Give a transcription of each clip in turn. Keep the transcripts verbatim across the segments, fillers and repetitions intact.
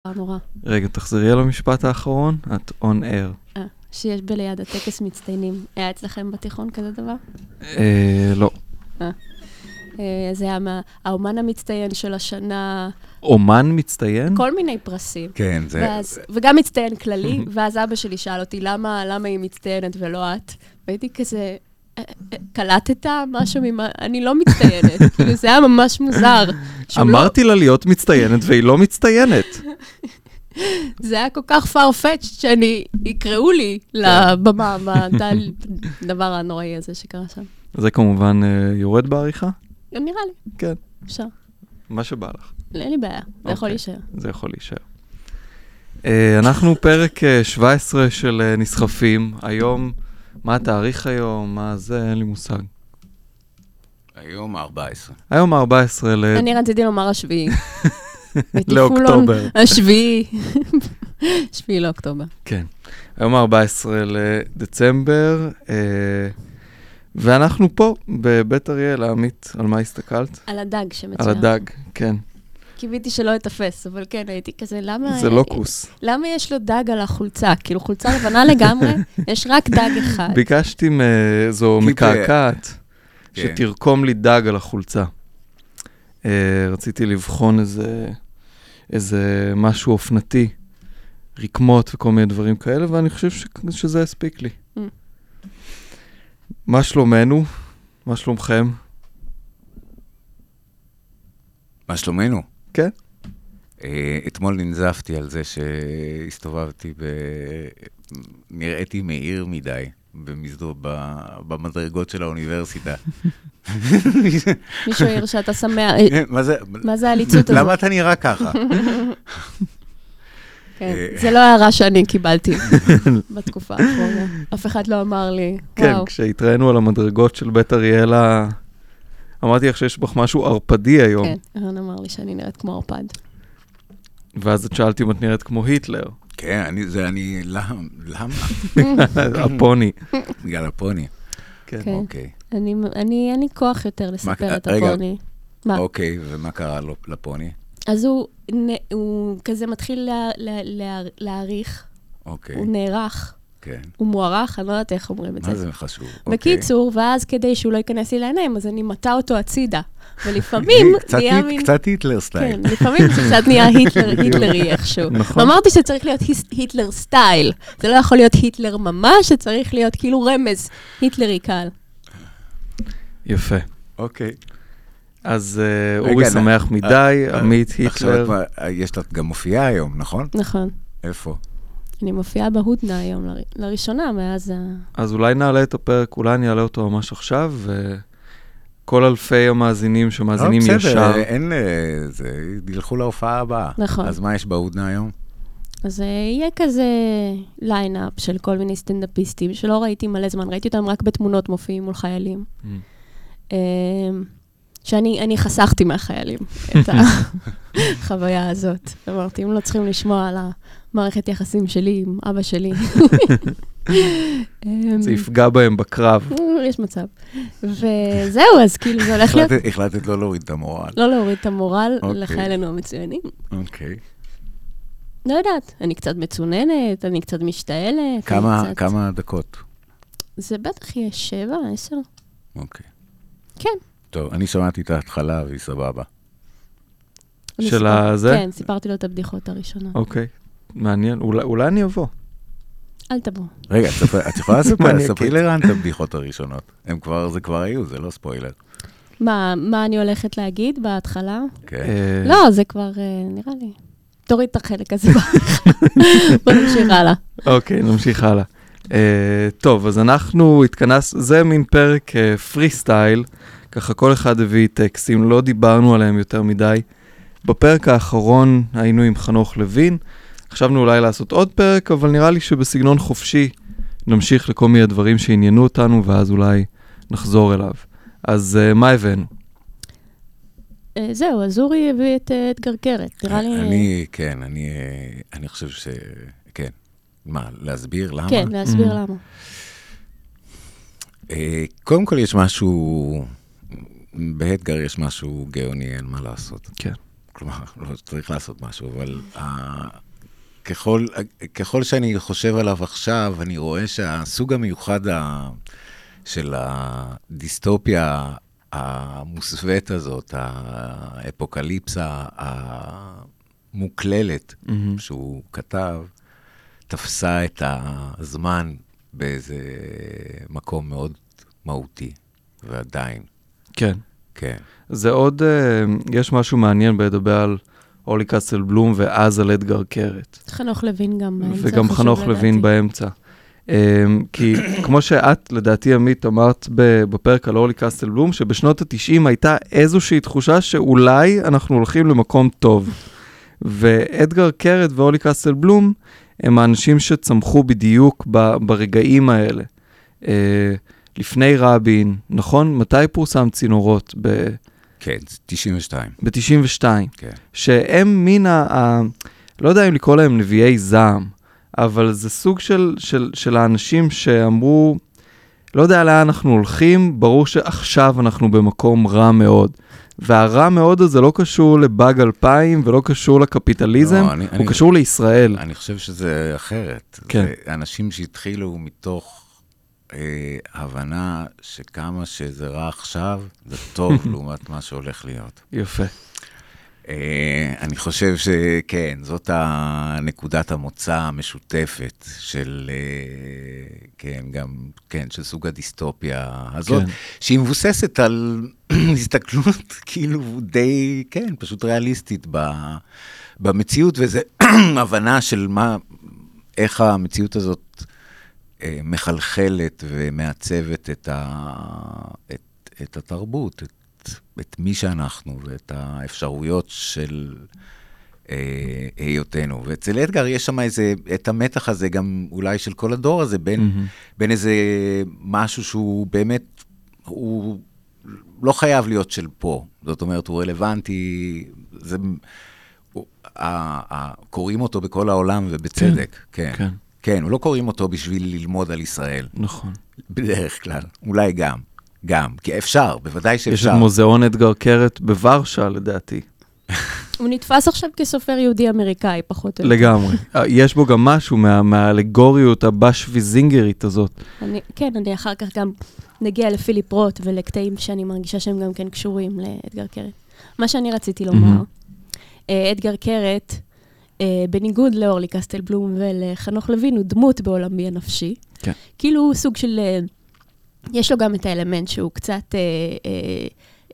נורא. רגע, תחזרי על המשפט האחרון, את on air. אה, שיש בליד הטקס מצטיינים. היה אצלכם בתיכון כזה דבר? אה, לא. אה. זה היה מה, האומן המצטיין של השנה. אומן מצטיין? כל מיני פרסים. כן, זה... ואז, וגם מצטיין כללי, ואז אבא שלי שאל אותי, למה, למה היא מצטיינת ולא את? והייתי כזה, קלטת משהו ממה, אני לא מצטיינת. כאילו, זה היה ממש מוזר. אמרתי לה להיות מצטיינת, והיא לא מצטיינת. זה היה כל כך farfetched שאני, יקראו לי לבמה, בדבר הנוראי הזה שקרה שם. זה כמובן יורד בעריכה? נראה לי. כן. אפשר. מה שבא לך. אין לי בעיה, זה יכול להישאר. זה יכול להישאר. אנחנו פרק שבע עשרה של נסחפים. היום, מה התאריך היום? מה זה? אין לי מושג. היום ארבע עשרה. היום ארבע עשרה ל... אני רציתי לומר השביעי. לאוקטובר. השביעי. שביעי לאוקטובר. כן. היום ארבע עשרה לדצמבר, ואנחנו פה בבית אריאל, עמית, על מה הסתכלת? על הדג שמצוין. על הדג, כן. קיוויתי שלא אתפס, אבל כן, הייתי כזה, למה... זה לא כוס. למה יש לו דג על החולצה? כאילו, חולצה לבנה לגמרי, יש רק דג אחד. ביקשתי זו מקעקעת, שתרקום לי דג על החולצה. רציתי לבחון איזה, איזה משהו אופנתי, רקמות וכל מיני דברים כאלה, ואני חושב ש, שזה הספיק לי. Mm. מה שלומנו? מה שלומכם? מה שלומנו? כן. Uh, אתמול ננזפתי על זה שהסתובבתי, ב... נראיתי מהיר מדי, במסדור, ב... במדרגות של האוניברסיטה. מישהו העיר שאתה שמח. מה זה? מה זה הליצות הזאת? למה אתה נראה ככה? כן, זה לא הערה שאני קיבלתי בתקופה האחרונה. אף אחד לא אמר לי, כן, כשהתראינו על המדרגות של בית אריאלה, אמרתי לך שיש בך משהו ערפדי היום. כן, ערן אמר לי שאני נראית כמו ערפד. ואז את שאלתי אם את נראית כמו היטלר. כן, אני, זה אני, למה? הפוני. בגלל הפוני. כן. אוקיי. אני, אני, אין לי כוח יותר לספר את הפוני. מה? אוקיי, ומה קרה לפוני? אז הוא, הוא כזה מתחיל לה, לה, לה, להעריך. אוקיי. הוא נערך. כן. הוא מוערך, אני לא יודעת איך אומרים את זה. מה זה חשוב? בקיצור, ואז כדי שהוא לא ייכנס לי לעיניים, אז אני מטה אותו הצידה. ולפעמים נהיה מין... קצת היטלר סטייל. כן, לפעמים זה קצת נהיה היטלרי איכשהו. נכון. ואמרתי שצריך להיות היטלר סטייל. זה לא יכול להיות היטלר ממש, שצריך להיות כאילו רמז היטלרי קל. יפה. אוקיי. אז אורי שמח מדי, עמית היטלר. יש לך גם מופיעה היום, נכון? נכון. איפה? אני מופיעה בהודנה היום, לראשונה, מאז... אז אולי נעלה את הפרק, אולי אני אעלה אותו ממש עכשיו, וכל אלפי המאזינים שמאזינים ישר. בסדר, אין... זה, ילכו להופעה הבאה. נכון. אז מה יש בהודנה היום? אז יהיה כזה ליינאפ של כל מיני סטנדאפיסטים, שלא ראיתי מלא זמן, ראיתי אותם רק בתמונות מופיעים מול חיילים. שאני אני חסכתי מהחיילים את החוויה הזאת. אמרתי, הם לא צריכים לשמוע על המערכת יחסים שלי עם אבא שלי. זה יפגע בהם בקרב. יש מצב. וזהו, אז כאילו זה הולך להיות... החלטת לא להוריד את המורל. לא להוריד את המורל לחיילינו המצוינים. אוקיי. לא יודעת, אני קצת מצוננת, אני קצת משתעלת. כמה דקות? זה בטח יהיה שבע, עשר. אוקיי. כן. טוב, אני שמעתי את ההתחלה והיא סבבה. של הזה? כן, סיפרתי לו את הבדיחות הראשונה. אוקיי, מעניין. אולי אני אבוא. אל תבוא. רגע, את יכולה לספר, ספרי לרן את הבדיחות הראשונות. הם כבר, זה כבר היו, זה לא ספוילר. מה, מה אני הולכת להגיד בהתחלה? כן. לא, זה כבר, נראה לי. תוריד את החלק הזה. בוא נמשיך הלאה. אוקיי, נמשיך הלאה. טוב, אז אנחנו התכנס, זה מין פרק פרי סטייל, ככה כל אחד הביא טקסטים, לא דיברנו עליהם יותר מדי. בפרק האחרון היינו עם חנוך לוין, חשבנו אולי לעשות עוד פרק, אבל נראה לי שבסגנון חופשי נמשיך לכל מיני דברים שעניינו אותנו, ואז אולי נחזור אליו. אז uh, מה הבאנו? זהו, אז אורי הביא את אתגר קרת, נראה לי... אני, כן, אני, אני חושב ש... כן. מה, להסביר למה? כן, להסביר למה. קודם כל יש משהו... באתגר יש משהו גאוני, אין מה לעשות. כן. כלומר, לא צריך לעשות משהו, אבל ככל, ככל שאני חושב עליו עכשיו, אני רואה שהסוג המיוחד של הדיסטופיה המוסווית הזאת, האפוקליפסה המוקללת mm-hmm. שהוא כתב, תפסה את הזמן באיזה מקום מאוד מהותי, ועדיין. כן. כן. זה עוד, יש משהו מעניין בלדבר על אורלי קסטלבלום ואז על אדגר קרת. חנוך לוין גם באמצע. וגם חנוך לוין באמצע. כי כמו שאת, לדעתי עמית, אמרת בפרק על אורלי קסטלבלום, שבשנות ה-תשעים הייתה איזושהי תחושה שאולי אנחנו הולכים למקום טוב. ואדגר קרת ואורלי קסטלבלום הם האנשים שצמחו בדיוק ברגעים האלה. לפני רבין, נכון? מתי פורסם צינורות? ב... כן, תשעים ושתיים. ב-תשעים ושתיים. כן. שהם מן ה... ה... לא יודע אם לקרוא להם נביאי זעם, אבל זה סוג של, של, של האנשים שאמרו, לא יודע לאן אנחנו הולכים, ברור שעכשיו אנחנו במקום רע מאוד. והרע מאוד הזה לא קשור לבאג אלפיים ולא קשור לקפיטליזם, לא, אני, הוא אני, קשור לישראל. אני חושב שזה אחרת. כן. זה אנשים שהתחילו מתוך אה, הבנה שכמה שזה רע עכשיו, זה טוב לעומת מה שהולך להיות. יפה. אה, אני חושב שכן, זאת הנקודת המוצא המשותפת של, אה, כן, גם, כן, של סוג הדיסטופיה הזאת, כן. שהיא מבוססת על הסתכלות כאילו די, כן, פשוט ריאליסטית ב, במציאות, וזה הבנה של מה, איך המציאות הזאת אה, מחלחלת ומעצבת את, ה, את, את התרבות, את את מי שאנחנו, ואת האפשרויות של אה, היותנו. ואצל אדגר יש שם איזה, את המתח הזה, גם אולי של כל הדור הזה, בין, mm-hmm. בין איזה משהו שהוא באמת, הוא לא חייב להיות של פה. זאת אומרת, הוא רלוונטי, זה, הוא, ה, ה, קוראים אותו בכל העולם ובצדק. כן, כן. כן, הוא לא קוראים אותו בשביל ללמוד על ישראל. נכון. בדרך כלל, אולי גם. גם, כי אפשר, בוודאי שאפשר. יש את מוזיאון אדגר קרת בוורשה, לדעתי. הוא נתפס עכשיו כסופר יהודי-אמריקאי, פחות או יותר. לגמרי. יש בו גם משהו מהאלגוריות הבשווי-זינגרית הזאת. אני, כן, אני אחר כך גם נגיע לפיליפ רוט ולקטעים שאני מרגישה שהם גם כן קשורים לאדגר קרת. מה שאני רציתי לומר, אדגר קרת, בניגוד לאורלי קסטלבלום ולחנוך לוין, הוא דמות בעולמי הנפשי. כן. כאילו הוא סוג של... יש לו גם את האלמנט שהוא קצת אה, אה, אה,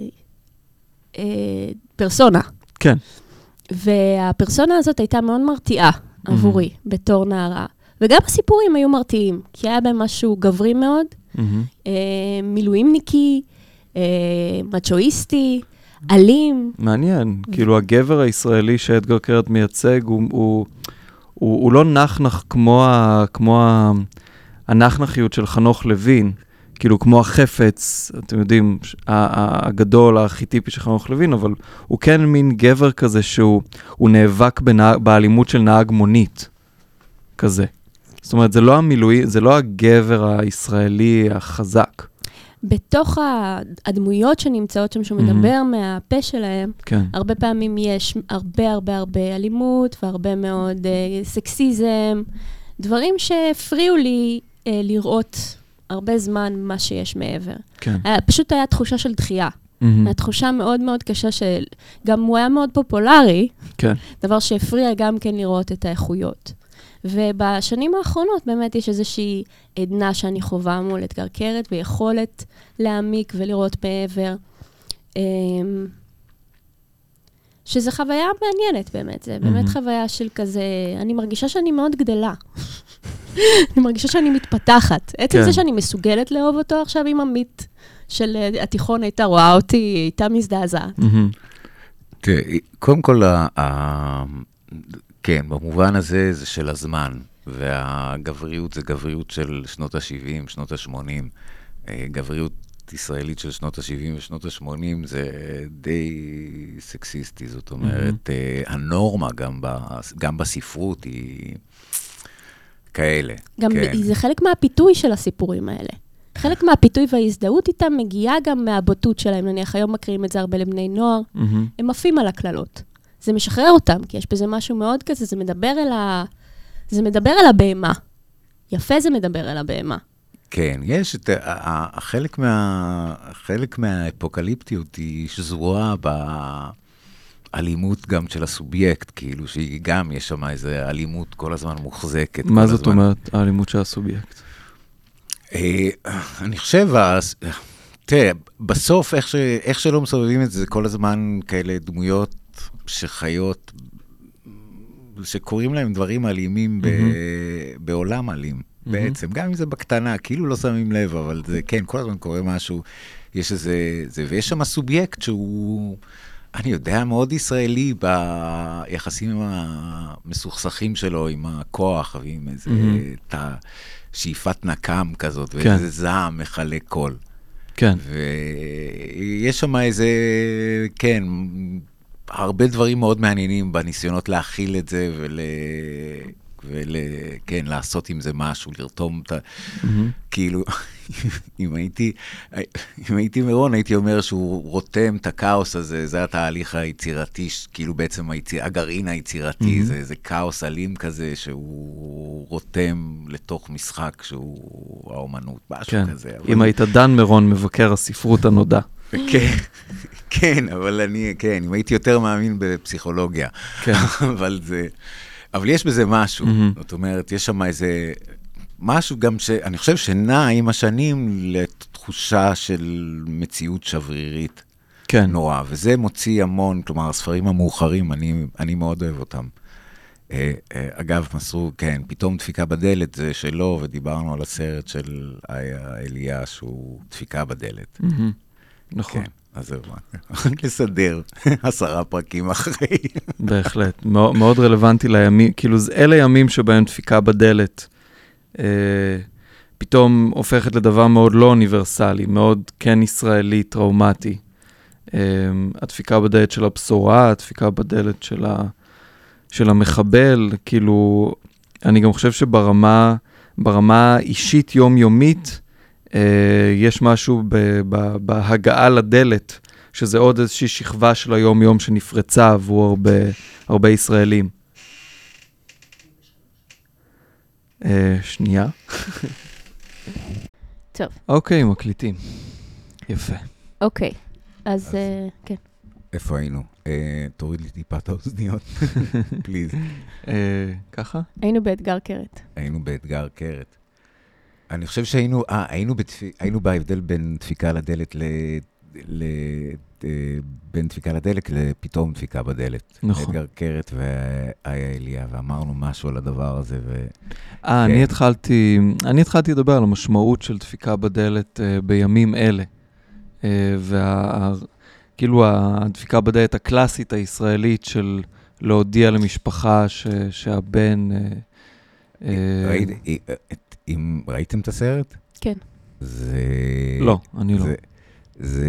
אה, פרסונה. כן. והפרסונה הזאת הייתה מאוד מרתיעה mm-hmm. עבורי, בתור נערה. וגם הסיפורים היו מרתיעים, כי היה בהם משהו גברי מאוד, mm-hmm. אה, מילואימניקי, אה, מצ'ואיסטי, אלים. מעניין, ו... כאילו הגבר הישראלי שאדגר קרת מייצג, הוא, הוא, הוא, הוא לא נחנך כמו ה... כמו ה הנחנחיות של חנוך לוין, כאילו כמו החפץ, אתם יודעים, הגדול, הארכיטיפי של חנוך לוין, אבל הוא כן מין גבר כזה שהוא נאבק בנהג, באלימות של נהג מונית, כזה. זאת אומרת, זה לא המילואי, זה לא הגבר הישראלי החזק. בתוך הדמויות שנמצאות שם, שהוא מדבר מהפה שלהם, כן. הרבה פעמים יש הרבה הרבה הרבה אלימות, והרבה מאוד סקסיזם, דברים שהפריעו לי אה, לראות הרבה זמן מה שיש מעבר. כן. היה, פשוט היה תחושה של דחייה. Mm-hmm. היה תחושה מאוד מאוד קשה של... גם הוא היה מאוד פופולרי, כן. דבר שהפריע גם כן לראות את האיכויות. ובשנים האחרונות באמת יש איזושהי עדנה שאני חובה מול אדגר קרת, ויכולת להעמיק ולראות מעבר. אה, שזו חוויה מעניינת באמת, זה באמת mm-hmm. חוויה של כזה, אני מרגישה שאני מאוד גדלה. אני מרגישה שאני מתפתחת. עצם זה שאני מסוגלת לאהוב אותו עכשיו עם עמית של התיכון הייתה רואה אותי, היא הייתה מזדעזעת. תראה, קודם כל, כן, במובן הזה זה של הזמן, והגבריות זה גבריות של שנות ה-שבעים, שנות ה-שמונים, גבריות ישראלית של שנות ה-שבעים ושנות ה-שמונים זה די סקסיסטי, זאת אומרת, הנורמה גם בספרות היא... כאלה. גם כן. זה חלק מהפיתוי של הסיפורים האלה. חלק מהפיתוי וההזדהות איתם מגיעה גם מהבוטות שלהם, נניח היום מקריאים את זה הרבה לבני נוער, mm-hmm. הם עפים על הכללות. זה משחרר אותם, כי יש בזה משהו מאוד כזה, זה מדבר אל ה... זה מדבר אל הבהמה. יפה זה מדבר אל הבהמה. כן, יש את... החלק מה... החלק מהאפוקליפטיות היא שזורה באלימות גם של הסובייקט, כאילו שהיא גם, יש שם איזו אלימות כל הזמן מוחזקת. מה זאת אומרת, האלימות של הסובייקט? אני חושב, תראה, בסוף, איך, ש, איך שלא מסובבים את זה, זה כל הזמן כאלה דמויות שחיות, שקוראים להם דברים אלימים ב, mm-hmm. בעולם אלים, mm-hmm. בעצם. גם אם זה בקטנה, כאילו לא שמים לב, אבל זה, כן, כל הזמן קורה משהו, יש איזה, זה, ויש שם הסובייקט שהוא, אני יודע, מאוד ישראלי ביחסים המסוכסכים שלו, עם הכוח, ועם איזה, mm-hmm. תא, שאיפת נקם כזאת, כן. ואיזה זעם מחלק קול. כן. ויש שם איזה, כן, הרבה דברים מאוד מעניינים בניסיונות להכיל את זה, ול... ול... כן, לעשות עם זה משהו, לרתום את ה... Mm-hmm. כאילו, אם הייתי, אם הייתי מרון, הייתי אומר שהוא רותם את הכאוס הזה, זה התהליך היצירתי, כאילו בעצם היציר... הגרעין היצירתי, mm-hmm. זה, זה כאוס אלים כזה, שהוא רותם לתוך משחק, שהוא האומנות, משהו כן. כזה. אבל... אם היית דן מרון, מבקר הספרות הנודע. כן, כן, אבל אני, כן, אם הייתי יותר מאמין בפסיכולוגיה, כן. אבל זה... אבל יש בזה משהו, mm-hmm. זאת אומרת, יש שם איזה משהו גם שאני חושב שנע עם השנים לתחושה של מציאות שברירית כן. נורא, וזה מוציא המון, כלומר, הספרים המאוחרים, אני, אני מאוד אוהב אותם. אה, אה, אגב, מסרו, כן, פתאום דפיקה בדלת זה שלו, ודיברנו על הסרט של אליה, שהוא דפיקה בדלת. Mm-hmm. נכון. כן. אז זהו, לסדר עשרה פרקים אחרי. בהחלט, מאוד, מאוד רלוונטי לימים, כאילו אלה ימים שבהם דפיקה בדלת, אה, פתאום הופכת לדבר מאוד לא אוניברסלי, מאוד כן ישראלי, טראומטי. אה, הדפיקה בדלת של הבשורה, הדפיקה בדלת של, ה, של המחבל, כאילו, אני גם חושב שברמה, ברמה אישית יומיומית, יש משהו בהגעה לדלת, שזה עוד איזושהי שכבה של היום-יום שנפרצה עבור הרבה, הרבה ישראלים. שנייה. טוב. אוקיי, מקליטים. יפה. אוקיי, אז כן. איפה היינו? תוריד לי טיפה את האוזניות, פליז. ככה? היינו באתגר קרת. היינו באתגר קרת. אני חושב שהיינו, אה, היינו, בתפ... היינו בהבדל בין דפיקה לדלת ל... ל... בין דפיקה לדלת לפתאום דפיקה בדלת. נכון. אתגר קרת ואיה אליה, ואמרנו משהו על הדבר הזה. ו... אה, אני התחלתי, אני התחלתי לדבר על המשמעות של דפיקה בדלת uh, בימים אלה. Uh, וה... כאילו הדפיקה בדלת הקלאסית הישראלית של להודיע למשפחה ש... שהבן... Uh, ראיתי... אם ראיתם את הסרט? כן. זה... לא, אני זה, לא. זה...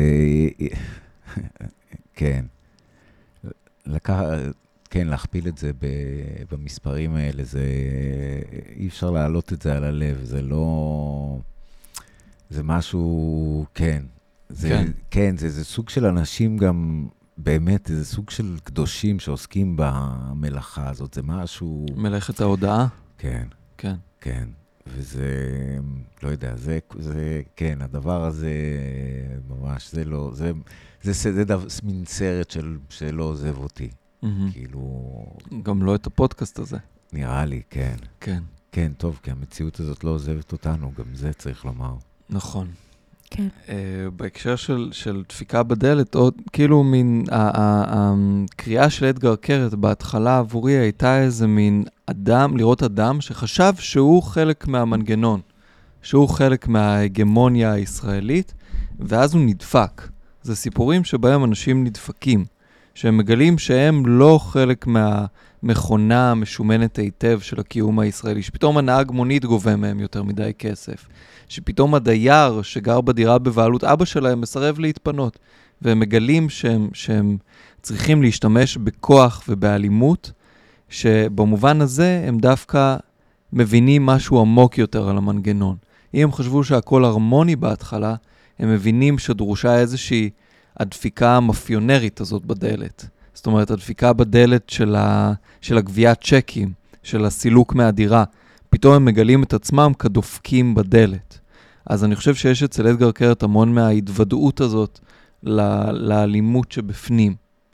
כן. לקח... כן, להכפיל את זה ב... במספרים האלה, זה... אי אפשר להעלות את זה על הלב, זה לא... זה משהו... כן. זה... כן. כן, זה, זה סוג של אנשים גם... באמת, זה סוג של קדושים שעוסקים במלאכה הזאת, זה משהו... מלאכת ההודעה? כן. כן. כן. וזה, לא יודע, זה, זה, כן, הדבר הזה, ממש, זה לא, זה, זה, זה, זה דבר, מין סרט של, שלא עוזב אותי. Mm-hmm. כאילו... גם לא את הפודקאסט הזה. נראה לי, כן. כן. כן, טוב, כי המציאות הזאת לא עוזבת אותנו, גם זה צריך לומר. נכון. כן. Uh, בהקשר של, של דפיקה בדלת, עוד כאילו מין, הקריאה של אדגר קרת בהתחלה עבורי הייתה איזה מין אדם, לראות אדם שחשב שהוא חלק מהמנגנון, שהוא חלק מההגמוניה הישראלית, ואז הוא נדפק. זה סיפורים שבהם אנשים נדפקים, שהם מגלים שהם לא חלק מהמכונה המשומנת היטב של הקיום הישראלי, שפתאום הנהג מונית גובה מהם יותר מדי כסף. שפתאום הדייר שגר בדירה בבעלות אבא שלהם מסרב להתפנות, והם מגלים שהם, שהם צריכים להשתמש בכוח ובאלימות, שבמובן הזה הם דווקא מבינים משהו עמוק יותר על המנגנון. אם הם חשבו שהכל הרמוני בהתחלה, הם מבינים שדרושה איזושהי הדפיקה המאפיונרית הזאת בדלת. זאת אומרת, הדפיקה בדלת של, ה... של הגביית צ'קים, של הסילוק מהדירה. פתאום הם מגלים את עצמם כדופקים בדלת. אז אני חושב שיש אצל אדגר קרת המון מההתוודעות הזאת ל- לאלימות שבפנים.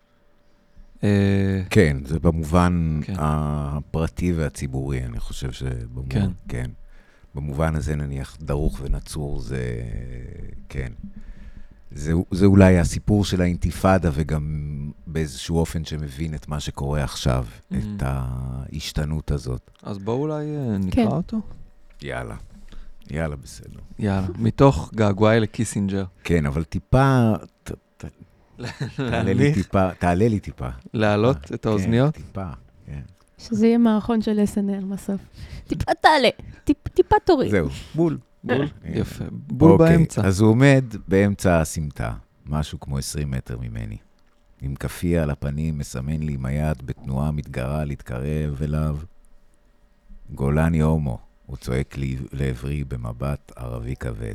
כן, זה במובן כן. הפרטי והציבורי, אני חושב שבמובן, כן. כן. במובן הזה נניח דרוך ונצור זה, כן. זה, זה אולי הסיפור של האינתיפאדה, וגם באיזשהו אופן שמבין את מה שקורה עכשיו, mm-hmm. את ההשתנות הזאת. אז בואו אולי נקרא כן. אותו? יאללה. יאללה, בסדר. יאללה, מתוך געגועי לקיסינג'ר. כן, אבל טיפה, ת, ת, תעלה לי טיפה, תעלה לי טיפה. להעלות את האוזניות? כן, טיפה, כן. שזה יהיה מערכון של אס אן אל בסוף. טיפה תעלה, טיפ, טיפה תוריד. זהו, בול, בול. יפה, בול באמצע. אז הוא עומד באמצע הסמטה, משהו כמו עשרים מטר ממני. עם כפייה על הפנים, מסמן לי עם היד בתנועה מתגרה להתקרב אליו. גולני הומו. הוא צועק לי לעברי במבט ערבי כבד.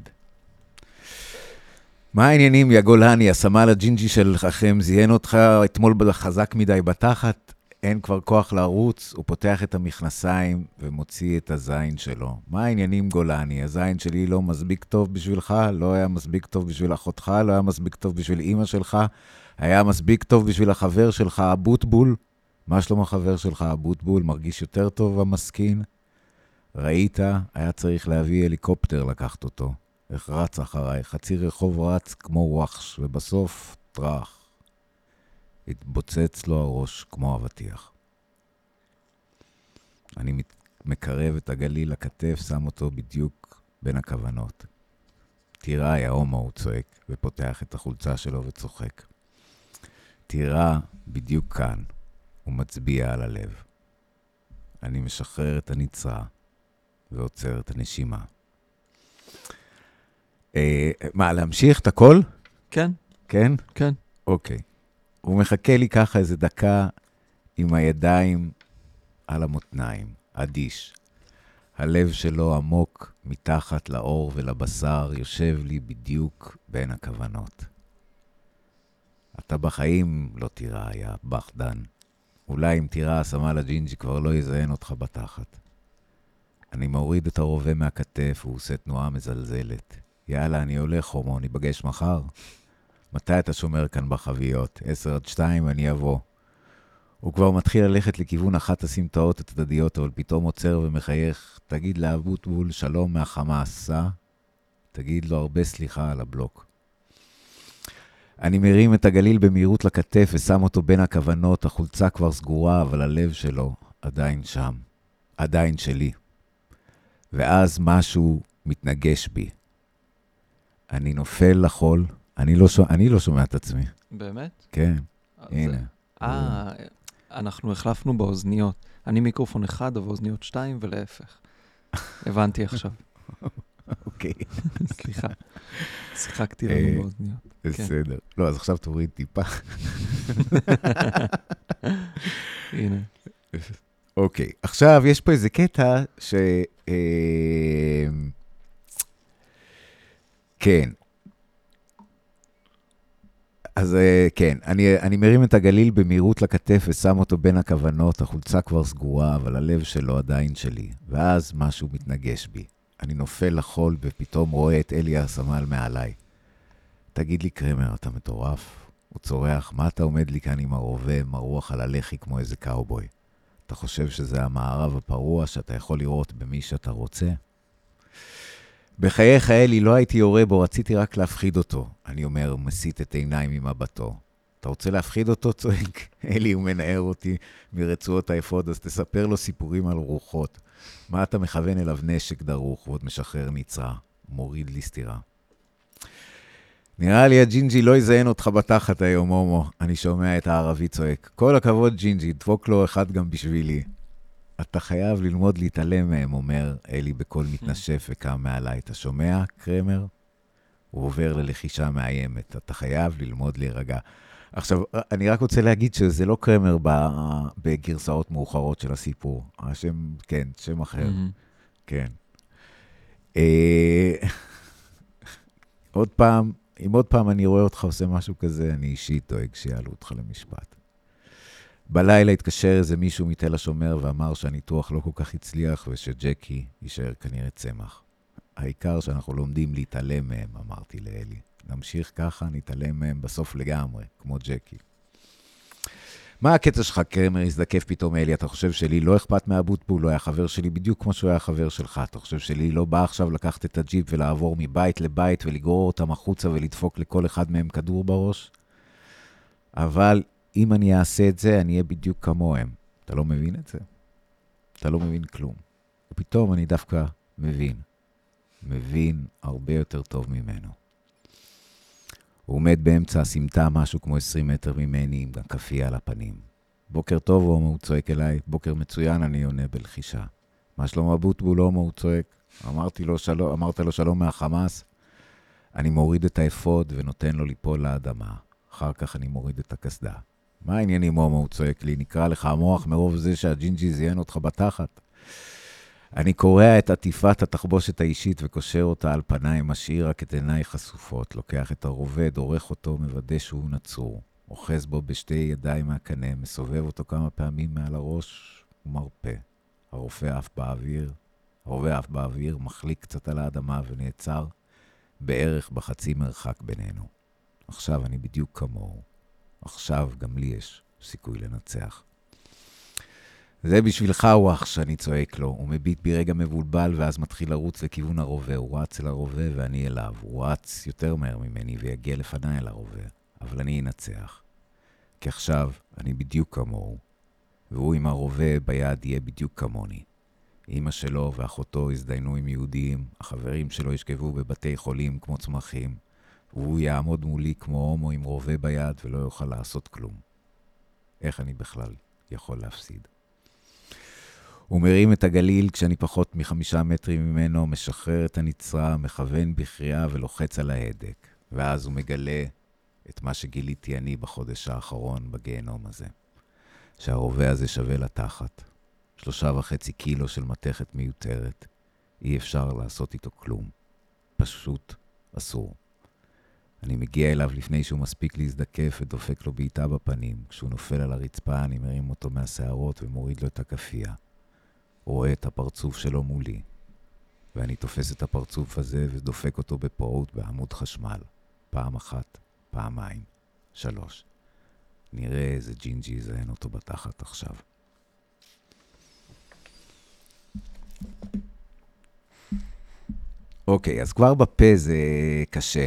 מה העניינים, יא גולני? הסמל הג'ינג'י שלכם זיין אותך אתמול חזק מדי בתחת? אין כבר כוח לרוץ, הוא פותח את המכנסיים ומוציא את הזין שלו. מה העניינים, גולני? הזין שלי לא מספיק טוב בשבילך, לא היה מספיק טוב בשביל אחותך, לא היה מספיק טוב בשביל אמא שלך, היה מספיק טוב בשביל החבר שלך, הבוטבול. מה שלום החבר שלך, הבוטבול? מרגיש יותר טוב המסכין? ראית, היה צריך להביא הליקופטר לקחת אותו. איך רץ אחריי, חצי רחוב רץ כמו ווחש, ובסוף טרח. התבוצץ לו הראש כמו אבטיח. אני מקרב את הגליל לכתף, שם אותו בדיוק בין הכוונות. תירה, יא הומו, הוא צועק, ופותח את החולצה שלו וצוחק. תירה, בדיוק כאן, הוא מצביע על הלב. אני משחרר את הנצרה. ועוצר את הנשימה. אה, מה, להמשיך את הכל? כן. כן? כן. אוקיי. הוא מחכה לי ככה איזה דקה עם הידיים על המותניים, אדיש. הלב שלו עמוק מתחת לאור ולבשר, יושב לי בדיוק בין הכוונות. אתה בחיים לא תיראה, יא בחדן. אולי אם תיראה, הסמל הג'ינג'י כבר לא יזיין אותך בתחת. אני מוריד את הרובה מהכתף, הוא עושה תנועה מזלזלת. יאללה, אני הולך, הומו, ניפגש מחר. מתי אתה שומר כאן בחביות? עשר עד שתיים, אני אבוא. הוא כבר מתחיל ללכת לכיוון אחת הסמטאות הצדדיות, אבל פתאום עוצר ומחייך. תגיד לאבוטבול, שלום מהחמאס, סע? תגיד לו הרבה סליחה על הבלוק. אני מרים את הגליל במהירות לכתף ושם אותו בין הכוונות. החולצה כבר סגורה, אבל הלב שלו עדיין שם. עדיין שלי. ואז משהו מתנגש בי. אני נופל לחול, אני לא, שומע, אני לא שומע את עצמי. באמת? כן, הנה. אה, אנחנו החלפנו באוזניות. אני מיקרופון אחד, אבל אוזניות שתיים ולהפך. הבנתי עכשיו. אוקיי. סליחה. שיחקתי לנו באוזניות. בסדר. לא, אז עכשיו תוריד טיפה. הנה. אוקיי, עכשיו יש פה איזה קטע ש... כן. אז כן, אני, אני מרים את הגליל במהירות לכתף ושם אותו בין הכוונות. החולצה כבר סגורה, אבל הלב שלו עדיין שלי. ואז משהו מתנגש בי. אני נופל לחול ופתאום רואה את אלי הסמל מעליי. תגיד לי, קרמר, אתה מטורף? הוא צורח, מה אתה עומד לי כאן עם הרובה, מרוח על הלחי כמו איזה קאובוי? אתה חושב שזה המערב הפרוע שאתה יכול לראות במי שאתה רוצה? בחייך אלי, לא הייתי יורה בו, רציתי רק להפחיד אותו. אני אומר, מסית את עיניים ממבטו. אתה רוצה להפחיד אותו? צועק. אלי, הוא מנער אותי מרצועות היפות, אז תספר לו סיפורים על רוחות. מה אתה מכוון אליו? נשק דרוך, ועוד משחרר נצרה. מוריד לי סתירה. נראה לי הג'ינג'י לא יזיין אותך בתחת היום, הומו. אני שומע את הערבי צועק. כל הכבוד ג'ינג'י, דפוק לו אחד גם בשבילי. אתה חייב ללמוד להתעלם מהם, אומר אלי בקול מתנשף וקם מעליי. אתה שומע, קרמר? הוא עובר ללחישה מאיימת. אתה חייב ללמוד להירגע. עכשיו, אני רק רוצה להגיד שזה לא קרמר בגרסאות מאוחרות של הסיפור. השם, כן, שם אחר. כן. עוד פעם, אם עוד פעם אני רואה אותך עושה משהו כזה, אני אישית דואג שיעלו אותך למשפט. בלילה התקשר איזה מישהו מתל השומר ואמר שהניתוח לא כל כך הצליח ושג'קי יישאר כנראה צמח. העיקר שאנחנו לומדים להתעלם מהם, אמרתי לאלי. נמשיך ככה, נתעלם מהם בסוף לגמרי, כמו ג'קי. מה הקטע שלך, קרמר, הזדקף פתאום אלי? אתה חושב שלי לא אכפת מהבוטבול, הוא היה חבר שלי בדיוק כמו שהוא היה חבר שלך. אתה חושב שלי לא בא עכשיו לקחת את הג'יפ ולעבור מבית לבית ולגרור אותם החוצה ולדפוק לכל אחד מהם כדור בראש? אבל אם אני אעשה את זה, אני אהיה בדיוק כמוהם. אתה לא מבין את זה? אתה לא מבין כלום. ופתאום אני דווקא מבין. מבין הרבה יותר טוב ממנו. הוא עומד באמצע הסמטה, משהו כמו עשרים מטר ממני, עם כפייה על הפנים. בוקר טוב, הומו, הוא צועק אליי. בוקר מצוין, אני עונה בלחישה. מה שלום הבוטבול, הומו, הוא צועק. אמרתי לו שלום, אמרת לו שלום מהחמאס. אני מוריד את האפוד ונותן לו ליפול לאדמה. אחר כך אני מוריד את הכסדה. מה העניינים, הומו, הוא צועק לי? נקרא לך המוח מרוב זה שהג'ינג'י זיין אותך בתחת. אני קורע את עטיפת התחבושת האישית וקושר אותה על פניי, משאיר רק את עיניי חשופות, לוקח את הרובד, עורך אותו, מוודא שהוא נצור, אוחז בו בשתי ידיים מהקנה, מסובב אותו כמה פעמים מעל הראש ומרפא. הרופא אף באוויר, הרופא אף באוויר, מחליק קצת על האדמה ונעצר בערך בחצי מרחק בינינו. עכשיו אני בדיוק כמוהו. עכשיו גם לי יש סיכוי לנצח. זה בשבילך ווח שאני צועק לו. הוא מביט ברגע מבולבל ואז מתחיל לרוץ לכיוון הרובה. הוא רץ אל הרובה ואני אליו. הוא רץ יותר מהר ממני ויגיע לפניי אל הרובה. אבל אני אנצח. כי עכשיו אני בדיוק כמוהו. והוא עם הרובה ביד יהיה בדיוק כמוני. אמא שלו ואחותו הזדיינו עם יהודים. החברים שלו ישכבו בבתי חולים כמו צמחים. והוא יעמוד מולי כמו הומו עם רובה ביד ולא יוכל לעשות כלום. איך אני בכלל יכול להפסיד? הוא מרים את הגליל כשאני פחות מחמישה מטרים ממנו, משחרר את הנצרה, מכוון בקריאה ולוחץ על ההדק. ואז הוא מגלה את מה שגיליתי אני בחודש האחרון בגיהנום הזה. שהרובה הזה שווה לתחת. שלושה וחצי קילו של מתכת מיותרת. אי אפשר לעשות איתו כלום. פשוט אסור. אני מגיע אליו לפני שהוא מספיק להזדקף ודופק לו בעיטה בפנים. כשהוא נופל על הרצפה אני מרים אותו מהשערות ומוריד לו את הכפייה. הוא רואה את הפרצוף שלו מולי, ואני תופס את הפרצוף הזה ודופק אותו בפעוט בעמוד חשמל. פעם אחת, פעמיים, שלוש. נראה איזה ג'ינג'י יזיין אותו בתחת עכשיו. אוקיי, אז כבר בפה זה קשה.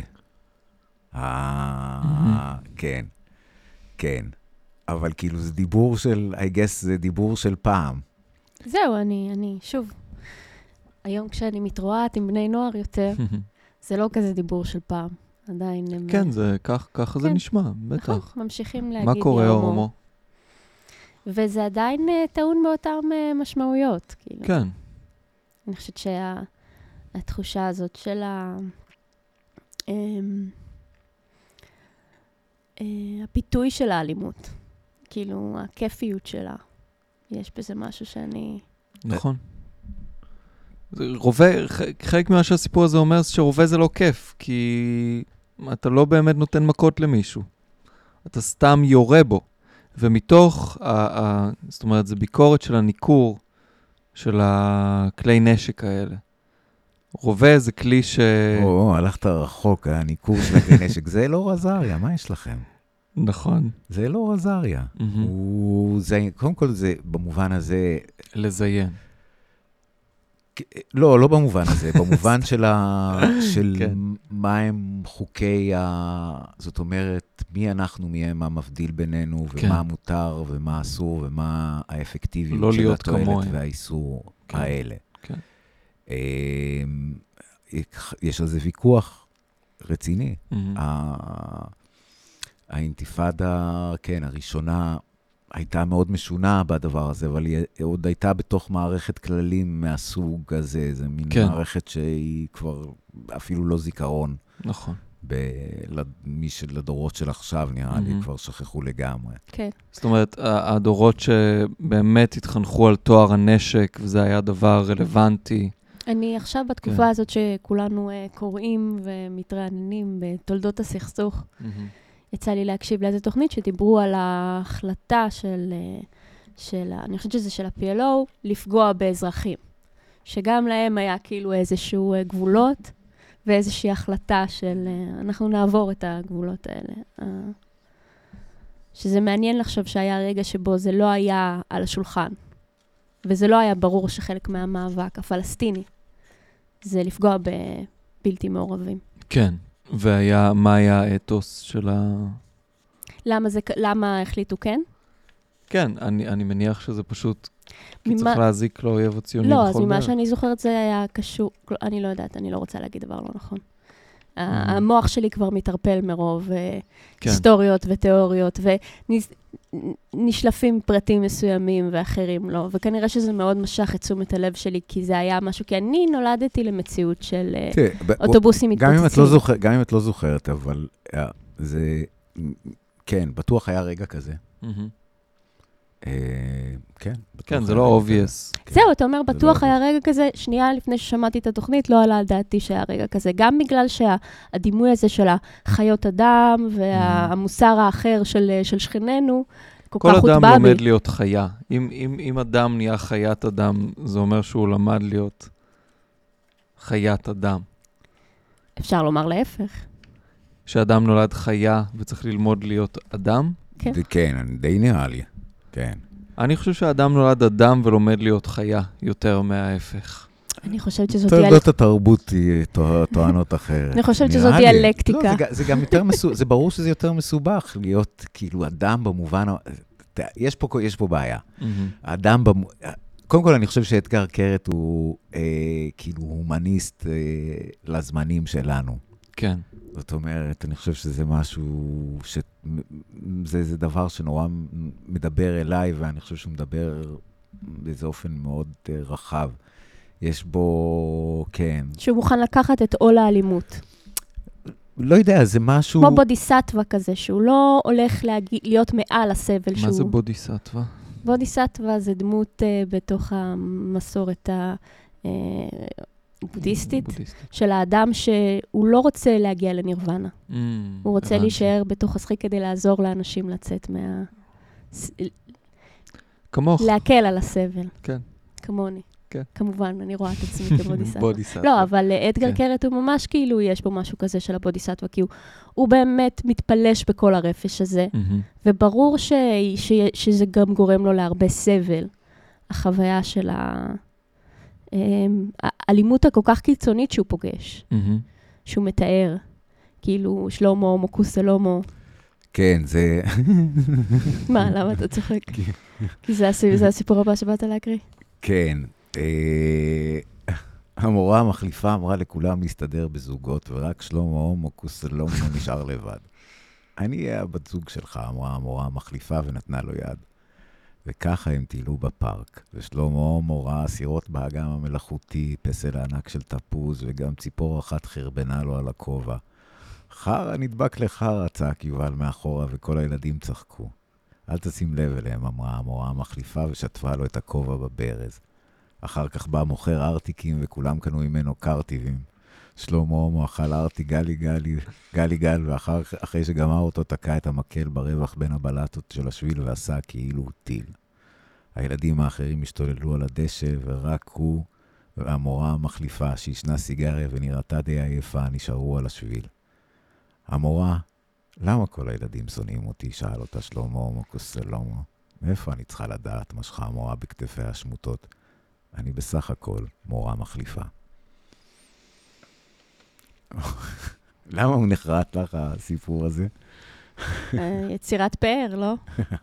אה, כן, כן. אבל כאילו זה דיבור של, I guess זה דיבור של פעם. זהו, אני, אני, שוב, היום כשאני מתרועעת עם בני נוער יותר, זה לא כזה דיבור של פעם, עדיין הם... כן, זה, כך, ככה זה נשמע, בטח. נכון, ממשיכים להגיד מה קורה, הומו? וזה עדיין טעון באותם משמעויות, כאילו. כן. אני חושבת שהתחושה הזאת של ה... הפיתוי של האלימות, כאילו, הכיפיות שלה. יש בזה משהו שאני... נכון. רובה, חלק ממה שהסיפור הזה אומר, זה שרובה זה לא כיף, כי אתה לא באמת נותן מכות למישהו. אתה סתם יורה בו. ומתוך, ה, ה, זאת אומרת, זה ביקורת של הניקור של הכלי נשק האלה. רובה זה כלי ש... או, הלכת רחוק, הניקור של הכלי נשק. זה לא רזריה, מה יש לכם? נכון. זה לא רזריה. הוא, זה, קודם כל זה, במובן הזה... לזיין. לא, לא במובן הזה, במובן של, ה, של כן. מה הם חוקי ה... זאת אומרת, מי אנחנו, מי הם המבדיל בינינו, כן. ומה מותר, ומה אסור, ומה האפקטיביות לא של התועלת והאיסור כן. האלה. כן. יש על זה ויכוח רציני. ה... האינתיפאדה, כן, הראשונה הייתה מאוד משונה בדבר הזה, אבל היא עוד הייתה בתוך מערכת כללים מהסוג הזה, זה מין כן. מערכת שהיא כבר אפילו לא זיכרון. נכון. ב- מי שלדורות של עכשיו נראה mm-hmm. לי כבר שכחו לגמרי. כן. זאת אומרת, הדורות שבאמת התחנכו על תואר הנשק, וזה היה דבר רלוונטי. אני עכשיו בתקופה הזאת שכולנו קוראים ומתרעננים בתולדות הסכסוך, יצא לי להקשיב לאיזו תוכנית שדיברו על ההחלטה של, של, אני חושבת שזה של ה-פי אל או, לפגוע באזרחים. שגם להם היה כאילו איזשהו גבולות, ואיזושהי החלטה של, אנחנו נעבור את הגבולות האלה. שזה מעניין לחשוב שהיה רגע שבו זה לא היה על השולחן, וזה לא היה ברור שחלק מהמאבק הפלסטיני, זה לפגוע בבלתי מעורבים. כן, והיה, מה היה האתוס של ה... למה זה, למה החליטו כן? כן, אני, אני מניח שזה פשוט, כי ממה... צריך להזיק לאויב הציוני לא, בכל אז ממה דרך. שאני זוכרת זה היה קשור, אני לא יודעת, אני לא רוצה להגיד דבר לא נכון. המוח שלי כבר מתערפל מרוב היסטוריות ותיאוריות, ונשלפים פרטים מסוימים ואחרים לא, וכנראה שזה מאוד משך את תשומת הלב שלי, כי זה היה משהו, כי אני נולדתי למציאות של אוטובוסים מתפוצצים. גם אם את לא זוכרת, אבל זה, כן, בטוח היה רגע כזה. כן, כן, זה לא obvious. זהו, אתה אומר, בטוח היה רגע כזה, שנייה לפני ששמעתי את התוכנית, לא עלה על דעתי שהיה רגע כזה, גם בגלל שהדימוי הזה של החיות אדם, והמוסר האחר של שכננו, כל כך הוטבע בי. כל אדם לומד להיות חיה. אם אדם נהיה חיית אדם, זה אומר שהוא למד להיות חיית אדם. אפשר לומר להפך. שאדם נולד חיה וצריך ללמוד להיות אדם? כן. וכן, אני די נראה לי. כן. אני חושב שהאדם נולד אדם ולומד להיות חיה יותר מההפך. אני חושבת שזאת תולדות התרבות היא טוענות אחרת. אני חושבת שזאת דיאלקטיקה. זה גם יותר מסובך, זה ברור שזה יותר מסובך להיות כאילו אדם במובן, יש פה, יש פה בעיה. אדם, קודם כל אני חושב שאתגר קרת הוא כאילו הומניסט לזמנים שלנו. כן. זאת אומרת, אני חושב שזה משהו, זה, זה דבר שנורא מדבר אליי, ואני חושב שהוא מדבר באיזה אופן מאוד רחב. יש בו, כן. שהוא מוכן לקחת את עול האלימות. לא יודע, זה משהו... כמו בודיסטווה כזה, שהוא לא הולך להגיע, להיות מעל הסבל שהוא... מה זה בודיסטווה? בודיסטווה זה דמות uh, בתוך המסורת ה... Uh, בודהיסטית, של האדם שהוא לא רוצה להגיע לנירוונה. Mm, הוא רוצה הבנתי. להישאר בתוך השחיק כדי לעזור לאנשים לצאת מה... כמוך. להקל על הסבל. כן. כמוני. כן. כמובן, אני רואה את עצמי כבודיסטווה. בודיסטווה. לא, אבל אדגר כן. קרת הוא ממש כאילו, יש בו משהו כזה של הבודיסטווה, כי הוא, הוא באמת מתפלש בכל הרפש הזה, mm-hmm. וברור ש, ש, שזה גם גורם לו להרבה סבל, החוויה של ה... האלימות הכל כך קיצונית שהוא פוגש, שהוא מתאר, כאילו שלמה הומו, קוסלומו. כן, זה... מה, למה אתה צוחק? כי זה הסיפור הבא שבאת להקריא. כן. המורה המחליפה אמרה לכולם להסתדר בזוגות, ורק שלמה הומו, קוסלומו נשאר לבד. אני אהיה הבת זוג שלך, אמרה המורה המחליפה ונתנה לו יד. וככה הם טיילו בפארק, ושלמה הומו ראה סירות באגם המלאכותי, פסל הענק של תפוז, וגם ציפור אחת חרבנה לו על הכובע. חרה נדבק לחרה, צעק יובל מאחורה, וכל הילדים צחקו. אל תשים לב אליהם, אמרה המורה המחליפה, ושטפה לו את הכובע בברז. אחר כך בא מוכר ארטיקים, וכולם קנו ממנו קרטיבים. שלמה הומו אכל ארטי גלי גלי, גלי גל, ואחרי שגמר אותו תקע את המקל ברווח בין הבלטות של השביל ועשה כאילו טיל. הילדים האחרים השתוללו על הדשא, ורק הוא והמורה המחליפה שישנה סיגריה ונראתה די עייפה נשארו על השביל. המורה, למה כל הילדים שונאים אותי? שאל אותה שלמה הומו קוסלומו. מאיפה אני צריכה לדעת? משכה המורה בכתפי השמוטות. אני בסך הכל מורה מחליפה. למה הוא נחרט לך, הסיפור הזה? יצירת פאר, לא?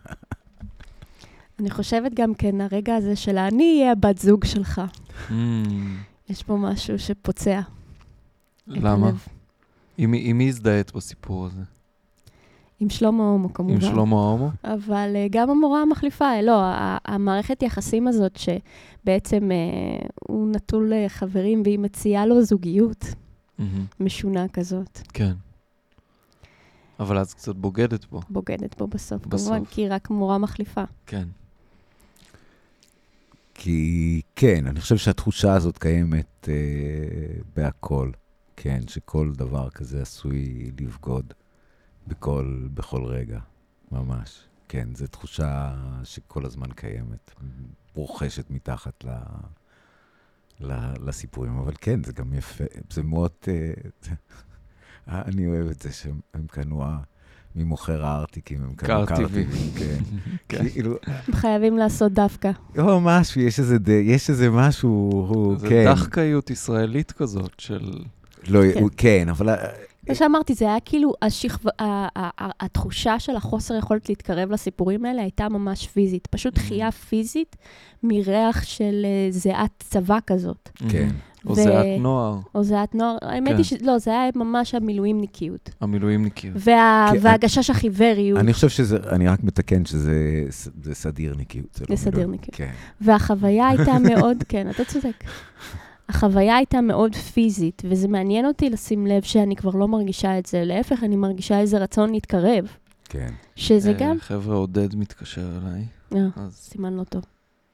אני חושבת גם כן, הרגע הזה של אני אהיה הבת זוג שלך. יש פה משהו שפוצע. למה? עם מי הזדהית בסיפור הזה? עם שלמה הומו, כמובן. עם שלמה הומו? אבל גם המורה המחליפה, לא, המערכת יחסים הזאת שבעצם הוא נטול חברים והיא מציעה לו זוגיות. משונה כזאת. כן. אבל אז קצת בוגדת בו. בוגדת בו בסוף, כמובן, כי היא רק מורה מחליפה. כן. כי כן, אני חושב שהתחושה הזאת קיימת אה, בהכל. כן, שכל דבר כזה עשוי לבגוד בכל, בכל רגע, ממש. כן, זו תחושה שכל הזמן קיימת, רוכשת מתחת ל, ל, לסיפורים, אבל כן, זה גם יפה, זה מאוד, אה, אני אוהב את זה שהם קנו ממוכר הארטיקים, הם קנו קרטיבים, כן. כאילו... הם חייבים לעשות דווקא. או משהו, יש איזה, יש איזה משהו, זה כן. דחקאיות ישראלית כזאת של... לא, כן, אבל... מה שאמרתי, זה היה כאילו, התחושה של החוסר יכולת להתקרב לסיפורים האלה הייתה ממש פיזית. פשוט חייה פיזית מריח של זיעת צבא כזאת. כן. או זיעת נוער. או זיעת נוער. האמת היא שלא, זה היה ממש המילואימניקיות. המילואימניקיות. והגשש החיווריות. אני חושב שזה, אני רק מתקן שזה סדירניקיות. זה סדירניקיות. והחוויה הייתה מאוד, כן, אתה צודק. החוויה הייתה מאוד פיזית, וזה מעניין אותי לשים לב שאני כבר לא מרגישה את זה. להפך, אני מרגישה איזה רצון להתקרב. כן. שזה גם... חבר'ה, עודד מתקשר אליי. אה, סימן לא טוב.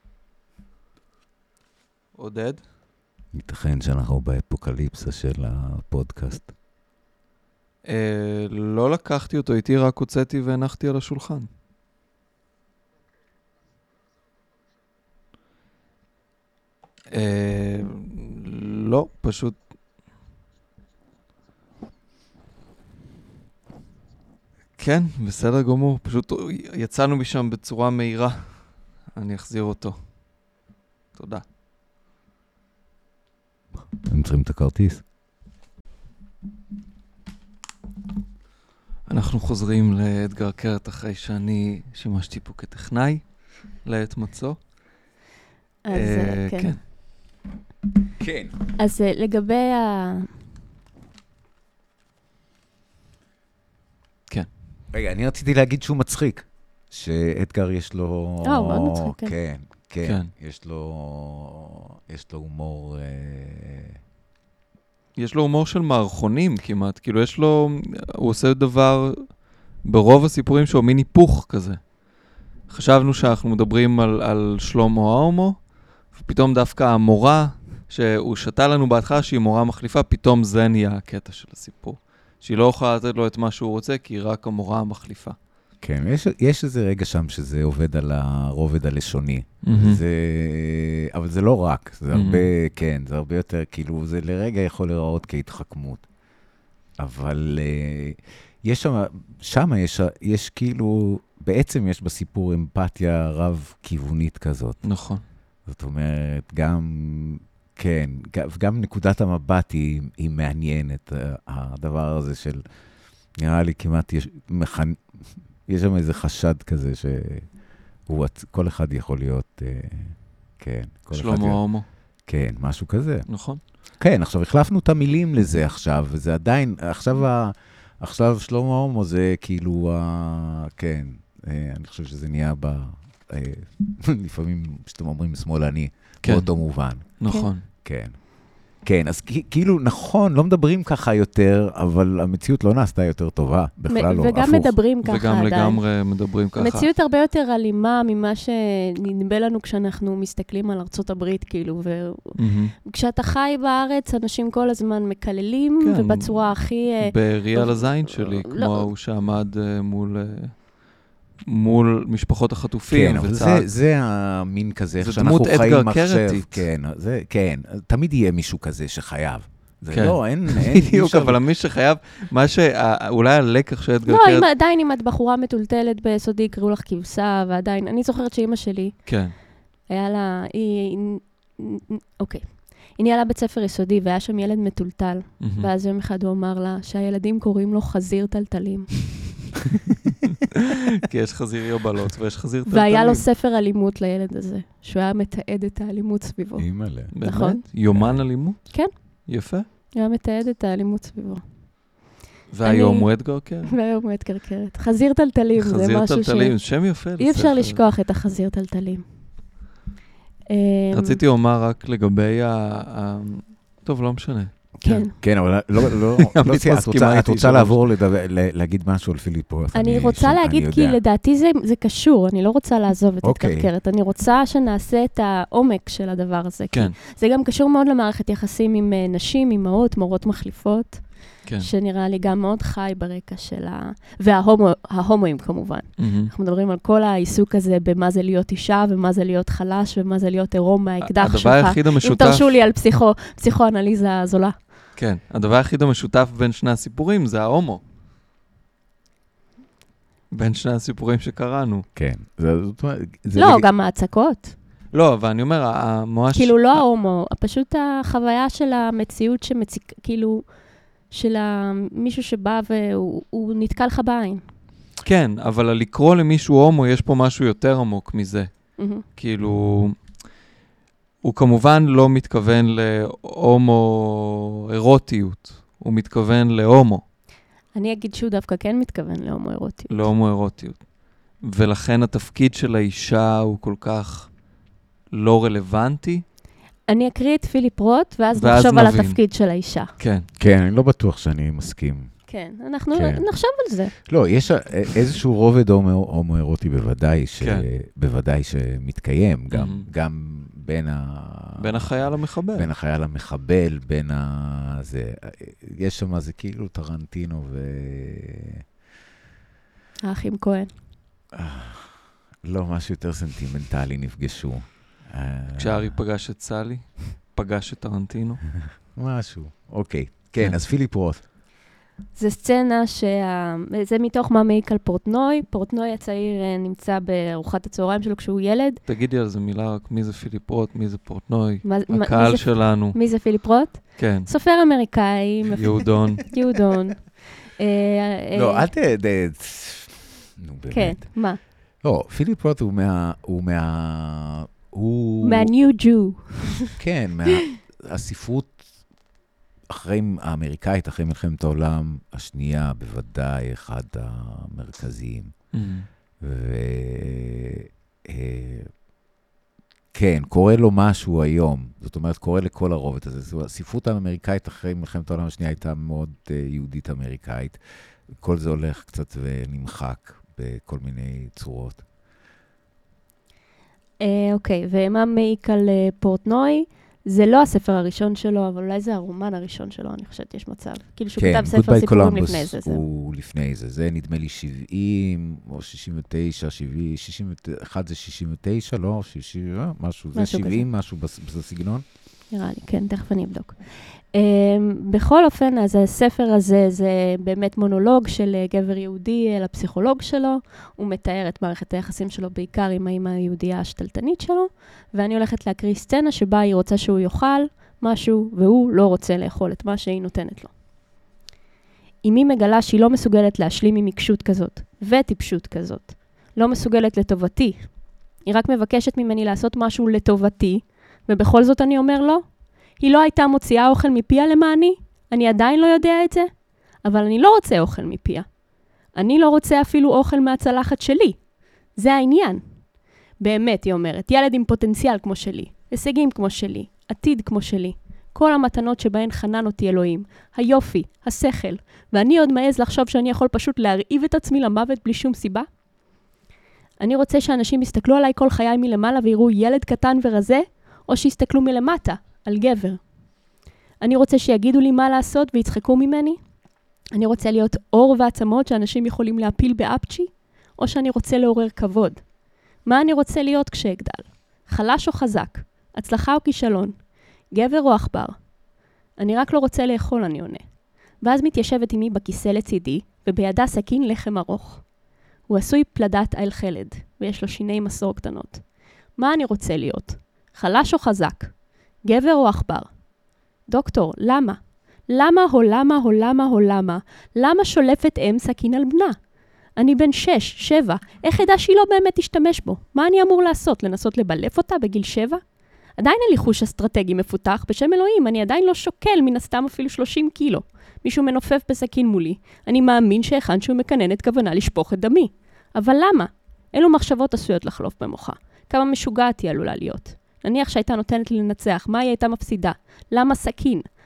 עודד? ייתכן שאנחנו באפוקליפסה של הפודקאסט. לא לקחתי אותו איתי, רק הוצאתי והנחתי על השולחן. לא, פשוט... כן, בסדר גמור. פשוט יצאנו משם בצורה מהירה. אני אחזיר אותו. תודה. הם צריכים את הכרטיס. אנחנו חוזרים לאתגר קרת אחרי שאני שימשתי פה כטכנאי לעת מצוא. אז כן. כן. אז לגבי ה... כן. רגע, אני רציתי להגיד שהוא מצחיק. שאתגר יש לו... אה, הוא מאוד מצחיק, כן. כן, כן. יש לו... יש לו הומור... יש לו הומור של מערכונים כמעט. כאילו יש לו... הוא עושה דבר... ברוב הסיפורים שהוא מין היפוך כזה. חשבנו שאנחנו מדברים על, על שלמה ההומו, ופתאום דווקא המורה, שהוא שתה לנו בהתחלה שהיא מורה מחליפה, פתאום זה נהיה הקטע של הסיפור. שהיא לא יכולה לתת לו את מה שהוא רוצה, כי היא רק המורה המחליפה. כן, יש, יש איזה רגע שם שזה עובד על הרובד הלשוני. Mm-hmm. זה, אבל זה לא רק, זה mm-hmm. הרבה, כן, זה הרבה יותר, כאילו, זה לרגע יכול לראות כהתחכמות. אבל uh, יש שם, שם יש, יש כאילו, בעצם יש בסיפור אמפתיה רב-כיוונית כזאת. נכון. זאת אומרת, גם, כן, גם נקודת המבט היא, היא מעניינת, הדבר הזה של, נראה לי כמעט יש, מכנ... יש שם איזה חשד כזה שכל אחד יכול להיות, כן. שלמה הומו. כן, משהו כזה. נכון. כן, עכשיו החלפנו את המילים לזה עכשיו, וזה עדיין, עכשיו, ה, עכשיו שלמה הומו זה כאילו, ה, כן, אני חושב שזה נהיה ב... לפעמים שאתם אומרים שמאלני, באותו מובן. נכון. כן. כן, אז כאילו, נכון, לא מדברים ככה יותר, אבל המציאות לא נעשתה יותר טובה, בכלל לא, הפוך. וגם מדברים ככה עדיין. וגם לגמרי מדברים ככה. המציאות הרבה יותר אלימה ממה שנדמה לנו כשאנחנו מסתכלים על ארצות הברית, כאילו, וכשאתה חי בארץ, אנשים כל הזמן מקללים, ובצורה הכי... בראי על הזין שלי, כמו הוא שעמד מול... מול משפחות החטופים. כן, אבל זה, זה המין כזה, איך שאנחנו חיים עכשיו. כן, זה, כן, תמיד יהיה מישהו כזה שחייב. זה כן. לא, אין... אין בדיוק, אבל מי שחייב, מה שאולי הלקח של אתגר לא, קרת... לא, עדיין אם את בחורה מטולטלת ביסודי, יקראו לך כבשה, ועדיין, אני זוכרת שאמא שלי, כן. היה לה, היא, אוקיי, היא ניהלה בית ספר יסודי, והיה שם ילד מטולטל, ואז יום אחד הוא אמר לה, שהילדים קוראים לו חזיר טלטלים. כי יש חזיר יובלות ויש חזיר טלטלים. והיה לו ספר אלימות לילד הזה, שהוא היה מתעד את האלימות סביבו. אימא'לה. נכון. יומן אלימות? כן. יפה. הוא היה מתעד את האלימות סביבו. והיום הוא אתגר קרת. והיום הוא אתגר קרת. חזיר טלטלים, זה משהו ש... חזיר טלטלים, שם יפה. אי אפשר לשכוח את החזיר טלטלים. רציתי לומר רק לגבי ה... טוב, לא משנה. כן. כן, אבל לא, לא, לא, את רוצה לעבור להגיד משהו על פיליפ רוט? אני רוצה להגיד, כי לדעתי זה קשור, אני לא רוצה לעזוב את אדגר. אני רוצה שנעשה את העומק של הדבר הזה. כן. זה גם קשור מאוד למערכת יחסים עם נשים, אימהות, מורות מחליפות, שנראה לי גם מאוד חי ברקע שלה, וההומואים כמובן. אנחנו מדברים על כל העיסוק הזה במה זה להיות אישה, ומה זה להיות חלש, ומה זה להיות עירום מהאקדח שלך. הדבר היחיד המשותף... אם תרשו לי על פסיכואנליזה זולה. כן, הדבר היחיד המשותף בין שני הסיפורים זה ההומו. בין שני הסיפורים שקראנו. כן. לא, גם ההצקות. לא, אבל אני אומר, המואש... כאילו לא ההומו, פשוט החוויה של המציאות שמציק, כאילו, של מישהו שבא והוא נתקע לך בעין. כן, אבל לקרוא למישהו הומו, יש פה משהו יותר עמוק מזה. כאילו... הוא כמובן לא מתכוון להומו אירוטיות, הוא מתכוון להומו. אני אגיד שהוא דווקא כן מתכוון להומו אירוטיות. להומו אירוטיות. ולכן התפקיד של האישה הוא כל כך לא רלוונטי. אני אקריא את פיליפ רוט, ואז, ואז נחשוב נבין. על התפקיד של האישה. כן. כן, אני לא בטוח שאני מסכים. כן, אנחנו כן. נחשוב על זה. לא, יש איזשהו רובד הומואירוטי בוודאי, ש... כן. בוודאי שמתקיים, גם, mm-hmm. גם בין ה... בין החייל המחבל. בין החייל המחבל, בין ה... זה... יש שם זה כאילו טרנטינו ו... האחים כהן. לא, משהו יותר סנטימנטלי נפגשו. כשארי פגש את סלי, פגש את טרנטינו. משהו, אוקיי. כן, כן. אז פיליפ רוט. זה סצנה שה... זה מתוך מה מעיק על פורטנוי. פורטנוי הצעיר נמצא בארוחת הצהריים שלו כשהוא ילד. תגידי על זה מילה רק, מי זה פיליפ רוט, מי זה פורטנוי? מה, הקהל מי שלנו. מי זה פיליפ רוט? כן. סופר אמריקאי. יהודון. יהודון. לא, אל ת... נו, באמת. כן, מה? לא, פיליפ רוט הוא מה... הוא מה... הוא... מה-New Jew. כן, מהספרות אחרי האמריקאית, אחרי מלחמת העולם השנייה, בוודאי אחד המרכזיים. וכן, קורה לו משהו היום. זאת אומרת, קורה לכל הרובד הזה. הספרות האמריקאית אחרי מלחמת העולם השנייה הייתה מאוד יהודית אמריקאית. כל זה הולך קצת ונמחק בכל מיני צורות. אוקיי, ומה מעיק על פורטנוי? זה לא הספר הראשון שלו, אבל אולי זה הרומן הראשון שלו, אני חושבת, יש מצב. כאילו שהוא כתב ספר סיפורים לפני זה. כן, Goodbye Columbus הוא לפני זה. זה נדמה לי שבעים, או שישים ותשע, שבעים, שישים ואחת זה שישים ותשע, לא, שישים, משהו, זה שבעים, משהו בסגנון. נראה לי, כן, תכף אני אבדוק. בכל אופן, אז הספר הזה זה באמת מונולוג של גבר יהודי אל הפסיכולוג שלו. הוא מתאר את מערכת היחסים שלו בעיקר עם האמא היהודייה השתלטנית שלו, ואני הולכת להקריא סצנה שבה היא רוצה שהוא יאכל משהו, והוא לא רוצה לאכול את מה שהיא נותנת לו. אמי מגלה שהיא לא מסוגלת להשלים עם עיקשות כזאת, וטיפשות כזאת. לא מסוגלת לטובתי. היא רק מבקשת ממני לעשות משהו לטובתי, ובכל זאת אני אומר לא. היא לא הייתה מוציאה אוכל מפיה למעני, אני עדיין לא יודע את זה, אבל אני לא רוצה אוכל מפיה. אני לא רוצה אפילו אוכל מהצלחת שלי. זה העניין. באמת, היא אומרת, ילד עם פוטנציאל כמו שלי, הישגים כמו שלי, עתיד כמו שלי, כל המתנות שבהן חנן אותי אלוהים, היופי, השכל, ואני עוד מעז לחשוב שאני יכול פשוט להרעיב את עצמי למוות בלי שום סיבה. אני רוצה שאנשים יסתכלו עליי כל חיי מלמעלה ויראו ילד קטן ורזה, או שיסתכלו מלמטה, על גבר. אני רוצה שיגידו לי מה לעשות ויצחקו ממני. אני רוצה להיות אור ועצמות שאנשים יכולים להפיל באפצ'י, או שאני רוצה לעורר כבוד. מה אני רוצה להיות כשאגדל? חלש או חזק? הצלחה או כישלון? גבר או אכבר? אני רק לא רוצה לאכול, אני עונה. ואז מתיישבת עמי בכיסא לצידי, ובידה סכין לחם ארוך. הוא עשוי פלדת איל חלד, ויש לו שיני מסור קטנות. מה אני רוצה להיות? חלש או חזק? גבר או אכבר? דוקטור, למה? למה או למה או למה או למה? למה שולפת אם סכין על בנה? אני בן שש, שבע, איך ידע שהיא לא באמת תשתמש בו? מה אני אמור לעשות? לנסות לבלף אותה בגיל שבע? עדיין אין לי חוש אסטרטגי מפותח, בשם אלוהים, אני עדיין לא שוקל מן הסתם אפילו שלושים קילו. מישהו מנופף בסכין מולי, אני מאמין שהכן שהוא מקנן את כוונה לשפוך את דמי. אבל למה? אילו מחשבות עשויות לחלוף במוחה. כמה משוגעת היא עלולה להיות. נניח שהייתה נותנת לי לנצח, מה היא הייתה מפסידה? למה סכין?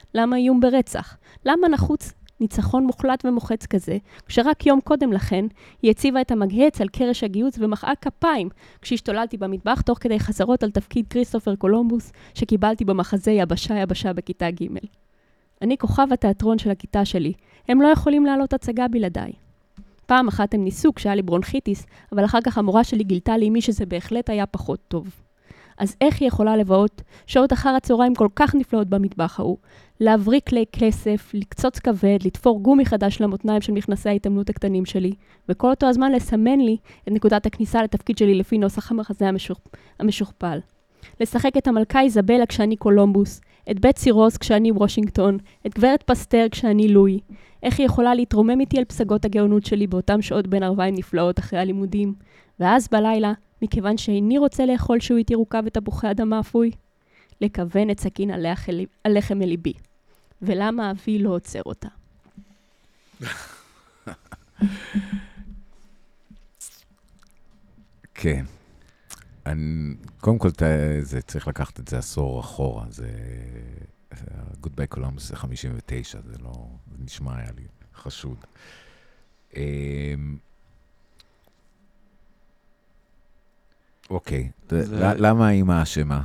למה איום ברצח? למה נחוץ ניצחון מוחלט ומוחץ כזה, כשרק יום קודם לכן היא הציבה את המגהץ על קרש הגיוץ ומחאה כפיים, כשהשתוללתי במטבח תוך כדי חזרות על תפקיד כריסטופר קולומבוס, שקיבלתי במחזה יבשה יבשה בכיתה ג'. אני כוכב התיאטרון של הכיתה שלי, הם לא יכולים לעלות הצגה בלעדיי. פעם אחת הם ניסו כשהיה לי ברונכיטיס, אבל אחר כך המורה שלי גילתה לי מי שזה בהחלט היה פחות טוב. אז איך היא יכולה לבאות שעות אחר הצהריים כל כך נפלאות במטבח ההוא, להבריק כלי כסף, לקצוץ כבד, לתפור גומי חדש למותניים של מכנסי ההתאמנות הקטנים שלי, וכל אותו הזמן לסמן לי את נקודת הכניסה לתפקיד שלי לפי נוסח המחזה המשוכ... המשוכפל. לשחק את המלכה איזבלה כשאני קולומבוס, את בטסי רוז כשאני וושינגטון, את גברת פסטר כשאני לואי. איך היא יכולה להתרומם איתי על פסגות הגאונות שלי באותם שעות בין ערביים נפלאות אחרי הלימודים, ואז בלילה, מכיוון שאיני רוצה לאכול שהוא איתי רוקב את תפוחי אדמה אפוי, לכוון את סכין הלחם מליבי. ולמה אבי לא עוצר אותה? כן. אני, קודם כל, זה צריך לקחת את זה עשור אחורה. זה, Goodbye Columbus זה חמישים ותשע, זה לא, זה נשמע היה לי חשוד. אוקיי, למה האמא אשמה?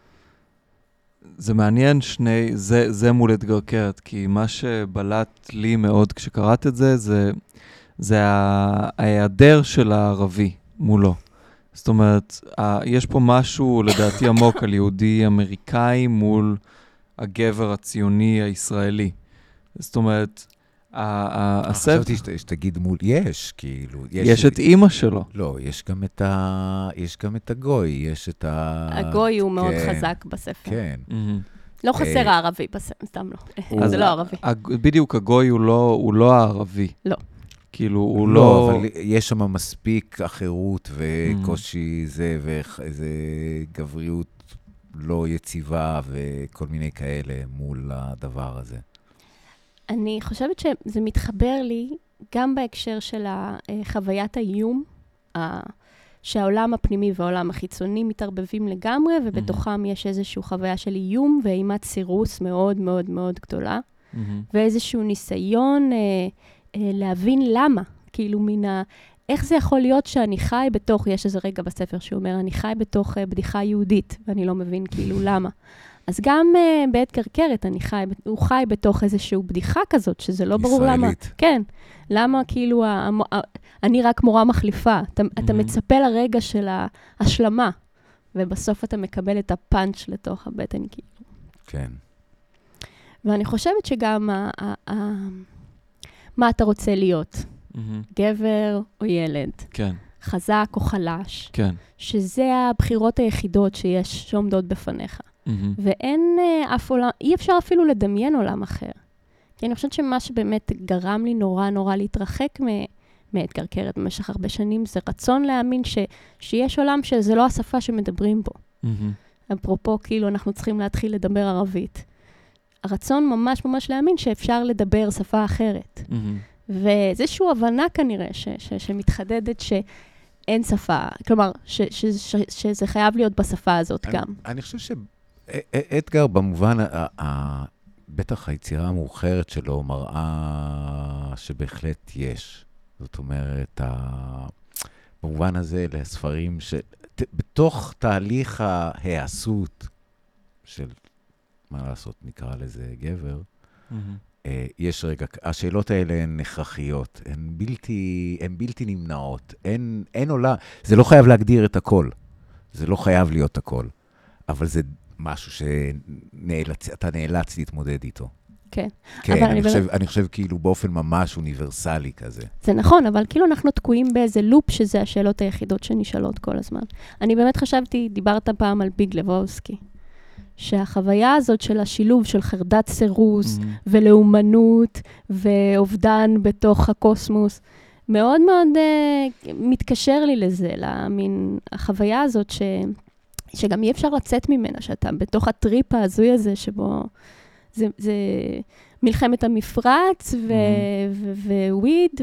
זה מעניין שני, זה, זה מול אתגר קרת, כי מה שבלט לי מאוד כשקראת את זה, זה, זה ההיעדר של הערבי מולו. זאת אומרת, יש פה משהו לדעתי עמוק על יהודי אמריקאי מול הגבר הציוני הישראלי. זאת אומרת, הספר... חשבתי שתגיד מול, יש, כאילו... יש את אימא שלו. לא, יש גם את ה... יש גם את הגוי, יש את ה... הגוי הוא מאוד חזק בספר. כן. לא חסר הערבי בספר, סתם לא. זה לא ערבי. בדיוק, הגוי הוא לא הערבי. לא. כאילו, הוא לא... לא, אבל יש שם מספיק אחרות וקושי זה, ואיזה גבריות לא יציבה וכל מיני כאלה מול הדבר הזה. אני חושבת שזה מתחבר לי גם בהקשר של חוויית האיום, שהעולם הפנימי והעולם החיצוני מתערבבים לגמרי, ובתוכם יש איזושהי חוויה של איום ואימת סירוס מאוד מאוד מאוד גדולה, ואיזשהו ניסיון להבין למה, כאילו מן ה... איך זה יכול להיות שאני חי בתוך, יש איזה רגע בספר שאומר, אני חי בתוך בדיחה יהודית, ואני לא מבין כאילו למה. אז גם uh, בעת קרקרת, אני חי, הוא חי בתוך איזושהי בדיחה כזאת, שזה לא ברור למה. ישראלית. כן, למה כאילו, ה, ה, ה, אני רק מורה מחליפה. אתה, mm-hmm. אתה מצפה לרגע של ההשלמה, ובסוף אתה מקבל את הפאנץ' לתוך הבטן, כאילו. כן. ואני חושבת שגם, ה, ה, ה, מה אתה רוצה להיות? Mm-hmm. גבר או ילד? כן. חזק או חלש? כן. שזה הבחירות היחידות שיש שעומדות בפניך. Mm-hmm. ואין uh, אף עולם, אי אפשר אפילו לדמיין עולם אחר. כי אני חושבת שמה שבאמת גרם לי נורא נורא להתרחק מאתגר קרת במשך הרבה שנים, זה רצון להאמין ש, שיש עולם שזה לא השפה שמדברים בו. Mm-hmm. אפרופו, כאילו אנחנו צריכים להתחיל לדבר ערבית. הרצון ממש ממש להאמין שאפשר לדבר שפה אחרת. Mm-hmm. ואיזושהי הבנה כנראה ש, ש, שמתחדדת שאין שפה, כלומר, ש, ש, ש, ש, שזה חייב להיות בשפה הזאת אני, גם. אני חושב ש... אתגר במובן, בטח היצירה המאוחרת שלו מראה שבהחלט יש. זאת אומרת, במובן הזה לספרים שבתוך תהליך ההיעשות של, מה לעשות, נקרא לזה גבר, יש רגע, השאלות האלה הן הכרחיות, הן בלתי, הן בלתי נמנעות, אין, אין עולה, זה לא חייב להגדיר את הכל, זה לא חייב להיות הכל, אבל זה משהו שאתה נאלץ להתמודד איתו. כן. כן, אני חושב, אני חושב כאילו באופן ממש אוניברסלי כזה. זה נכון, אבל כאילו אנחנו תקועים באיזה לופ שזה השאלות היחידות שנשאלות כל הזמן. אני באמת חשבתי, דיברת פעם על ביג לבובסקי, שהחוויה הזאת של השילוב של חרדת סירוס mm-hmm. ולאומנות ואובדן בתוך הקוסמוס, מאוד מאוד uh, מתקשר לי לזה, למין החוויה הזאת ש... שגם אי אפשר לצאת ממנה, שאתה בתוך הטריפ ההזוי הזה, שבו זה, זה מלחמת המפרץ, וויד,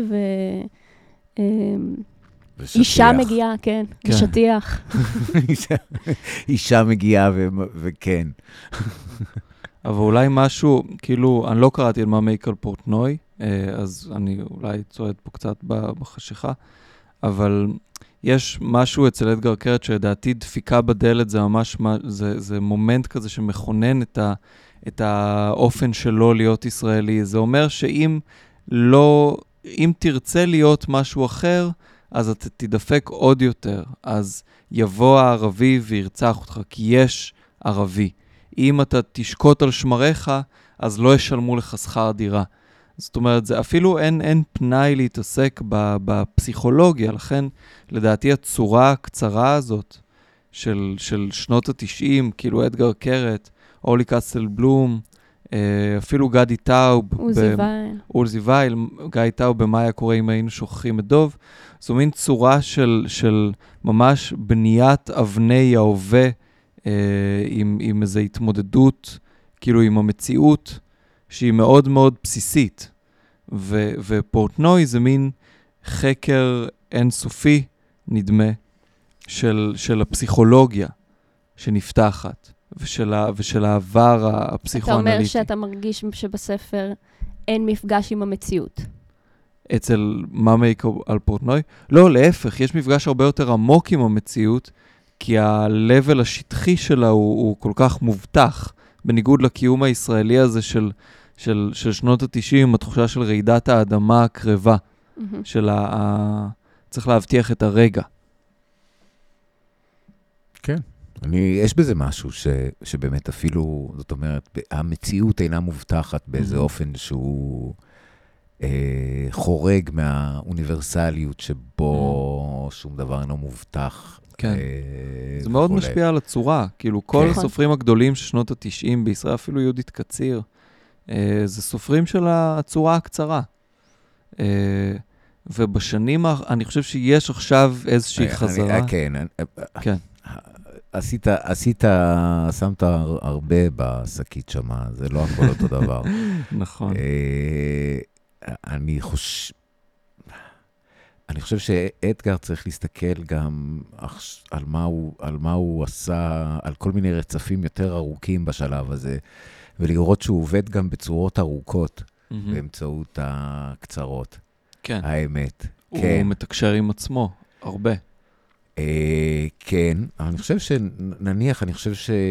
ואישה מגיעה, כן, ושטיח. אישה מגיעה, וכן. אבל אולי משהו, כאילו, אני לא קראתי על מה מייקל פורטנוי, אז אני אולי צועד פה קצת בחשיכה, אבל יש משהו אצל אדגר קרת שלדעתי דפיקה בדלת, זה ממש, זה, זה מומנט כזה שמכונן את, ה, את האופן שלו להיות ישראלי. זה אומר שאם לא, אם תרצה להיות משהו אחר, אז אתה תדפק עוד יותר. אז יבוא הערבי וירצח אותך, כי יש ערבי. אם אתה תשקוט על שמריך, אז לא ישלמו לך שכר דירה. זאת אומרת, זה אפילו אין, אין פנאי להתעסק בפסיכולוגיה, לכן לדעתי הצורה הקצרה הזאת של, של שנות ה-תשעים, כאילו אדגר קרת, אורלי קסטל בלום, אפילו גדי טאוב, עוזי וייל. עוזי וייל, גדי טאוב, במה היה קורה אם היינו שוכחים את דוב. זו מין צורה של, של ממש בניית אבני ההווה, עם, עם איזו התמודדות, כאילו עם המציאות, שהיא מאוד מאוד בסיסית. ו, ופורטנוי זה מין חקר אינסופי, נדמה, של, של הפסיכולוגיה שנפתחת, ושל, ה, ושל העבר הפסיכואנליטי. אתה אומר שאתה מרגיש שבספר אין מפגש עם המציאות. אצל מה מייקל על פורטנוי? לא, להפך, יש מפגש הרבה יותר עמוק עם המציאות, כי הלבל השטחי שלה הוא, הוא כל כך מובטח, בניגוד לקיום הישראלי הזה של, של, של שנות ה-תשעים, התחושה של רעידת האדמה הקרבה, mm-hmm. של ה, ה... צריך להבטיח את הרגע. כן. אני, יש בזה משהו ש, שבאמת אפילו, זאת אומרת, המציאות אינה מובטחת באיזה mm-hmm. אופן שהוא אה, חורג מהאוניברסליות שבו mm-hmm. שום דבר אינו מובטח. כן, זה מאוד משפיע על הצורה, כאילו כל הסופרים הגדולים של שנות ה-תשעים בישראל, אפילו יהודית קציר, זה סופרים של הצורה הקצרה. ובשנים, אני חושב שיש עכשיו איזושהי חזרה. כן, כן. עשית, עשית, שמת הרבה בסקית שמה, זה לא הכל אותו דבר. נכון. אני חושב... אני חושב שאדגר צריך להסתכל גם על מה הוא, על מה הוא עשה, על כל מיני רצפים יותר ארוכים בשלב הזה, ולראות שהוא עובד גם בצורות ארוכות, mm-hmm. באמצעות הקצרות. כן. האמת. הוא כן. מתקשר עם עצמו, הרבה. אה, כן, אבל אני חושב שנניח, אני חושב ש...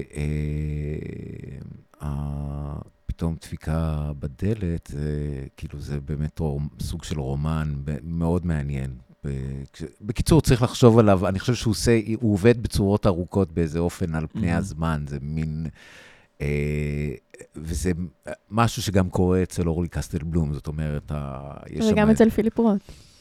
אה, פתאום דפיקה בדלת, זה, כאילו זה באמת סוג של רומן מאוד מעניין. בקיצור, צריך לחשוב עליו, אני חושב שהוא עושה, הוא עובד בצורות ארוכות באיזה אופן על פני הזמן, זה מין, אה, וזה משהו שגם קורה אצל אורלי קסטל בלום, זאת אומרת, וגם אצל פיליפ רוט.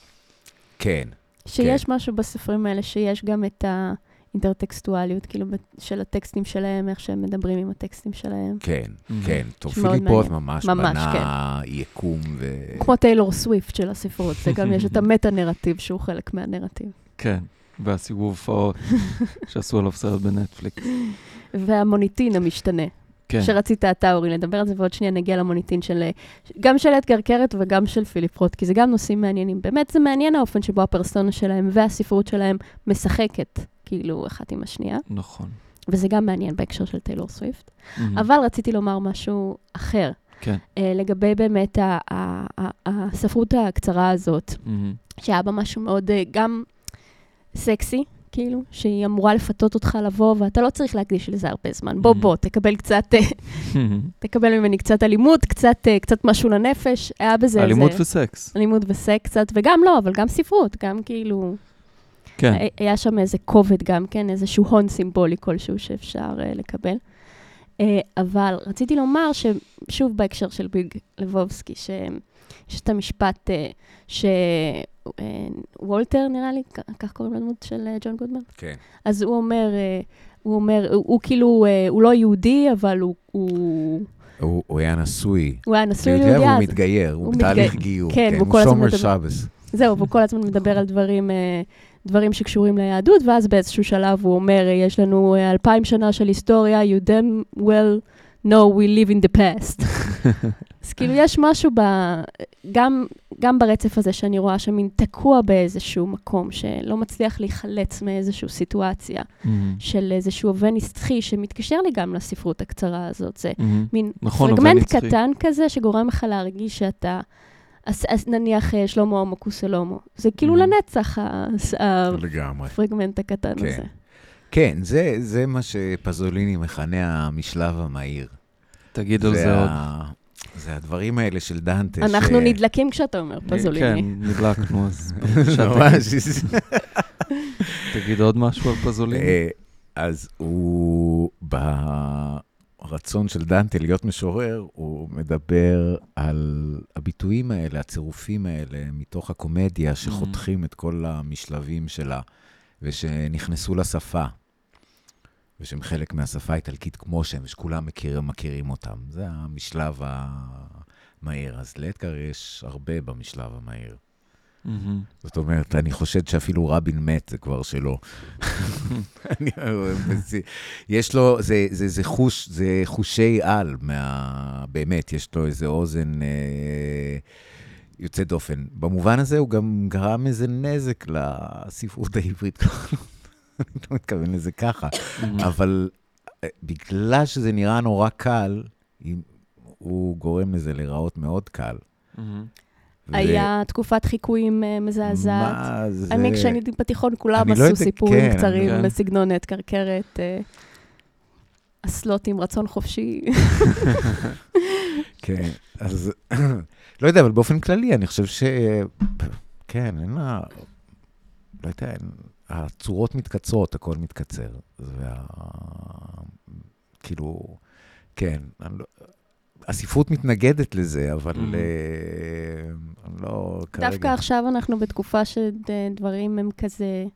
כן. שיש משהו בספרים האלה, שיש גם את ה... אינטרטקסטואליות, כאילו, של הטקסטים שלהם, איך שהם מדברים עם הטקסטים שלהם. כן, כן. טוב, פיליפ ממש בנה יקום ו... כמו טיילור סוויפט של הספרות, זה גם יש את המטה-נרטיב שהוא חלק מהנרטיב. כן, והסיבוב הופעות שעשו עליו סרט בנטפליקס. והמוניטין המשתנה. שרצית אתה, אורי, לדבר על זה, ועוד שנייה נגיע למוניטין של... גם של אדגר קרת וגם של פיליפ רוט, כי זה גם נושאים מעניינים. באמת זה מעניין האופן שבו הפרסונה שלהם והספרות שלהם משחקת. כאילו, אחת עם השנייה. נכון. וזה גם מעניין בהקשר של טיילור סוויפט. Mm-hmm. אבל רציתי לומר משהו אחר. כן. Uh, לגבי באמת ה- ה- ה- הספרות הקצרה הזאת, mm-hmm. שהיה בה משהו מאוד uh, גם סקסי, כאילו, שהיא אמורה לפתות אותך לבוא, ואתה לא צריך להקדיש לזה הרבה זמן. בוא, mm-hmm. בוא, תקבל קצת, תקבל ממני קצת אלימות, קצת, קצת משהו לנפש. היה בזה אלימות איזה... וסקס. אלימות וסקס קצת, וגם לא, אבל גם ספרות, גם כאילו... כן. היה שם איזה כובד גם כן, איזשהו הון סימבולי כלשהו שאפשר uh, לקבל. Uh, אבל רציתי לומר ששוב בהקשר של ביג לבובסקי, שיש את המשפט uh, שוולטר, uh, נראה לי, כך קוראים לדמות של uh, ג'ון גודמן? כן. אז הוא אומר, uh, הוא אומר, הוא, הוא כאילו, uh, הוא לא יהודי, אבל הוא... הוא... הוא, הוא היה נשוי. הוא היה נשוי ליהודי, הוא מתגייר, הוא בתהליך גיור. כן, כן, הוא הוא שומר שבס. זהו, והוא כל הזמן מדבר על דברים... Uh, דברים שקשורים ליהדות, ואז באיזשהו שלב הוא אומר, יש לנו אלפיים שנה של היסטוריה, you damn well know we live in the past. אז כאילו יש משהו ב... גם, גם ברצף הזה שאני רואה שמין תקוע באיזשהו מקום, שלא מצליח להיחלץ מאיזושהי סיטואציה, mm-hmm. של איזשהו הווה נצחי, שמתקשר לי גם לספרות הקצרה הזאת. זה mm-hmm. מין נכון, פרגמנט קטן כזה, שגורם לך להרגיש שאתה, אז, אז נניח שלמה עמוק וסלומו. זה כאילו mm-hmm. לנצח, הפרגמנט הקטן כן. הזה. כן, זה, זה מה שפזוליני מכנה המשלב המהיר. תגיד על זה עוד. זה הדברים האלה של דנטה. אנחנו נדלקים כשאתה אומר פזוליני. כן, נדלקנו, אז תגיד עוד משהו על פזוליני. אז הוא, ברצון של דנטה להיות משורר, הוא מדבר על הביטויים האלה, הצירופים האלה, מתוך הקומדיה, שחותכים את כל המשלבים שלה, ושנכנסו לשפה. ושהם חלק מהשפה האיטלקית כמו שהם, ושכולם מכירים, מכירים אותם. זה המשלב המהיר. אז לאדגר יש הרבה במשלב המהיר. Mm-hmm. זאת אומרת, אני חושד שאפילו רבין מת, זה כבר שלו. יש לו, זה, זה, זה חוש, זה חושי על, מה, באמת, יש לו איזה אוזן אה, יוצא דופן. במובן הזה הוא גם גרם איזה נזק לספרות העברית. אני לא מתכוון לזה ככה, אבל בגלל שזה נראה נורא קל, הוא גורם לזה לראות מאוד קל. היה תקופת חיקויים מזעזעת. אני כשאני הייתי בתיכון, כולם עשו סיפורים קצרים בסגנון קרקרת, אסלות עם רצון חופשי. כן, אז לא יודע, אבל באופן כללי, אני חושב ש... כן, אין לה... לא יודע, אין... הצורות מתקצרות, הכל מתקצר. וה... כאילו, כן, לא... הספרות מתנגדת לזה, אבל mm-hmm. אה, לא כרגע. דווקא עכשיו אנחנו בתקופה שדברים הם כזה,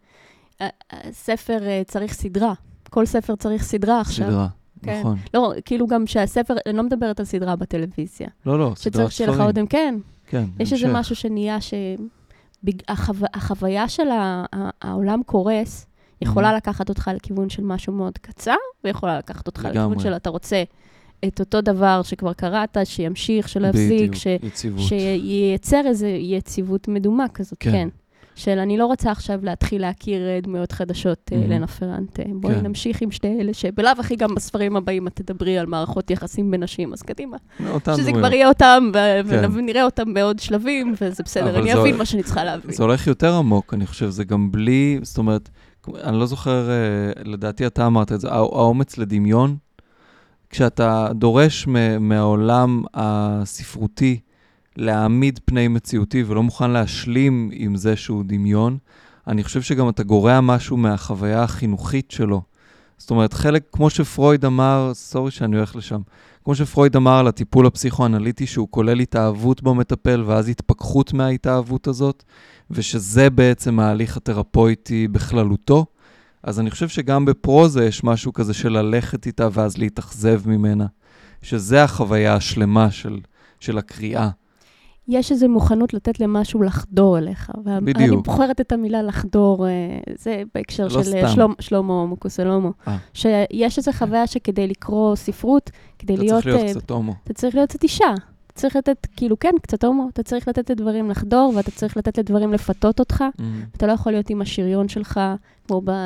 הספר צריך סדרה. כל ספר צריך סדרה עכשיו. סדרה, כן. נכון. לא, כאילו גם שהספר, אני לא מדברת על סדרה בטלוויזיה. לא, לא, סדרת שצריך שיהיה לך עוד, כן. כן, יש איזה משהו שנהיה ש... החו... החוויה של העולם קורס, יכולה לקחת אותך לכיוון של משהו מאוד קצר, ויכולה לקחת אותך לכיוון של אתה רוצה את אותו דבר שכבר קראת, שימשיך, שלא יפסיק, ש... שייצר איזו יציבות מדומה כזאת, כן. כן. של אני לא רוצה עכשיו להתחיל להכיר דמויות חדשות mm-hmm. לנפרנט. בואי כן. נמשיך עם שתי אלה, שבלאו הכי גם בספרים הבאים את תדברי על מערכות יחסים בין נשים, אז קדימה. שזה כבר יהיה אותם, ו- כן. ונראה אותם בעוד שלבים, וזה בסדר, אני אבין מה שאני צריכה להבין. זה הולך יותר עמוק, אני חושב, זה גם בלי, זאת אומרת, אני לא זוכר, לדעתי אתה אמרת את זה, האומץ לדמיון, כשאתה דורש מהעולם הספרותי, להעמיד פני מציאותי ולא מוכן להשלים עם זה שהוא דמיון, אני חושב שגם אתה גורע משהו מהחוויה החינוכית שלו. זאת אומרת, חלק, כמו שפרויד אמר, סורי שאני הולך לשם, כמו שפרויד אמר על הטיפול הפסיכואנליטי, שהוא כולל התאהבות במטפל, ואז התפכחות מההתאהבות הזאת, ושזה בעצם ההליך התרפויטי בכללותו, אז אני חושב שגם בפרוזה יש משהו כזה של ללכת איתה, ואז להתאכזב ממנה, שזה החוויה השלמה של, של הקריאה. יש איזו מוכנות לתת למשהו לחדור אליך. בדיוק. אני בוחרת את המילה לחדור, זה בהקשר לא של שלמה, שלמה מוקוסלומו. שיש איזו חוויה שכדי לקרוא ספרות, כדי אתה להיות... אתה צריך להיות קצת הומו. אתה צריך להיות קצת אישה. אתה צריך לתת, כאילו כן, קצת הומו. אתה צריך לתת לדברים לחדור, ואתה צריך לתת לדברים לפתות אותך. Mm-hmm. אתה לא יכול להיות עם השריון שלך, כמו ב...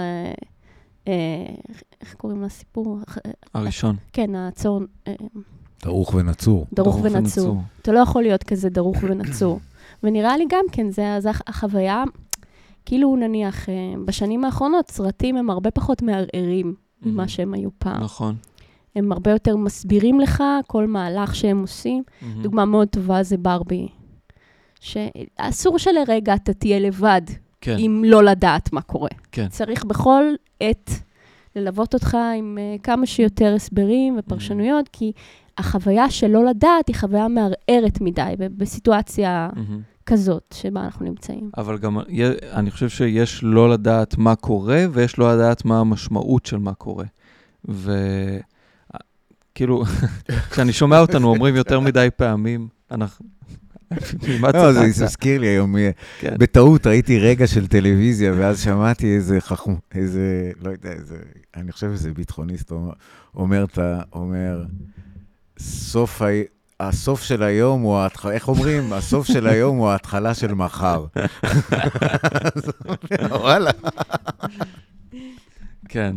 איך קוראים לסיפור? הראשון. כן, הצורן... דרוך ונצור. דרוך ונצור. אתה לא יכול להיות כזה דרוך ונצור. ונראה לי גם כן, זה החוויה, כאילו נניח, בשנים האחרונות, סרטים הם הרבה פחות מערערים ממה שהם היו פעם. נכון. הם הרבה יותר מסבירים לך כל מהלך שהם עושים. דוגמה מאוד טובה זה ברבי. שאסור שלרגע אתה תהיה לבד, אם לא לדעת מה קורה. צריך בכל עת ללוות אותך עם כמה שיותר הסברים ופרשנויות, כי החוויה של לא לדעת היא חוויה מערערת מדי, בסיטואציה כזאת שבה אנחנו נמצאים. אבל גם אני חושב שיש לא לדעת מה קורה, ויש לא לדעת מה המשמעות של מה קורה. וכאילו, כשאני שומע אותנו אומרים יותר מדי פעמים, אנחנו... לא, זה הזכיר לי היום, בטעות ראיתי רגע של טלוויזיה, ואז שמעתי איזה חכום, איזה, לא יודע, איזה, אני חושב איזה ביטחוניסט אומר, אומר, סוף הסוף של היום הוא, איך אומרים? הסוף של היום הוא ההתחלה של מחר. וואלה. כן.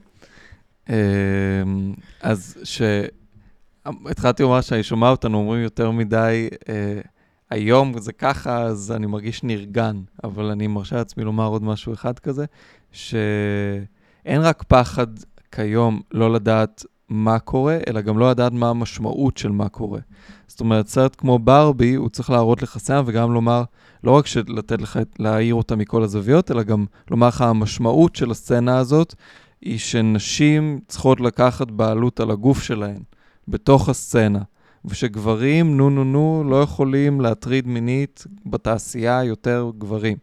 אז שהתחלתי לומר שאני שומע אותנו, אומרים יותר מדי, היום זה ככה, אז אני מרגיש נרגן, אבל אני מרשה לעצמי לומר עוד משהו אחד כזה, שאין רק פחד כיום לא לדעת מה קורה, אלא גם לא לדעת מה המשמעות של מה קורה. זאת אומרת, סרט כמו ברבי, הוא צריך להראות לך סצנה, וגם לומר, לא רק לתת לך, להעיר אותה מכל הזוויות, אלא גם לומר לך, המשמעות של הסצנה הזאת, היא שנשים צריכות לקחת בעלות על הגוף שלהן, בתוך הסצנה. ושגברים, נו נו נו, לא יכולים להטריד מינית בתעשייה יותר גברים.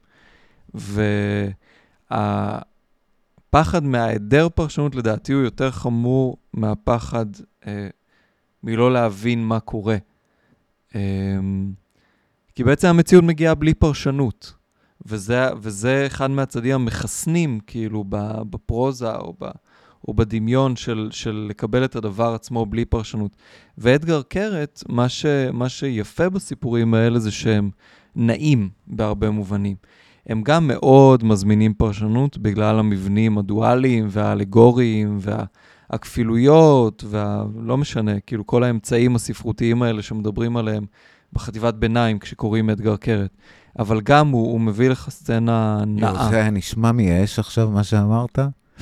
והפחד מהעדר פרשנות לדעתי הוא יותר חמור מהפחד אה, מלא להבין מה קורה. אה, כי בעצם המציאות מגיעה בלי פרשנות. וזה, וזה אחד מהצדדים המחסנים, כאילו, בפרוזה או ב... או בדמיון של, של לקבל את הדבר עצמו בלי פרשנות. ואדגר קרת, מה, ש, מה שיפה בסיפורים האלה זה שהם נעים בהרבה מובנים. הם גם מאוד מזמינים פרשנות בגלל המבנים הדואליים והאלגוריים והכפילויות, ולא משנה, כאילו כל האמצעים הספרותיים האלה שמדברים עליהם בחטיבת ביניים כשקוראים אדגר קרת. אבל גם הוא, הוא מביא לך סצנה נעה. זה היה נשמע מייאש עכשיו מה שאמרת?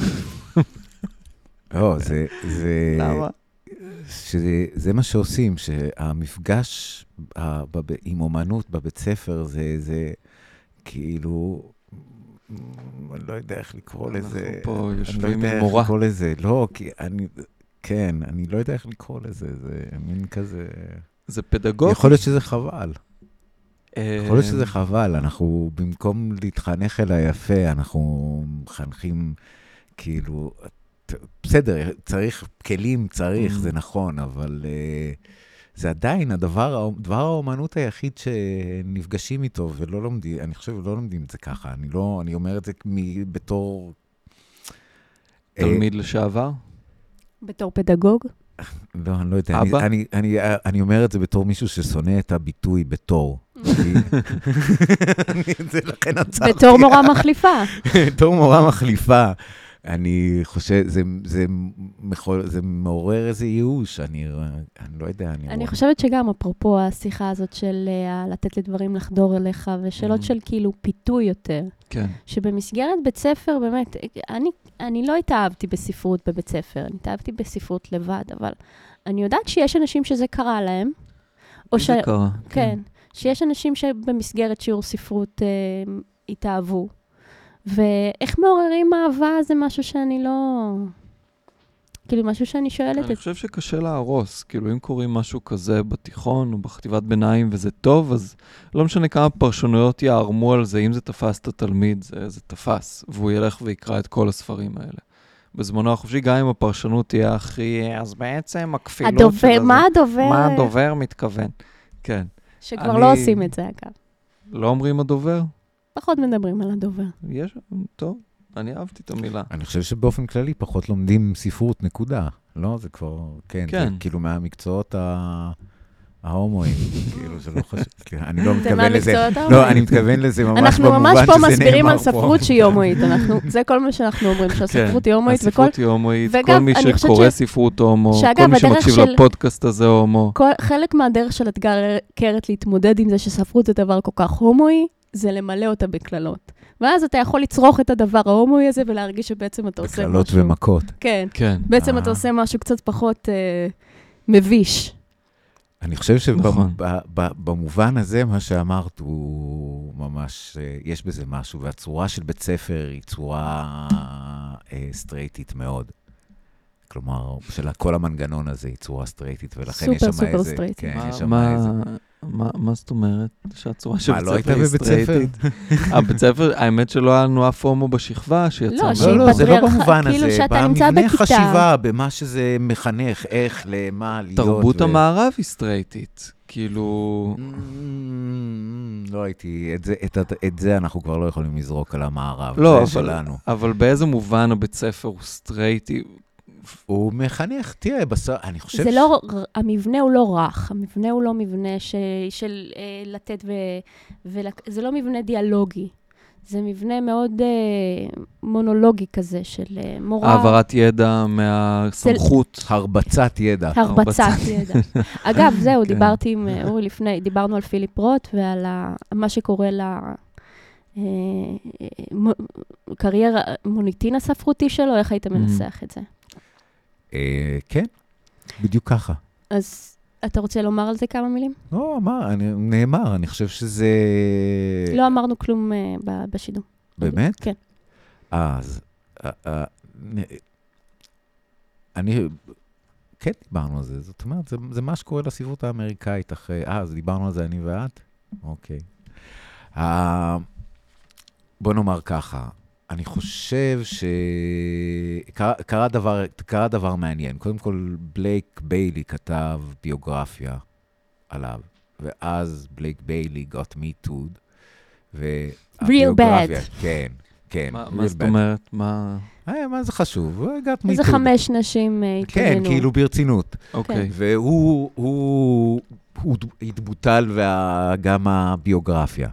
לא, זה, זה, למה? שזה, זה מה שעושים, שהמפגש עם אומנות בבית ספר, זה, זה כאילו, אני לא יודע איך לקרוא לזה. אנחנו פה יושבים עם מורה. אני לא יודע מורה. איך לקרוא לזה, לא, כי אני, כן, אני לא יודע איך לקרוא לזה, זה מין כזה... זה פדגוגי. יכול להיות שזה חבל. יכול להיות שזה חבל, אנחנו במקום להתחנך אל היפה, אנחנו מחנכים כאילו... בסדר, צריך כלים, צריך, זה נכון, אבל uh, זה עדיין הדבר, דבר האומנות היחיד שנפגשים איתו, ולא לומדים, אני חושב, לא לומדים את זה ככה, אני לא, אני אומר את זה מ- בתור... תלמיד לשעבר? בתור פדגוג? לא, אני לא יודע, אני, אני, אני, אני אומר את זה בתור מישהו ששונא את הביטוי בתור. זה לכן עצרתי. בתור מורה מחליפה. בתור מורה מחליפה. אני חושב, זה, זה, מחול, זה מעורר איזה ייאוש, אני, אני לא יודע. אני, אני חושבת שגם, אפרופו השיחה הזאת של uh, לתת לדברים לחדור אליך, ושאלות mm. של כאילו פיתוי יותר. כן. שבמסגרת בית ספר, באמת, אני, אני לא התאהבתי בספרות בבית ספר, אני התאהבתי בספרות לבד, אבל אני יודעת שיש אנשים שזה קרה להם. או ש... זה קרה. כן, כן. שיש אנשים שבמסגרת שיעור ספרות uh, התאהבו. ואיך מעוררים אהבה זה משהו שאני לא... כאילו, משהו שאני שואלת את... אני חושב שקשה להרוס. כאילו, אם קוראים משהו כזה בתיכון או בחטיבת ביניים וזה טוב, אז לא משנה כמה פרשנויות יערמו על זה. אם זה תפס את התלמיד, זה, זה תפס. והוא ילך ויקרא את כל הספרים האלה. בזמנו החופשי, גם אם הפרשנות תהיה הכי... אז בעצם הכפילות הדובר, של הזה... מה הדובר? מה הדובר מתכוון. כן. שכבר אני... לא עושים את זה, אגב. לא אומרים הדובר? פחות מדברים על הדובר. יש, טוב, אני אהבתי את המילה. אני חושב שבאופן כללי פחות לומדים ספרות נקודה, לא? זה כבר, כן, כן. זה כאילו מהמקצועות ההומואים, כאילו זה לא חשוב, אני לא מתכוון לזה, לא, אני מתכוון לזה ממש במובן שזה נאמר פה. אנחנו ממש פה מסבירים על ספרות שהיא הומואית, זה כל מה שאנחנו אומרים, שהספרות היא הומואית, הספרות היא הומואית, כל מי שקורא ספרות הומו, כל מי שמקשיב לפודקאסט הזה הומו. חלק מהדרך של אתגר קרת להתמודד עם זה שספרות זה דבר כל כך הומואי, זה למלא אותה בכללות. ואז אתה יכול לצרוך את הדבר ההומואי הזה, ולהרגיש שבעצם אתה עושה משהו... בכללות ומכות. כן. כן. בעצם אתה עושה משהו קצת פחות מביש. אני חושב שבמובן הזה, מה שאמרת, הוא ממש, יש בזה משהו, והצורה של בית ספר היא צורה סטרייטית מאוד. כלומר, של כל המנגנון הזה היא צורה סטרייטית, ולכן יש שם איזה... סופר סופר סטרייטית. מה זאת אומרת? שהצורה של בית ספר היא סטרייטית? הבית ספר, האמת שלא היה לנו אף הומו בשכבה שיצא... לא, לא, זה לא במובן הזה, במבנה חשיבה, במה שזה מחנך, איך, למה, להיות... תרבות המערב היא סטרייטית, כאילו... לא הייתי, את זה אנחנו כבר לא יכולים לזרוק על המערב, לא, זה שלנו. אבל באיזה מובן הבית ספר הוא סטרייטי? הוא מחנך, תראה, בסוף, אני חושב... זה לא, המבנה הוא לא רך, המבנה הוא לא מבנה ש, של אה, לתת ו... ולק... זה לא מבנה דיאלוגי. זה מבנה מאוד אה, מונולוגי כזה של אה, מורה. העברת ידע מהסמכות. זה... הרבצת ידע. הרבצת ידע. אגב, זהו, דיברתי עם אורי לפני, דיברנו על פיליפ רוט ועל ה... מה שקורה לה... אה, מ... קריירה, מוניטין הספרותי שלו, איך היית מנסח את זה? אה, כן, בדיוק ככה. אז אתה רוצה לומר על זה כמה מילים? לא, אמר, אני, נאמר, אני חושב שזה... לא אמרנו כלום uh, בשידור. באמת? כן. אז, uh, uh, אני, כן דיברנו על זה, זאת אומרת, זה, זה מה שקורה לספרות האמריקאית אחרי, אה, אז דיברנו על זה אני ואת? אוקיי. Uh, בוא נאמר ככה, אני חושב שקרה דבר, קרה דבר מעניין. קודם כל, בלייק ביילי כתב ביוגרפיה עליו, ואז בלייק ביילי got me too, real bad. כן, כן. מה זאת אומרת? מה... מה זה חשוב? got me too. איזה חמש נשים התכוננו. כן, כאילו ברצינות. אוקיי. והוא התבוטל גם הביוגרפיה.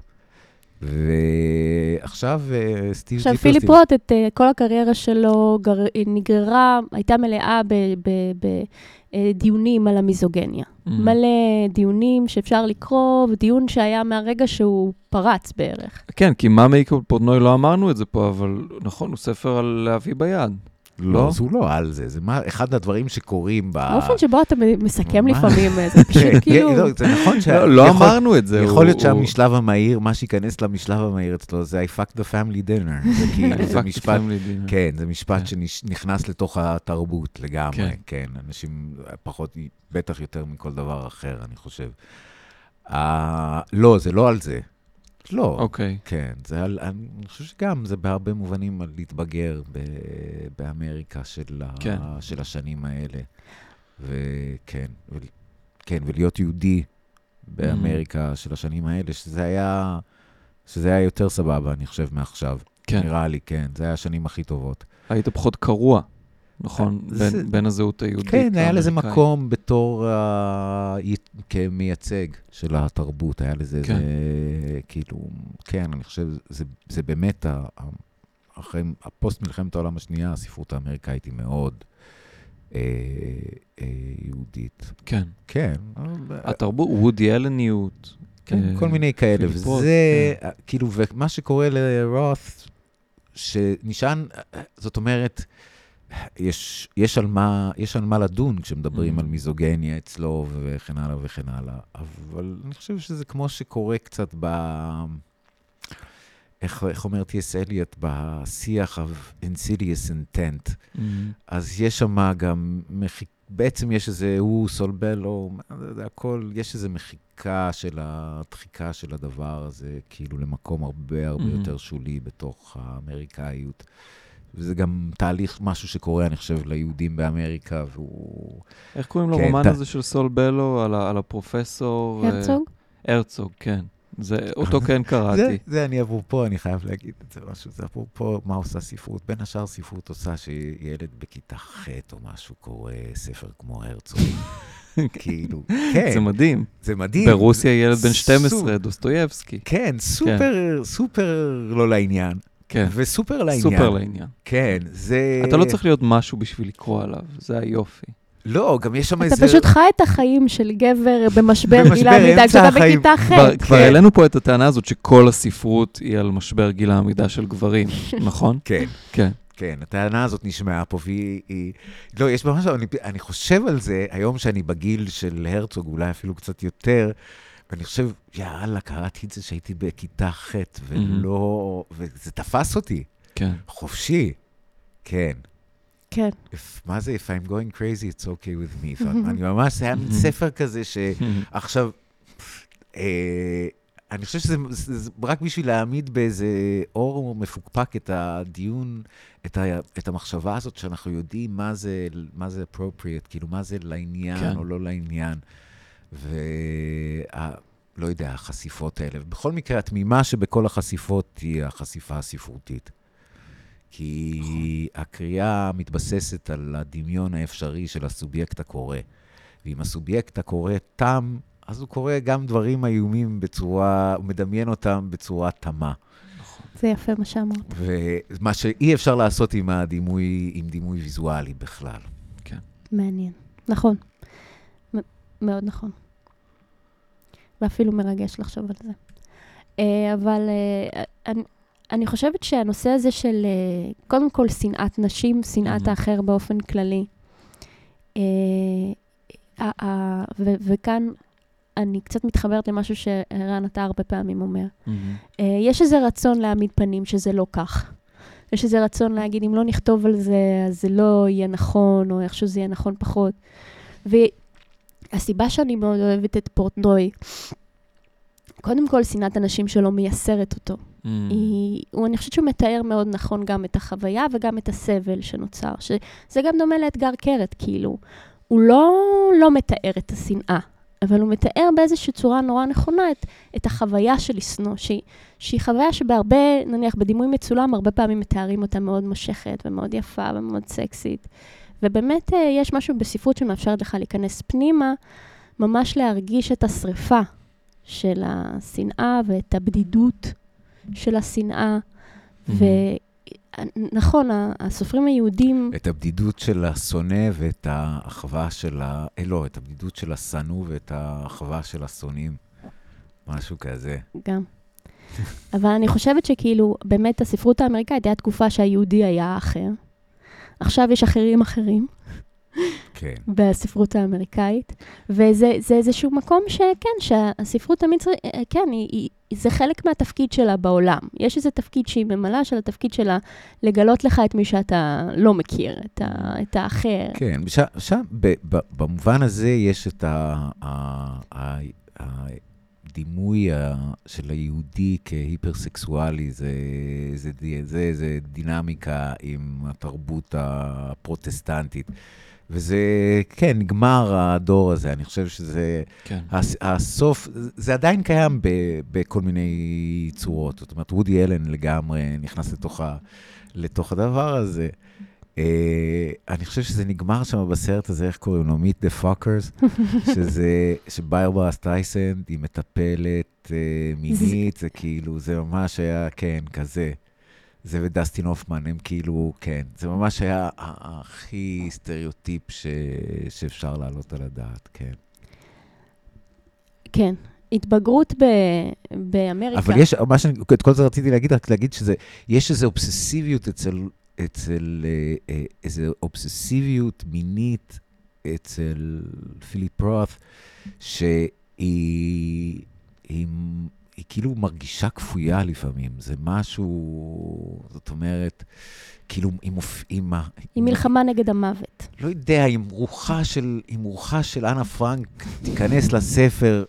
ועכשיו סטיב ג'יפרס... עכשיו פיליפ רוט, את כל הקריירה שלו נגררה, הייתה מלאה בדיונים על המיזוגניה. מלא דיונים שאפשר לקרוא, ודיון שהיה מהרגע שהוא פרץ בערך. כן, כי מה מייקל פורטנוי לא אמרנו את זה פה, אבל נכון, הוא ספר על להביא ביד. לא, זה הוא לא על זה, זה אחד הדברים שקורים ב... האופן שבו אתה מסכם לפעמים, זה פשוט כאילו... זה נכון ש... לא אמרנו את זה. יכול להיות שהמשלב המהיר, מה שיכנס למשלב המהיר אצלו, זה I fucked the family dinner. זה כאילו, זה משפט... כן, זה משפט שנכנס לתוך התרבות לגמרי. כן, אנשים פחות, בטח יותר מכל דבר אחר, אני חושב. לא, זה לא על זה. לא. אוקיי. כן, זה על, אני חושב שגם זה בהרבה מובנים על להתבגר ב, באמריקה של, כן. ה, של השנים האלה. וכן, ו, כן, ולהיות יהודי באמריקה mm. של השנים האלה, שזה היה, שזה היה יותר סבבה, אני חושב, מעכשיו. כן. נראה לי, כן, זה היה השנים הכי טובות. היית פחות קרוע. נכון, זה, בין, בין הזהות היהודית. כן, היה לזה מקום בתור uh, כמייצג של התרבות, היה לזה, כן. זה, כאילו, כן, אני חושב, זה, זה באמת, אחרי הפוסט מלחמת העולם השנייה, הספרות האמריקאית היא מאוד אה, אה, יהודית. כן. כן. התרבות, וודי אלניות. כן, אה, כל מיני כאלה, וזה, כן. כאילו, ומה שקורה לרוט, שנשען, זאת אומרת, יש, יש, על מה, יש על מה לדון כשמדברים mm. על מיזוגניה אצלו וכן הלאה וכן הלאה, אבל אני חושב שזה כמו שקורה קצת ב... איך, איך אומר טי אס אליוט? בשיח of insidious intent. Mm. אז יש שם גם, מחיק... בעצם יש איזה, הוא סולבלו, זה הכל, יש איזה מחיקה של הדחיקה של הדבר הזה, כאילו למקום הרבה הרבה mm. יותר שולי בתוך האמריקאיות. וזה גם תהליך, משהו שקורה, אני חושב, ליהודים באמריקה, והוא... איך קוראים לו רומן הזה של סול בלו, על הפרופסור... הרצוג? הרצוג, כן. אותו כן קראתי. זה אני עבור פה, אני חייב להגיד את זה משהו. זה עבור פה, מה עושה ספרות? בין השאר ספרות עושה שילד בכיתה ח' או משהו קורא ספר כמו הרצוג. כאילו, כן. זה מדהים. זה מדהים. ברוסיה ילד בן שתים עשרה, דוסטויבסקי. כן, סופר, סופר לא לעניין. כן. וסופר לעניין. סופר לעניין. כן, זה... אתה לא צריך להיות משהו בשביל לקרוא עליו, זה היופי. לא, גם יש שם איזה... אתה פשוט חי את החיים של גבר במשבר גיל העמידה, כשאתה בכיתה ח'. כבר העלינו פה את הטענה הזאת שכל הספרות היא על משבר גיל העמידה של גברים, נכון? כן. כן. כן, הטענה הזאת נשמעה פה, והיא... לא, יש ממש... אני חושב על זה, היום שאני בגיל של הרצוג, אולי אפילו קצת יותר, ואני חושב, יאללה, קראתי את זה שהייתי בכיתה ח' ולא... וזה תפס אותי. כן. חופשי. כן. כן. מה זה? If I'm going crazy, it's okay with me. אני ממש, זה היה ספר כזה שעכשיו, אני חושב שזה רק בשביל להעמיד באיזה אור מפוקפק את הדיון, את המחשבה הזאת שאנחנו יודעים מה זה appropriate, כאילו מה זה לעניין או לא לעניין. ולא יודע, החשיפות האלה. ובכל מקרה, התמימה שבכל החשיפות היא החשיפה הספרותית. כי הקריאה מתבססת על הדמיון האפשרי של הסובייקט הקורא. ואם הסובייקט הקורא תם, אז הוא קורא גם דברים איומים בצורה, הוא מדמיין אותם בצורה תמה. זה יפה מה שאמרת. ומה שאי אפשר לעשות עם הדימוי, עם דימוי ויזואלי בכלל. כן. מעניין. נכון. מ- מאוד נכון. ואפילו מרגש לחשוב על זה. Uh, אבל uh, אני, אני חושבת שהנושא הזה של, uh, קודם כל, שנאת נשים, שנאת Mhm. האחר באופן כללי, uh, uh, uh, ו- וכאן אני קצת מתחברת למשהו שערן אתה הרבה פעמים אומר. Mhm. Uh, יש איזה רצון להעמיד פנים שזה לא כך. יש איזה רצון להגיד, אם לא נכתוב על זה, אז זה לא יהיה נכון, או איכשהו זה יהיה נכון פחות. והסיבה שאני מאוד אוהבת את פורטנוי, קודם כל, שנאת אנשים שלא מייסרת אותו. Mhm. היא, הוא, אני חושבת שהוא מתאר מאוד נכון גם את החוויה וגם את הסבל שנוצר. שזה גם דומה לאתגר קרת, כאילו. הוא לא, לא מתאר את השנאה, אבל הוא מתאר באיזושהי צורה נורא נכונה את, את החוויה של לשנוא, שהיא, שהיא חוויה שבהרבה, נניח בדימוי מצולם, הרבה פעמים מתארים אותה מאוד מושכת ומאוד יפה ומאוד סקסית. ובאמת יש משהו בספרות שמאפשרת לך להיכנס פנימה, ממש להרגיש את השריפה של השנאה ואת הבדידות של השנאה. ונכון, הסופרים היהודים... את הבדידות של השונא ואת האחווה של ה... אה, לא, את הבדידות של השנוא ואת האחווה של השונאים. משהו כזה. גם. אבל אני חושבת שכאילו, באמת הספרות האמריקאית הייתה תקופה שהיהודי היה אחר. עכשיו יש אחרים אחרים. כן. בספרות האמריקאית, וזה זה איזשהו מקום שכן, שהספרות המצרית, כן, היא, היא, זה חלק מהתפקיד שלה בעולם. יש איזה תפקיד שהיא ממלאה של התפקיד שלה לגלות לך את מי שאתה לא מכיר, את, ה, את האחר. כן, שם, שם ב, ב, במובן הזה יש את ה, ה, ה, הדימוי של היהודי כהיפרסקסואלי, זה, זה, זה, זה דינמיקה עם התרבות הפרוטסטנטית. וזה, כן, נגמר הדור הזה, אני חושב שזה, כן. הסוף, זה עדיין קיים ב, בכל מיני צורות, זאת אומרת, וודי אלן לגמרי נכנס לתוך, ה, לתוך הדבר הזה. אה, אני חושב שזה נגמר שם בסרט הזה, איך קוראים לו? Meet the Fuckers, שזה, שברברה סטרייסנד היא מטפלת אה, מינית, זה כאילו, זה ממש היה, כן, כזה. זה ודסטין הופמן, הם כאילו, כן, זה ממש היה הכי סטריאוטיפ ש... שאפשר לעלות על הדעת, כן. כן, התבגרות ב... באמריקה. אבל יש, מה שאני, את כל זה רציתי להגיד, רק להגיד שזה, יש איזו אובססיביות אצל, אצל, אה, איזו אובססיביות מינית אצל פיליפ רות, שהיא, היא, היא כאילו מרגישה כפויה לפעמים, זה משהו, זאת אומרת, כאילו עם מופעים... עם מלחמה נגד המוות. לא יודע, עם רוחה של, עם רוחה של אנה פרנק תיכנס לספר,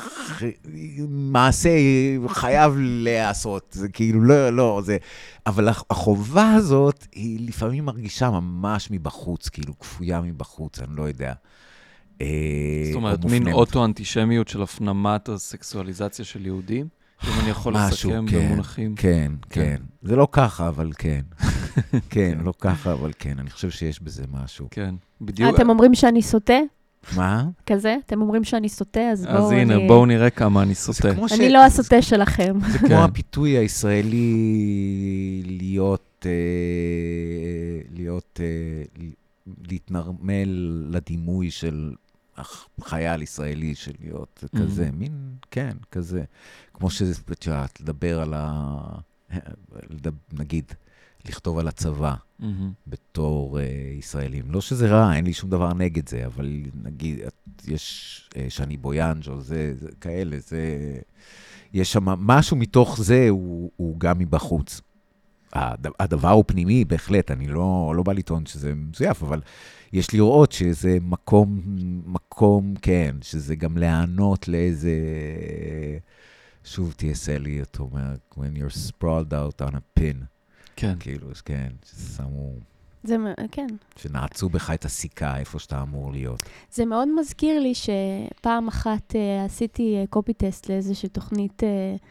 מעשה חייב לעשות, זה כאילו לא, לא, זה... אבל החובה הזאת היא לפעמים מרגישה ממש מבחוץ, כאילו כפויה מבחוץ, אני לא יודע. זאת אומרת, מין אוטו-אנטישמיות של הפנמת הסקסואליזציה של יהודים? אם אני יכול לסכם במונחים. כן, כן. זה לא ככה, אבל כן. כן, לא ככה, אבל כן. אני חושב שיש בזה משהו. כן, בדיוק. אתם אומרים שאני סוטה? מה? כזה? אתם אומרים שאני סוטה, אז בואו... אז הנה, בואו נראה כמה אני סוטה. אני לא הסוטה שלכם. זה כמו הפיתוי הישראלי להיות... להיות... להתנרמל לדימוי של חייל ישראלי של להיות כזה, מין, כן, כזה. כמו שאת לדבר על ה... נגיד, לכתוב על הצבא בתור ישראלים. לא שזה רע, אין לי שום דבר נגד זה, אבל נגיד, יש שני בויאנג' או זה, כאלה, זה... יש שם משהו מתוך זה, הוא גם מבחוץ. הדבר הוא פנימי, בהחלט, אני לא, לא בא לטעון שזה מזויף, אבל יש לראות שזה מקום, מקום, כן, שזה גם לענות לאיזה, שוב תעשה לי, אתה אומר, when you're sprawled out on a pin. כן. כאילו, כן, ששמו... זה, כן. שנעצו בך את הסיכה, איפה שאתה אמור להיות. זה מאוד מזכיר לי שפעם אחת uh, עשיתי קופי טסט לאיזושהי תוכנית... Uh,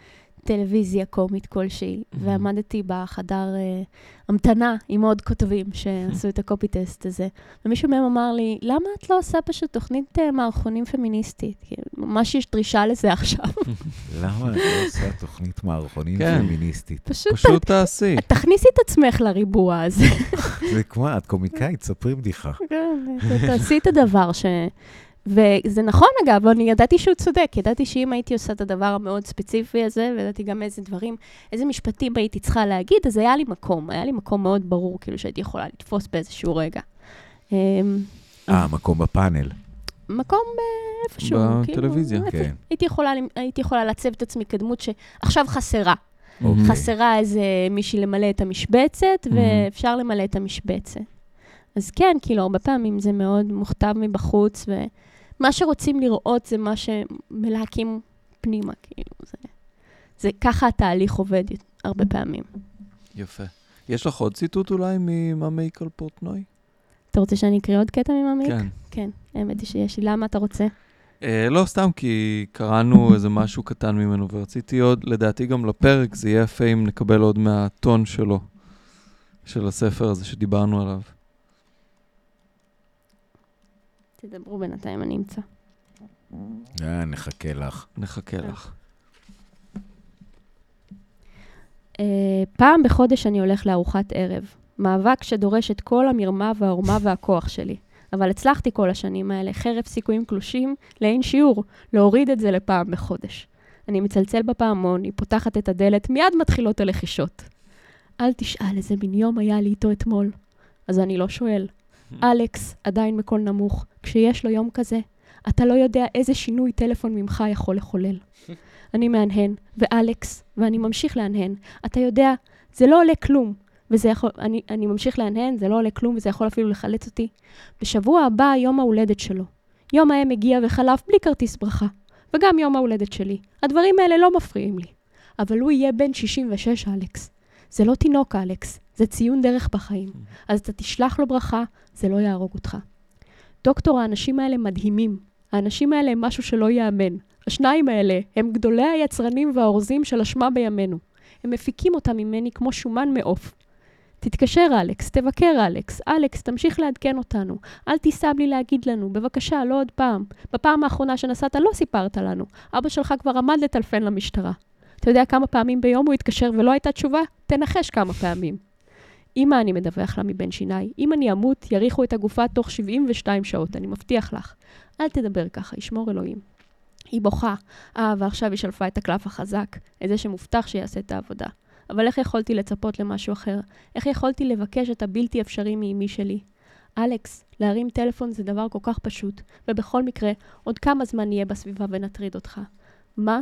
טלוויזיה קומית כלשהי, ועמדתי בחדר uh, המתנה עם עוד כותבים שעשו את הקופי-טסט הזה. ומישהו מהם אמר לי, למה את לא עושה פשוט תוכנית uh, מערכונים פמיניסטית? כי ממש יש דרישה לזה עכשיו. למה את לא עושה תוכנית מערכונים פמיניסטית? פשוט תעשי. תכניסי את עצמך לריבוע הזה. זה כמו, את קומיקאית, ספרי בדיחה. כן, תעשי את הדבר ש... וזה נכון אגב, אני ידעתי שהוא צודק, ידעתי שאם הייתי עושה את הדבר המאוד ספציפי הזה, וידעתי גם איזה דברים, איזה משפטים הייתי צריכה להגיד, אז היה לי מקום, היה לי מקום מאוד ברור, כאילו שהייתי יכולה לתפוס באיזשהו רגע. אה, מקום בפאנל. מקום איפשהו. בטלוויזיה. כן. הייתי יכולה, הייתי יכולה לעצב את עצמי כדמות שעכשיו חסרה. חסרה איזה מישהי למלא את המשבצת, ואפשר למלא את המשבצת. אז כן, כאילו, הרבה פעמים זה מאוד מוכתב מבחוץ, ומה שרוצים לראות זה מה שמלהקים פנימה, כאילו. זה, זה ככה התהליך עובד הרבה פעמים. יפה. יש לך עוד ציטוט אולי ממאמייק על פורטנוי? אתה רוצה שאני אקריא עוד קטע ממאמייק? כן. כן, האמת היא שיש לי. למה אתה רוצה? אה, לא, סתם, כי קראנו איזה משהו קטן ממנו, ורציתי עוד, לדעתי גם לפרק, זה יהיה יפה אם נקבל עוד מהטון שלו, של הספר הזה שדיברנו עליו. תדברו בינתיים, אני אמצא. אה, נחכה לך. נחכה לך. פעם בחודש אני הולך לארוחת ערב. מאבק שדורש את כל המרמה והעורמה והכוח שלי. אבל הצלחתי כל השנים האלה, חרף סיכויים קלושים, לאין שיעור, להוריד את זה לפעם בחודש. אני מצלצל בפעמון, היא פותחת את הדלת, מיד מתחילות הלחישות. אל תשאל איזה מין יום היה לי איתו אתמול. אז אני לא שואל. אלכס עדיין מקול נמוך. כשיש לו יום כזה, אתה לא יודע איזה שינוי טלפון ממך יכול לחולל. אני מהנהן, ואלכס, ואני ממשיך להנהן. אתה יודע, זה לא עולה כלום. וזה יכול, אני, אני ממשיך להנהן, זה לא עולה כלום, וזה יכול אפילו לחלץ אותי. בשבוע הבא, יום ההולדת שלו. יום ההם הגיע וחלף בלי כרטיס ברכה. וגם יום ההולדת שלי. הדברים האלה לא מפריעים לי. אבל הוא יהיה בן שישים ושש, אלכס. זה לא תינוק, אלכס. זה ציון דרך בחיים. אז אתה תשלח לו ברכה, זה לא יהרוג אותך. דוקטור, האנשים האלה מדהימים. האנשים האלה הם משהו שלא יאמן. השניים האלה הם גדולי היצרנים והאורזים של אשמה בימינו. הם מפיקים אותם ממני כמו שומן מעוף. תתקשר, אלכס, תבקר, אלכס. אלכס, תמשיך לעדכן אותנו. אל תיסע בלי להגיד לנו. בבקשה, לא עוד פעם. בפעם האחרונה שנסעת לא סיפרת לנו. אבא שלך כבר עמד לטלפן למשטרה. אתה יודע כמה פעמים ביום הוא התקשר ולא הייתה תשובה? תנחש כמה פעמים. אמא, אני מדווח לה מבין שיניי. אם אני אמות, יריחו את הגופה תוך שבעים ושתיים שעות, אני מבטיח לך. אל תדבר ככה, ישמור אלוהים. היא בוכה. אה, ועכשיו היא שלפה את הקלף החזק, את זה שמובטח שיעשה את העבודה. אבל איך יכולתי לצפות למשהו אחר? איך יכולתי לבקש את הבלתי אפשרי מאמי שלי? אלכס, להרים טלפון זה דבר כל כך פשוט, ובכל מקרה, עוד כמה זמן נהיה בסביבה ונטריד אותך. מה?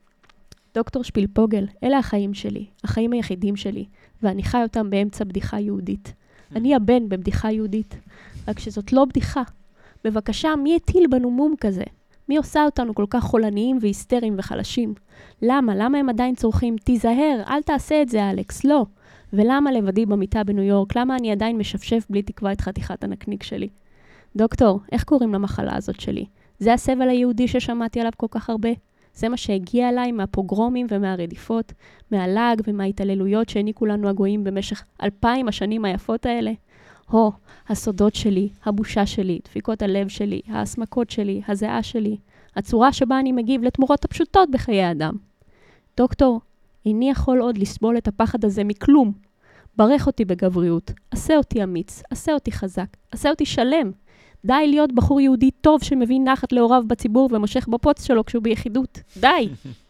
דוקטור שפילפוגל, אלה החיים שלי, החיים היחידים שלי, ואני חי אותם באמצע בדיחה יהודית. אני הבן בבדיחה יהודית, רק שזאת לא בדיחה. בבקשה, מי הטיל בנו מום כזה? מי עושה אותנו כל כך חולניים והיסטריים וחלשים? למה? למה הם עדיין צורכים? תיזהר, אל תעשה את זה, אלכס, לא. ולמה לבדי במיטה בניו יורק? למה אני עדיין משפשף בלי תקווה את חתיכת הנקניק שלי? דוקטור, איך קוראים למחלה הזאת שלי? זה הסבל היהודי ששמעתי עליו כל כך הרבה? זה מה שהגיע אליי מהפוגרומים ומהרדיפות, מהלעג ומההתעללויות שהעניקו לנו הגויים במשך אלפיים השנים היפות האלה? הו, הסודות שלי, הבושה שלי, דפיקות הלב שלי, ההסמקות שלי, הזיעה שלי, הצורה שבה אני מגיב לתמורות הפשוטות בחיי אדם. דוקטור, איני יכול עוד לסבול את הפחד הזה מכלום. ברך אותי בגבריות, עשה אותי אמיץ, עשה אותי חזק, עשה אותי שלם. די להיות בחור יהודי טוב שמבין נחת להוריו בציבור ומושך בפוץ שלו כשהוא ביחידות. די.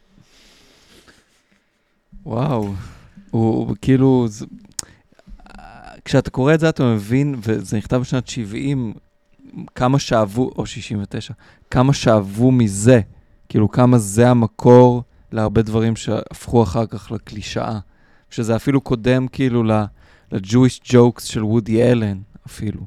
וואו, הוא כאילו, זה... כשאתה קורא את זה אתה מבין, וזה נכתב בשנת שבעים, כמה שאבו, או שישים ותשע, כמה שאבו מזה, כאילו כמה זה המקור להרבה דברים שהפכו אחר כך לקלישאה, שזה אפילו קודם כאילו ל-Jewish jokes של וודי אלן אפילו.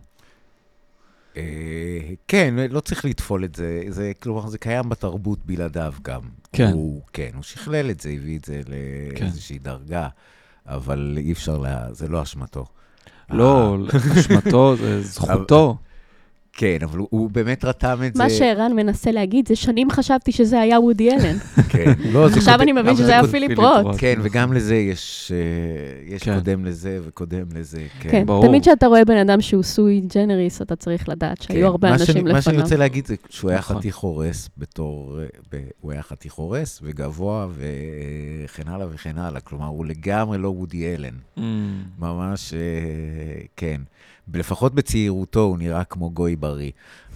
כן, לא צריך לתפול את זה, זה, כלומר, זה קיים בתרבות בלעדיו גם. כן. הוא, כן, הוא שכלל את זה, הביא את זה לאיזושהי דרגה, אבל אי אפשר, לה, זה לא אשמתו. לא, אשמתו, זה זכותו. כן, אבל הוא, הוא באמת רתם את זה. מה שערן מנסה להגיד, זה שנים חשבתי שזה היה וודי אלן. כן. לא, עכשיו אני מבין שזה היה פיליפ רוט. כן, וגם לזה יש, יש כן. קודם לזה וקודם לזה. כן, כן. ברור. תמיד שאתה רואה בן אדם שהוא סוי ג'נריס, אתה צריך לדעת שהיו כן. הרבה אנשים שאני, לפניו. מה שאני רוצה להגיד זה שהוא היה חתיך הורס בתור, ב, הוא היה חתיך הורס וגבוה וכן הלאה וכן הלאה. כלומר, הוא לגמרי לא וודי אלן. Mm. ממש, כן. לפחות בצעירותו הוא נראה כמו גוי בריא.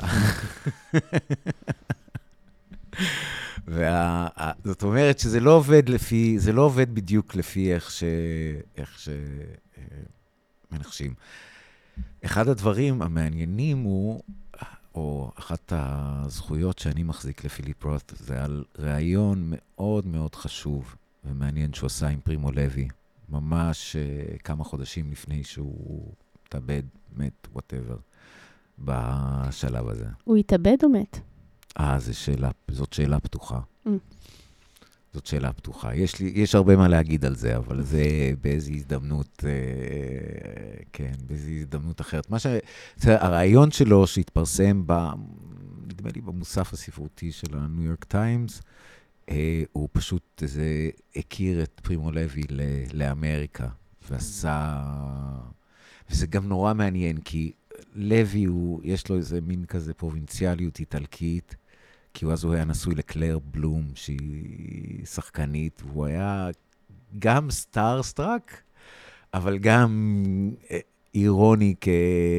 זאת אומרת שזה לא עובד לפי, זה לא עובד בדיוק לפי איך ש... איך ש... מנחשים. אחד הדברים המעניינים הוא, או אחת הזכויות שאני מחזיק לפיליפ רוט, זה על רעיון מאוד מאוד חשוב ומעניין שהוא עשה עם פרימו לוי, ממש כמה חודשים לפני שהוא התאבד, מת, whatever, בשלב הזה. הוא התאבד או מת? אה, זו שאלה, זאת שאלה פתוחה. Mm. זאת שאלה פתוחה. יש לי, יש הרבה מה להגיד על זה, אבל זה באיזו הזדמנות, אה, כן, באיזו הזדמנות אחרת. מה ש... זה, הרעיון שלו שהתפרסם ב... נדמה לי במוסף הספרותי של הניו יורק טיימס, אה, הוא פשוט זה, הכיר את פרימו לוי ל... לאמריקה, ועשה... וזה גם נורא מעניין, כי לוי הוא, יש לו איזה מין כזה פרובינציאליות איטלקית, כי אז הוא היה נשוי לקלר בלום, שהיא שחקנית, והוא היה גם סטארסטראק, אבל גם אירוני כ...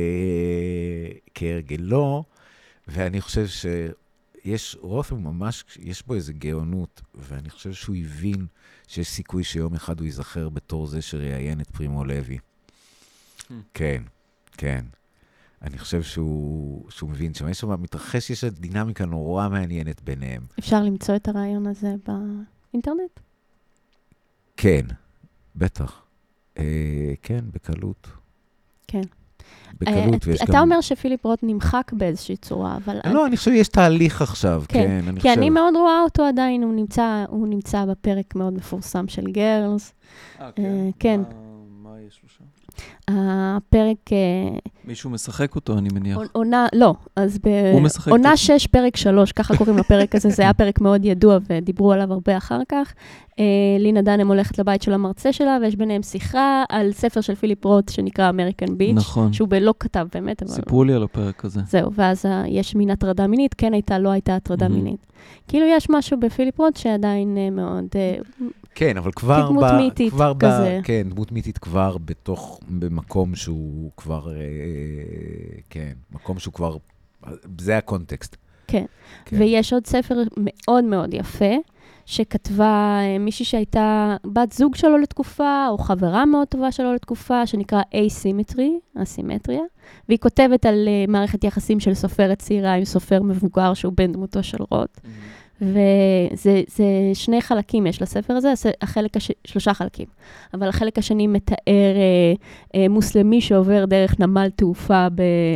כהרגלו, ואני חושב שיש, רותם ממש, יש בו איזו גאונות, ואני חושב שהוא הבין שיש סיכוי שיום אחד הוא ייזכר בתור זה שראיין את פרימו לוי. כן, כן. אני חושב שהוא, שהוא מבין שם. יש שם מתרחש, יש דינמיקה נורא מעניינת ביניהם. אפשר למצוא את הרעיון הזה באינטרנט? כן, בטח. אה, כן, בקלות. כן. בקלות, ויש אתה גם... אומר שפיליפ רוט נמחק באיזושהי צורה, אבל... לא, אני חושב שיש תהליך עכשיו, כן. כן, כי אני מאוד רואה אותו עדיין, הוא נמצא, הוא נמצא בפרק מאוד מפורסם של גרלס. אה, כן. כן. מה יש לו שם? הפרק... מישהו משחק אותו, אני מניח. עונה, לא, אז בעונה שש, פרק שלוש, ככה קוראים לפרק הזה, זה היה פרק מאוד ידוע, ודיברו עליו הרבה אחר כך. לינה דנם הולכת לבית של המרצה שלה, ויש ביניהם שיחה על ספר של פיליפ רוט, שנקרא אמריקן ביץ', נכון. שהוא לא כתב באמת. אבל... סיפרו לי על הפרק הזה. זהו, ואז יש מין הטרדה מינית, כן הייתה, לא הייתה הטרדה מינית. כאילו יש משהו בפיליפ רוט שעדיין מאוד... כן, אבל כבר... דמות מיתית כזה. כן, דמות מיתית כבר בתוך, במקום שהוא כבר, כן, מקום שהוא כבר, זה הקונטקסט. כן, ויש עוד ספר מאוד מאוד יפה, שכתבה מישהי שהייתה בת זוג שלו לתקופה, או חברה מאוד טובה שלו לתקופה, שנקרא Asymmetry, אסימטריה, והיא כותבת על מערכת יחסים של סופרת צעירה עם סופר מבוגר, שהוא בן דמותו של רוט. וזה זה שני חלקים יש לספר הזה, החלק הש... שלושה חלקים. אבל החלק השני מתאר אה, אה, מוסלמי שעובר דרך נמל תעופה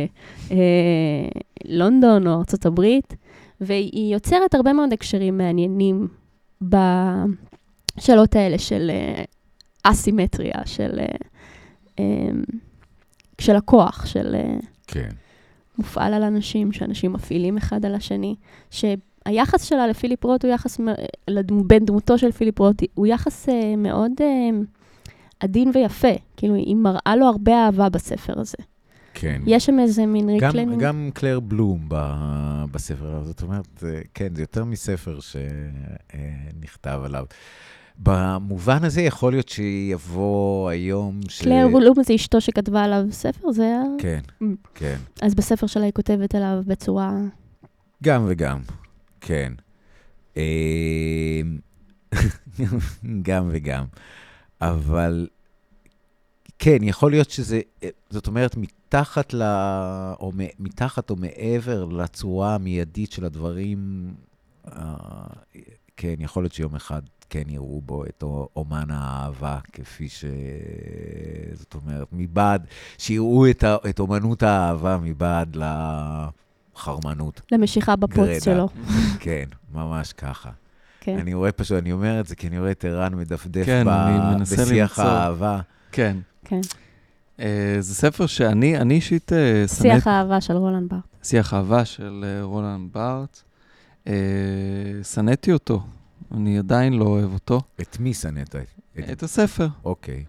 בלונדון או ארצות הברית, והיא יוצרת הרבה מאוד הקשרים מעניינים בשאלות האלה של אה, אסימטריה, של, אה, אה, של הכוח, של אה, כן. מופעל על אנשים, שאנשים מפעילים אחד על השני, ש... היחס שלה לפיליפ רוט הוא יחס, בין דמותו של פיליפ רוט, הוא יחס מאוד עדין ויפה. כאילו, היא מראה לו הרבה אהבה בספר הזה. כן. יש שם איזה מין ריקלנים. גם, גם קלר בלום בספר הזה. זאת אומרת, כן, זה יותר מספר שנכתב עליו. במובן הזה יכול להיות שיבוא היום ש... קלר בלום זה אשתו שכתבה עליו ספר, זה היה... כן, כן. אז בספר שלה היא כותבת עליו בצורה... גם וגם. כן. גם וגם. אבל כן, יכול להיות שזה, זאת אומרת, מתחת ל... או מתחת או מעבר לצורה המיידית של הדברים, כן, יכול להיות שיום אחד כן יראו בו את אומן האהבה, כפי ש... זאת אומרת, מבעד, שיראו את, את אומנות האהבה מבעד ל... חרמנות. למשיכה בפוץ שלו. כן, ממש ככה. כן. אני רואה פשוט, אני אומר את זה, כי אני רואה את ערן מדפדף כן, ב... בשיח האהבה. כן. כן. זה ספר שאני, אני אישית סנט... שיח האהבה של רולנד בארט. שיח האהבה של רולנד בארט. סנאתי אותו. אני עדיין לא אוהב אותו. את מי סנאת? את הספר. אוקיי.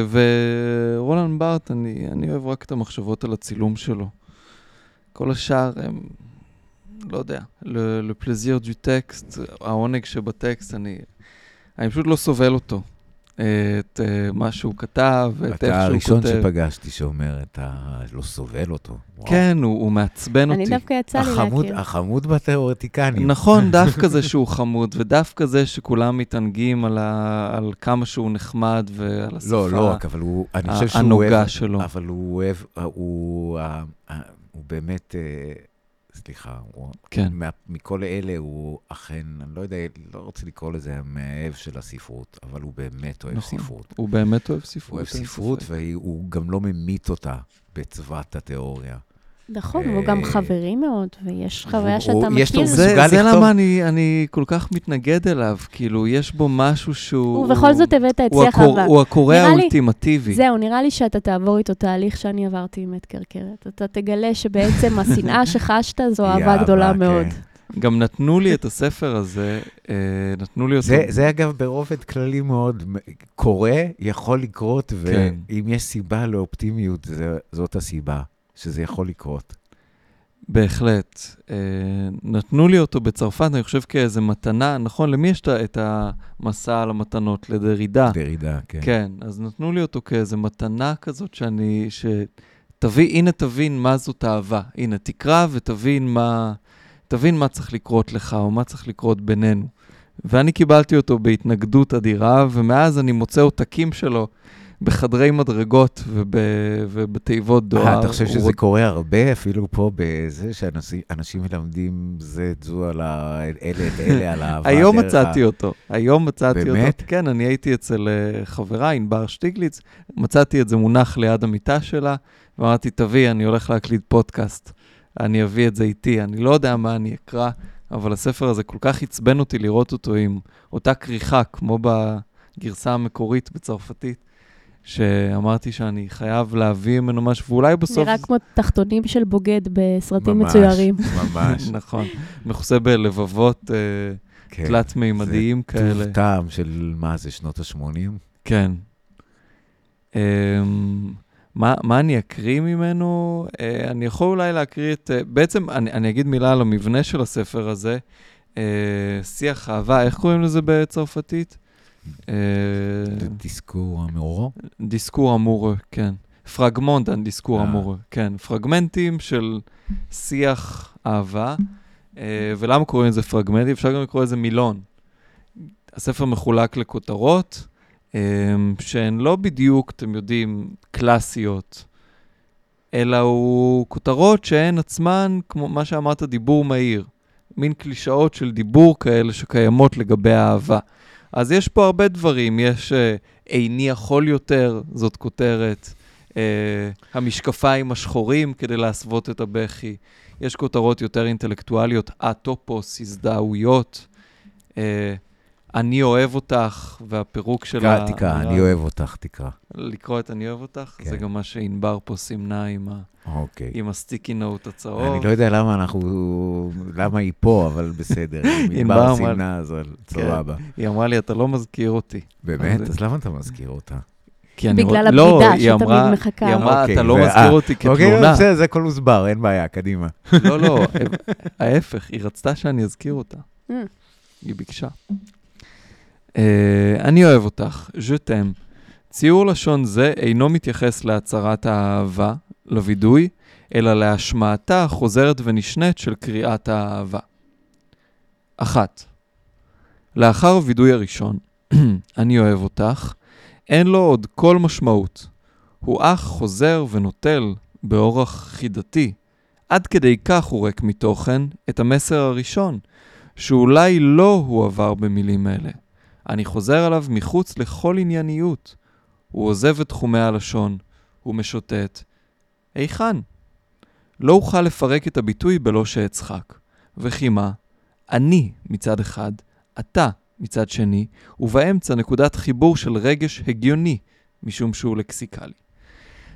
ורולנד בארט, אני, אני אוהב רק את המחשבות על הצילום שלו. כל השאר הם, לא יודע, לפלזיר דו טקסט, העונג שבטקסט, אני, אני פשוט לא סובל אותו. את מה שהוא כתב, את איך שהוא כותב. אתה הראשון שפגשתי שאומר, אתה לא סובל אותו. כן, הוא מעצבן אותי. אני דווקא יצא לי להכיר. החמוד בתיאורטיקנים. נכון, דווקא זה שהוא חמוד, ודווקא זה שכולם מתענגים על כמה שהוא נחמד ועל השפה הנוגה שלו. לא, לא רק, אבל הוא, אני חושב שהוא אוהב, אבל הוא אוהב, הוא באמת... סליחה, כן. מכל אלה הוא אכן, אני לא יודע, לא רוצה לקרוא לזה המאהב של הספרות, אבל הוא באמת אוהב נכון, ספרות. הוא באמת אוהב ספרות. הוא אוהב ספרות, והוא גם לא ממית אותה בצוות התיאוריה. נכון, הוא גם חברי מאוד, ויש חוויה שאתה מכיר. זה למה אני כל כך מתנגד אליו, כאילו, יש בו משהו שהוא... ובכל זאת הבאת את שיח אהבה. הוא הקורא האולטימטיבי. זהו, נראה לי שאתה תעבור איתו תהליך שאני עברתי עם אדגר קרת. אתה תגלה שבעצם השנאה שחשת זו אהבה גדולה מאוד. גם נתנו לי את הספר הזה, נתנו לי אותו... זה אגב ברובד כללי מאוד, קורא יכול לקרות, ואם יש סיבה לאופטימיות, זאת הסיבה. שזה יכול לקרות. בהחלט. אה, נתנו לי אותו בצרפת, אני חושב כאיזה מתנה, נכון? למי יש את המסע על המתנות? לדרידה. דרידה, כן. כן, אז נתנו לי אותו כאיזה מתנה כזאת שאני, שתביא, הנה תבין מה זאת אהבה. הנה, תקרא ותבין מה, תבין מה צריך לקרות לך, או מה צריך לקרות בינינו. ואני קיבלתי אותו בהתנגדות אדירה, ומאז אני מוצא עותקים שלו, בחדרי מדרגות ובתיבות דואר. אתה חושב שזה קורה הרבה, אפילו פה בזה שאנשים מלמדים זה את זו על אלה את אלה, על האהבה. היום מצאתי אותו, היום מצאתי אותו. באמת? כן, אני הייתי אצל חברה, ענבר שטיגליץ, מצאתי את זה מונח ליד המיטה שלה, ואמרתי, תביא, אני הולך להקליט פודקאסט, אני אביא את זה איתי, אני לא יודע מה אני אקרא, אבל הספר הזה כל כך עצבן אותי לראות אותו עם אותה כריכה, כמו בגרסה המקורית בצרפתית. שאמרתי שאני חייב להביא ממנו משהו, ואולי בסוף... נראה כמו תחתונים של בוגד בסרטים מצוירים. ממש, נכון. מכוסה בלבבות תלת מימדיים כאלה. זה טוב טעם של מה זה, שנות ה-שמונים? כן. מה אני אקריא ממנו? אני יכול אולי להקריא את... בעצם אני אגיד מילה על המבנה של הספר הזה. שיח אהבה, איך קוראים לזה בצרפתית? דיסקור אמורו? דיסקור אמורו, כן. פרגמנט על דיסקור אמורו, כן. פרגמנטים של שיח אהבה, ולמה קוראים לזה פרגמנטים? אפשר גם לקרוא לזה מילון. הספר מחולק לכותרות, שהן לא בדיוק, אתם יודעים, קלאסיות, אלא הוא כותרות שהן עצמן, כמו מה שאמרת, דיבור מהיר. מין קלישאות של דיבור כאלה שקיימות לגבי האהבה. אז יש פה הרבה דברים, יש uh, איני יכול יותר, זאת כותרת, uh, המשקפיים השחורים כדי להסוות את הבכי, יש כותרות יותר אינטלקטואליות, אטופוס, הזדהויות, uh, אני אוהב אותך, והפירוק של ה... תקרא, אני אוהב אותך, תקרא. לקרוא את אני אוהב אותך, כן. זה גם מה שענבר פה סימנה עם, ה... אוקיי. עם הסטיקי נוט הצהוב. אני לא יודע למה אנחנו, למה היא פה, אבל בסדר. ענבר סימנה, אז צבבה. היא אמרה לי, אתה לא מזכיר אותי. באמת? אז למה אתה מזכיר אותה? בגלל הבגידה שתמיד מחכה. היא אמרה, אתה לא מזכיר אותי כתלונה. אוקיי, זה כל הוסבר, אין בעיה, קדימה. לא, לא, ההפך, היא רצתה שאני אזכיר אותה. היא ביקשה. אני אוהב אותך, je t'aime. ציור לשון זה אינו מתייחס להצהרת האהבה, לוידוי, אלא להשמעתה חוזרת ונשנית של קריאת האהבה. אחת. לאחר הוידוי הראשון, אני אוהב אותך, אין לו עוד כל משמעות. הוא אך חוזר ונוטל באורח חידתי, עד כדי כך הוא ריק מתוכן את המסר הראשון, שאולי לא הוא עבר במילים אלה. אני חוזר עליו מחוץ לכל ענייניות. הוא עוזב את תחומי הלשון, הוא משוטט. היכן? לא אוכל לפרק את הביטוי בלא שאצחק. וכי מה? אני מצד אחד, אתה מצד שני, ובאמצע נקודת חיבור של רגש הגיוני, משום שהוא לקסיקלי.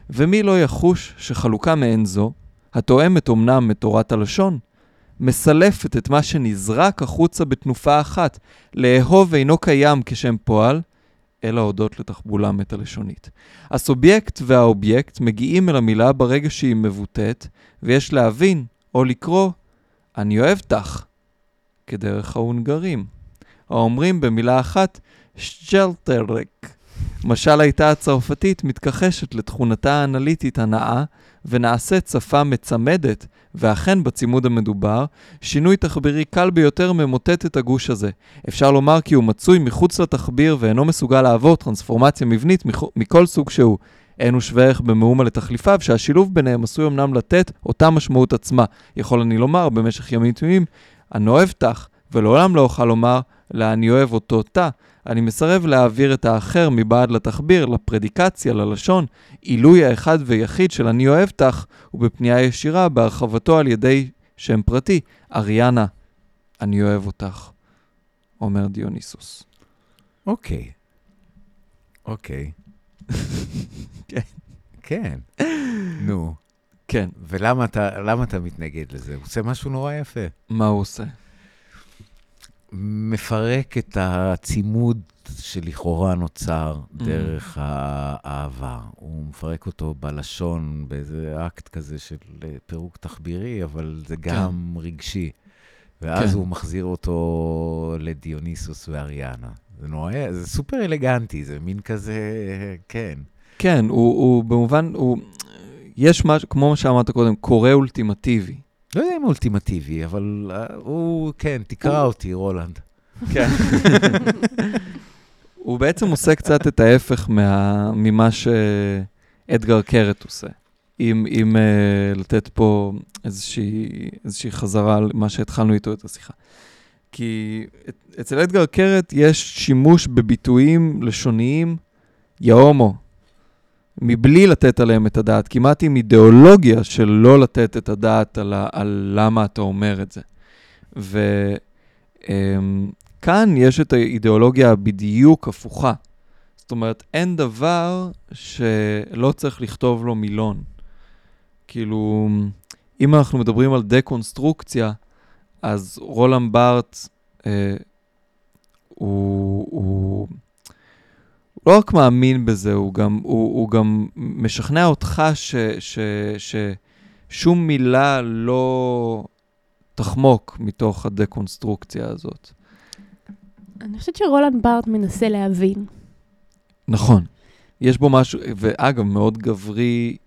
ומי לא יחוש שחלוקה מעין זו, התואמת אומנם מתורת הלשון, מסלפת את מה שנזרק החוצה בתנופה אחת, לאהוב אינו קיים כשם פועל, אלא הודות לתחבולה מטה-לשונית. הסובייקט והאובייקט מגיעים אל המילה ברגע שהיא מבוטאת, ויש להבין או לקרוא, אני אוהב תך, כדרך ההונגרים. האומרים במילה אחת, שג'לטרק. משל הייתה הצרפתית מתכחשת לתכונתה האנליטית הנאה, ונעשית שפה מצמדת, ואכן בצימוד המדובר, שינוי תחבירי קל ביותר ממוטט את הגוש הזה. אפשר לומר כי הוא מצוי מחוץ לתחביר, ואינו מסוגל לעבור טרנספורמציה מבנית מכל סוג שהוא. אין הוא שווה ערך במאומה לתחליפיו, שהשילוב ביניהם עשוי אמנם לתת אותה משמעות עצמה. יכול אני לומר במשך ימים תמימים, אני אוהב תך, ולעולם לא אוכל לומר, לה אני אוהב אותו תא. אני מסרב להעביר את האחר מבעד לתחביר, לפרדיקציה, ללשון. עילוי האחד ויחיד של אני אוהב תך, ובפנייה ישירה בהרחבתו על ידי שם פרטי. אריאנה, אני אוהב אותך, אומר דיוניסוס. אוקיי. אוקיי. כן. כן. נו. כן. ולמה אתה, למה אתה מתנגד לזה? הוא עושה משהו נורא יפה. מה הוא עושה? מפרק את הצימוד שלכאורה נוצר דרך האהבה. הוא מפרק אותו בלשון, באיזה אקט כזה של פירוק תחבירי, אבל זה גם רגשי. ואז הוא מחזיר אותו לדיוניסוס ואריאנה. זה נורא, זה סופר אלגנטי, זה מין כזה, כן. כן, הוא, הוא במובן, הוא, יש משהו, כמו מה שאמרת קודם, קורא אולטימטיבי. לא יודע אם אולטימטיבי, אבל הוא, כן, תקרא אותי, רולנד. כן. הוא בעצם עושה קצת את ההפך מה, ממה שאדגר קרת עושה. אם, אם uh, לתת פה איזושהי, איזושהי חזרה על מה שהתחלנו איתו את השיחה. כי אצל אדגר קרת יש שימוש בביטויים לשוניים יאומו, מבלי לתת עליהם את הדעת, כמעט עם אידיאולוגיה של לא לתת את הדעת על, על למה אתה אומר את זה. וכאן יש את האידיאולוגיה הבדיוק הפוכה. זאת אומרת, אין דבר שלא צריך לכתוב לו מילון. כאילו, אם אנחנו מדברים על דקונסטרוקציה, אז רולנד בארטס אה, הוא... הוא לא רק מאמין בזה, הוא גם, הוא, הוא גם משכנע אותך ש, ש, ששום מילה לא תחמוק מתוך הדקונסטרוקציה הזאת. אני חושבת שרולנד בארט מנסה להבין. נכון. יש בו משהו, ואגב, מאוד גברי,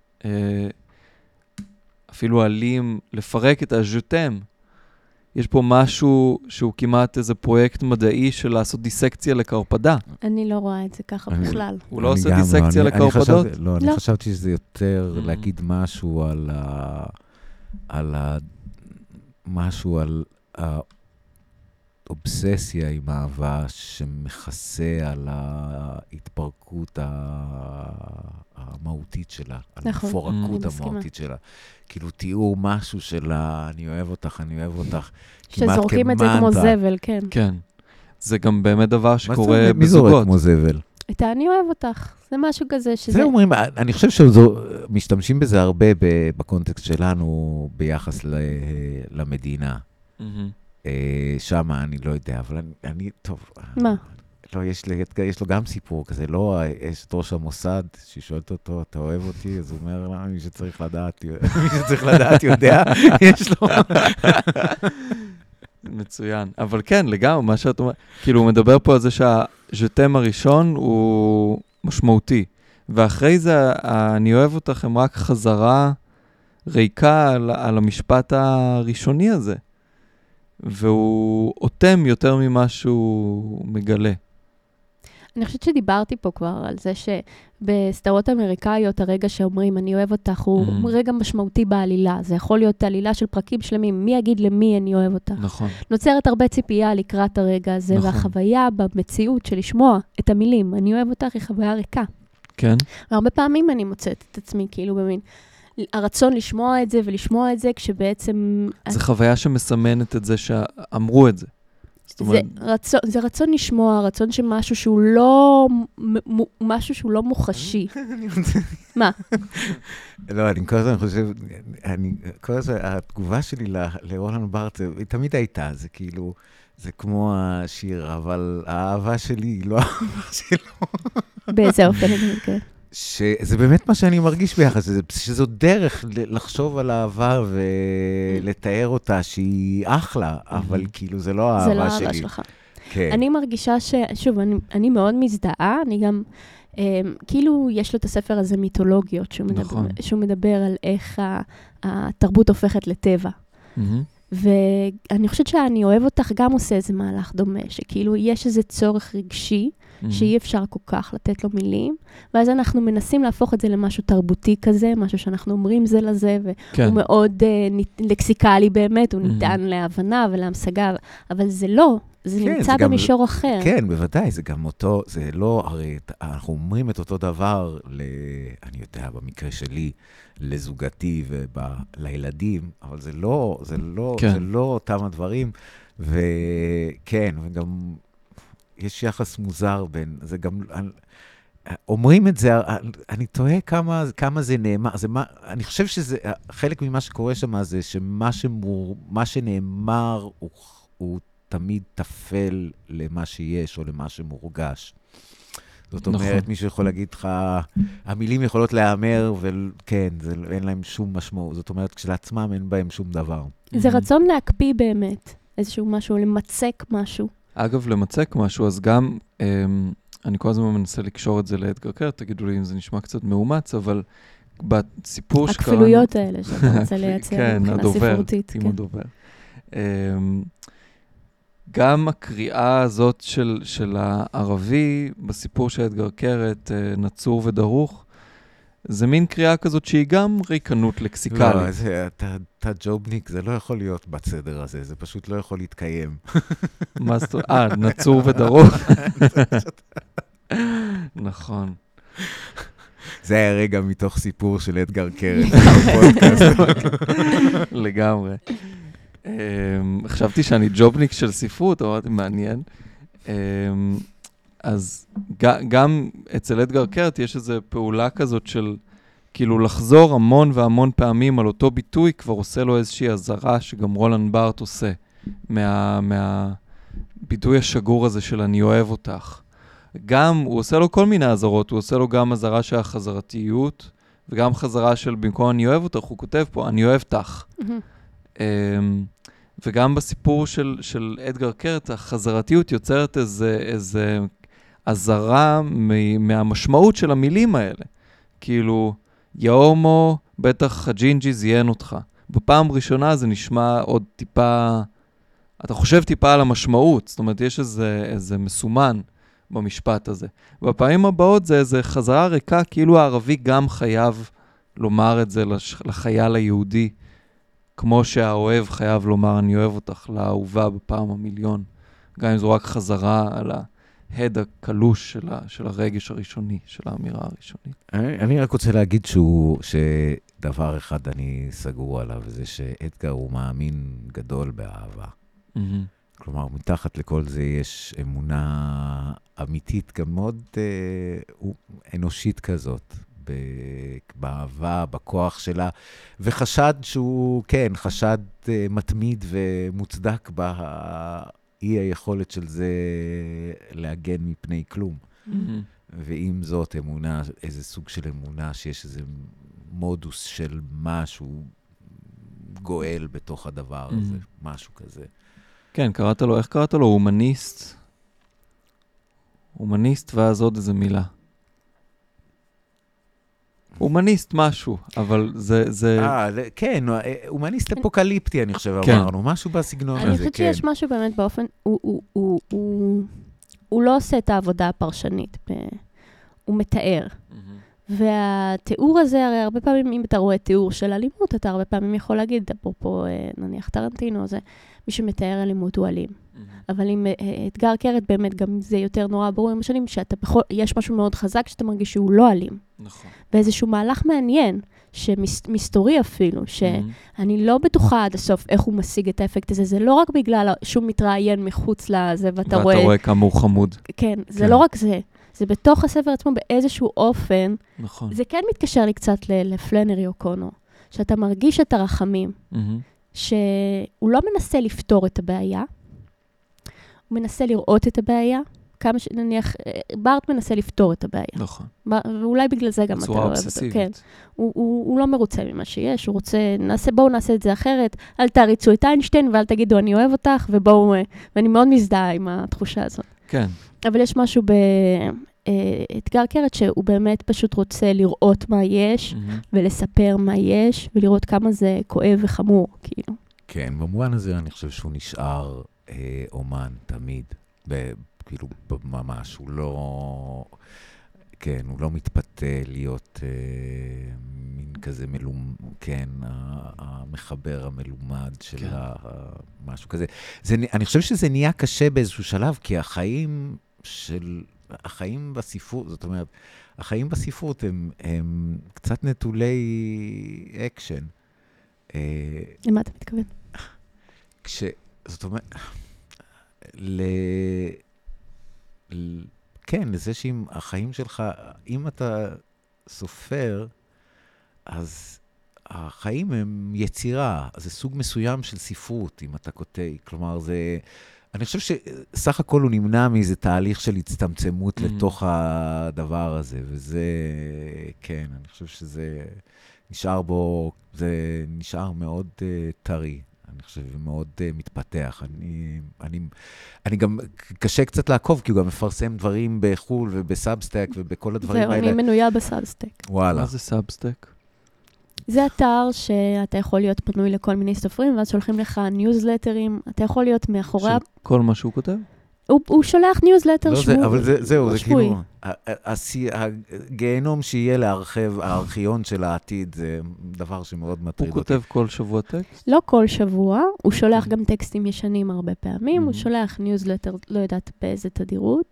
אפילו אלים, לפרק את הז'וטם. יש פה משהו שהוא כמעט איזה פרויקט מדעי של לעשות דיסקציה לקרפדה. אני לא רואה את זה ככה בכלל. הוא לא עושה דיסקציה לקרפדות? לא, אני חשבתי שזה יותר להגיד משהו על ה... על ה... משהו על האובססיה עם האהבה שמכסה על ההתפרקות המהותית שלה, על המפורקות המהותית שלה. כאילו תיאור משהו של אני אוהב אותך, אני אוהב אותך, כמעט כמנטרה. שזורקים את זה כמו זבל, כן. כן. זה גם באמת דבר שקורה בזוגות. מי זורק כמו זבל? את אני אוהב אותך. זה משהו כזה שזה... זה אומרים, אני חושב שמשתמשים בזה הרבה בקונטקסט שלנו ביחס למדינה. שמה אני לא יודע, אבל אני, טוב. מה? לא, יש, יש לו גם סיפור כזה, לא, יש את ראש המוסד, ששואלת אותו, אתה אוהב אותי? אז הוא אומר, לא, מי שצריך לדעת, מי שצריך לדעת יודע, יש לו. מצוין. אבל כן, לגמרי, מה שאת אומרת, כאילו, הוא מדבר פה על זה שהז'וטם הראשון הוא משמעותי, ואחרי זה, אני אוהב אותך, הם רק חזרה ריקה על, על המשפט הראשוני הזה, והוא אותם יותר ממה שהוא מגלה. אני חושבת שדיברתי פה כבר על זה שבסדרות אמריקאיות הרגע שאומרים אני אוהב אותך הוא mm. רגע משמעותי בעלילה. זה יכול להיות עלילה של פרקים שלמים. מי יגיד למי אני אוהב אותך? נכון. נוצרת הרבה ציפייה לקראת הרגע הזה, נכון. והחוויה במציאות של לשמוע את המילים אני אוהב אותך היא חוויה ריקה. כן. והרבה פעמים אני מוצאת את עצמי כאילו במין הרצון לשמוע את זה ולשמוע את זה כשבעצם... זה חוויה שמסמנת את זה שאמרו את זה. זאת זאת אומרת... זה רצון, זה רצון לשמוע, רצון שמשהו שהוא לא, משהו שהוא לא מוחשי. מה? לא, אני כל הזמן חושב, אני, כל הזמן, התגובה שלי לרולנד בארת, היא תמיד הייתה, זה כאילו, זה כמו השיר, אבל האהבה שלי היא לא האהבה שלו. באיזה אופן, אני מכיר. שזה באמת מה שאני מרגיש ביחד, שזה, שזו דרך לחשוב על העבר ולתאר אותה שהיא אחלה, אבל כאילו זה לא האהבה שלי. זה לא האהבה שלך. כן. אני מרגישה ש... שוב, אני, אני מאוד מזדהה, אני גם... כאילו יש לו את הספר הזה מיתולוגיות, שהוא, נכון. מדבר, שהוא מדבר על איך התרבות הופכת לטבע. Mm-hmm. ואני חושבת שאני אוהב אותך, גם עושה איזה מהלך דומה, שכאילו יש איזה צורך רגשי, mm-hmm. שאי אפשר כל כך לתת לו מילים, ואז אנחנו מנסים להפוך את זה למשהו תרבותי כזה, משהו שאנחנו אומרים זה לזה, והוא כן. מאוד uh, לקסיקלי באמת, הוא mm-hmm. ניתן להבנה ולהמשגה, אבל זה לא, זה כן, נמצא זה במישור גם, אחר. כן, בוודאי, זה גם אותו, זה לא, הרי אנחנו אומרים את אותו דבר, ל, אני יודע, במקרה שלי, לזוגתי ולילדים, אבל זה לא, זה לא, כן. זה לא אותם הדברים, וכן, וגם יש יחס מוזר בין, זה גם, אומרים את זה, אני תוהה כמה, כמה זה נאמר, זה מה, אני חושב שזה, חלק ממה שקורה שם זה שמה שמור, מה שנאמר הוא, הוא תמיד תפל למה שיש או למה שמורגש. זאת אומרת, מישהו יכול להגיד לך, המילים יכולות להיאמר, וכן, אין להם שום משמעות. זאת אומרת, כשלעצמם אין בהם שום דבר. זה רצון להקפיא באמת, איזשהו משהו, למצק משהו. אגב, למצק משהו, אז גם, אני כל הזמן מנסה לקשור את זה לאדגר קרת, תגידו לי אם זה נשמע קצת מאומץ, אבל בסיפור שקראנו... הכפילויות האלה שאתה רוצה לייצר מבחינה ספרותית. כן, הדובר. גם הקריאה הזאת של, של הערבי, בסיפור של אדגר קרת, נצור ודרוך, זה מין קריאה כזאת שהיא גם ריקנות לקסיקלית. לא, זה, אתה, אתה ג'ובניק, זה לא יכול להיות בסדר הזה, זה פשוט לא יכול להתקיים. מה זאת אומרת? אה, נצור ודרוך. נכון. זה היה רגע מתוך סיפור של אדגר קרת. לגמרי. חשבתי שאני ג'ובניק של ספרות, אמרתי, מעניין. אז גם אצל אדגר קרת יש איזו פעולה כזאת של כאילו לחזור המון והמון פעמים על אותו ביטוי, כבר עושה לו איזושהי הזרה שגם רולנד בארת עושה, מהביטוי השגור הזה של אני אוהב אותך. גם, הוא עושה לו כל מיני הזרות, הוא עושה לו גם הזרה של החזרתיות, וגם חזרה של במקום אני אוהב אותך, הוא כותב פה, אני אוהב תך. וגם בסיפור של, של אדגר קרת, החזרתיות יוצרת איזה, איזה עזרה מהמשמעות של המילים האלה. כאילו, יאומו, בטח הג'ינג'י זיין אותך. בפעם ראשונה זה נשמע עוד טיפה, אתה חושב טיפה על המשמעות, זאת אומרת, יש איזה, איזה מסומן במשפט הזה. בפעמים הבאות זה איזה חזרה ריקה, כאילו הערבי גם חייב לומר את זה לחייל היהודי, כמו שהאוהב חייב לומר, אני אוהב אותך, לאהובה בפעם המיליון. גם אם זו רק חזרה על ההד הקלוש של, ה, של הרגש הראשוני, של האמירה הראשונית. אני, אני רק רוצה להגיד שהוא, שדבר אחד אני סגור עליו, זה שאדגר הוא מאמין גדול באהבה. Mm-hmm. כלומר, מתחת לכל זה יש אמונה אמיתית, גם מאוד אה, אנושית כזאת. באהבה, בכוח שלה, וחשד שהוא, כן, חשד uh, מתמיד ומוצדק באי היכולת של זה להגן מפני כלום. Mm-hmm. ועם זאת אמונה, איזה סוג של אמונה שיש איזה מודוס של משהו גואל בתוך הדבר הזה, mm-hmm. משהו כזה. כן, קראת לו, איך קראת לו? הומניסט? הומניסט ואז עוד איזה מילה. הומניסט משהו, אבל זה... זה... אה, כן, הומניסט אפוקליפטי, אני חושב, אמרנו, משהו בסגנון הזה, כן. אני חושבת שיש משהו באמת באופן, הוא לא עושה את העבודה הפרשנית, הוא מתאר. והתיאור הזה, הרי הרבה פעמים, אם אתה רואה תיאור של אלימות, אתה הרבה פעמים יכול להגיד, אפרופו, נניח טרנטינו, זה, מי שמתאר אלימות הוא אלים. אבל עם אתגר קרת, באמת גם זה יותר נורא ברור עם השנים, שיש משהו מאוד חזק שאתה מרגיש שהוא לא אלים. נכון. ואיזשהו מהלך מעניין, שמסתורי אפילו, שאני לא בטוחה עד הסוף איך הוא משיג את האפקט הזה, זה לא רק בגלל שהוא מתראיין מחוץ לזה, ואתה רואה... ואתה רואה כמה הוא חמוד. כן, זה לא רק זה. זה בתוך הספר עצמו באיזשהו אופן. נכון. זה כן מתקשר לי קצת לפלנרי אוקונור, שאתה מרגיש את הרחמים, שהוא לא מנסה לפתור את הבעיה, הוא מנסה לראות את הבעיה, כמה שנניח, בארט מנסה לפתור את הבעיה. נכון. ואולי בגלל זה גם אתה לא אוהב אותו. כן. הוא, הוא, הוא לא מרוצה ממה שיש, הוא רוצה, נעשה, בואו נעשה את זה אחרת, אל תעריצו את איינשטיין, ואל תגידו, אני אוהב אותך, ובואו, ואני מאוד מזדהה עם התחושה הזאת. כן. אבל יש משהו באתגר קרת, שהוא באמת פשוט רוצה לראות מה יש, mm-hmm. ולספר מה יש, ולראות כמה זה כואב וחמור, כאילו. כן, במובן הזה אני חושב שהוא נשאר אה, אומן תמיד, ב... כאילו, ממש, הוא לא, כן, הוא לא מתפתה להיות אה, מין כזה מלומד, כן, המחבר המלומד של כן. משהו כזה. זה, אני חושב שזה נהיה קשה באיזשהו שלב, כי החיים של, החיים בספרות, זאת אומרת, החיים בספרות הם, הם קצת נטולי אקשן. למה אתה מתכוון? כש, זאת אומרת, ל... כן, לזה שאם החיים שלך, אם אתה סופר, אז החיים הם יצירה, זה סוג מסוים של ספרות, אם אתה כותב, כלומר זה, אני חושב שסך הכל הוא נמנע מאיזה תהליך של הצטמצמות לתוך הדבר הזה, וזה, כן, אני חושב שזה נשאר בו, זה נשאר מאוד טרי. אני חושב, מאוד uh, מתפתח. אני, אני, אני גם, קשה קצת לעקוב, כי הוא גם מפרסם דברים בחול ובסאבסטק ובכל הדברים זהו, האלה. זהו, אני מנויה בסאבסטק. וואלה. מה זה סאבסטק? זה אתר שאתה יכול להיות פנוי לכל מיני סופרים, ואז שולחים לך ניוזלטרים, אתה יכול להיות מאחורי... כל מה שהוא כותב? הוא, הוא שולח ניוזלטר שבועי. לא, אבל זה, זהו, זה כאילו, הגיהנום שיהיה להרחב, הארכיון של העתיד, זה דבר שמאוד מטריד אותי. הוא כותב כל שבוע טקסט? לא כל שבוע, הוא שולח גם טקסטים ישנים הרבה פעמים, הוא שולח ניוזלטר, לא יודעת באיזה תדירות,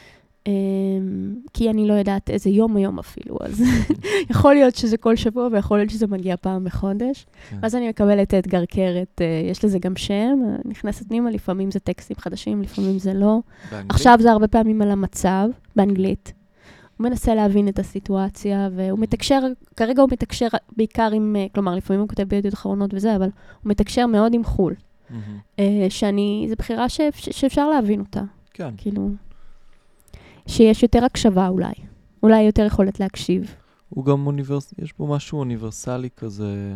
כי אני לא יודעת איזה יום היום אפילו, אז יכול להיות שזה כל שבוע, ויכול להיות שזה מגיע פעם בחודש. אז אני מקבלת את אתגר קרת, יש לזה גם שם, נכנסת נימה, לפעמים זה טקסטים חדשים, לפעמים זה לא. עכשיו זה הרבה פעמים על המצב, באנגלית. הוא מנסה להבין את הסיטואציה, והוא מתקשר, כרגע הוא מתקשר בעיקר עם, כלומר, לפעמים הוא כותב בידיעות אחרונות וזה, אבל הוא מתקשר מאוד עם חול. שאני, זו בחירה שאפשר להבין אותה. כן. כאילו... שיש יותר הקשבה אולי. אולי יותר יכולת להקשיב. הוא גם אוניברס... יש בו משהו אוניברסלי כזה,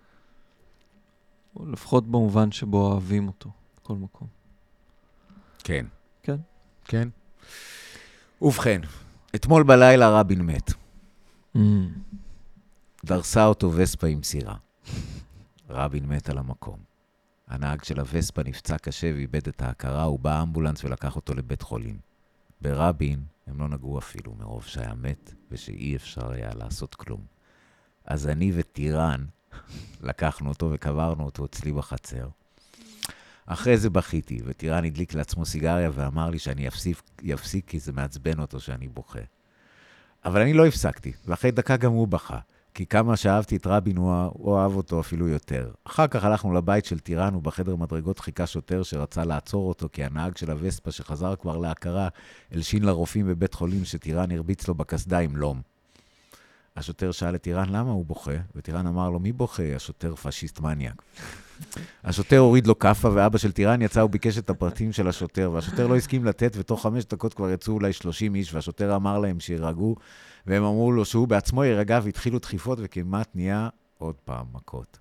לפחות במובן שבו אוהבים אותו, בכל מקום. כן. כן. כן. ובכן, אתמול בלילה רבין מת. Mm. דרסה אותו וספה עם סירה. רבין מת על המקום. הנהג של הווספה נפצע קשה ואיבד את ההכרה, הוא בא אמבולנס ולקח אותו לבית חולים. ברבין הם לא נגעו אפילו מרוב שהיה מת ושאי אפשר היה לעשות כלום. אז אני וטירן לקחנו אותו וקברנו אותו אצלי בחצר. אחרי זה בכיתי, וטירן הדליק לעצמו סיגריה ואמר לי שאני יפסיק, יפסיק כי זה מעצבן אותו שאני בוכה. אבל אני לא הפסקתי, ואחרי דקה גם הוא בכה, כי כמה שאהבתי את רבין הוא, הוא אהב אותו אפילו יותר. אחר כך הלכנו לבית של טירן, ובחדר מדרגות חיכה שוטר שרצה לעצור אותו, כי הנהג של הווספה שחזר כבר להכרה, אלשין לרופאים בבית חולים שטירן הרביץ לו בקסדה עם לום. השוטר שאל את טירן למה הוא בוכה, וטירן אמר לו, מי בוכה? השוטר פשיסט מניאק. השוטר הוריד לו קפה, ואבא של טירן יצא וביקש את הפרטים של השוטר, והשוטר לא הסכים לתת, ותוך חמש דקות כבר יצאו אולי שלושים איש, והשוטר אמר להם שירגעו, והם אמרו לו שהוא בעצמו ירגע, והתחילו דחיפות, וכמעט נהיה עוד פעם מכות.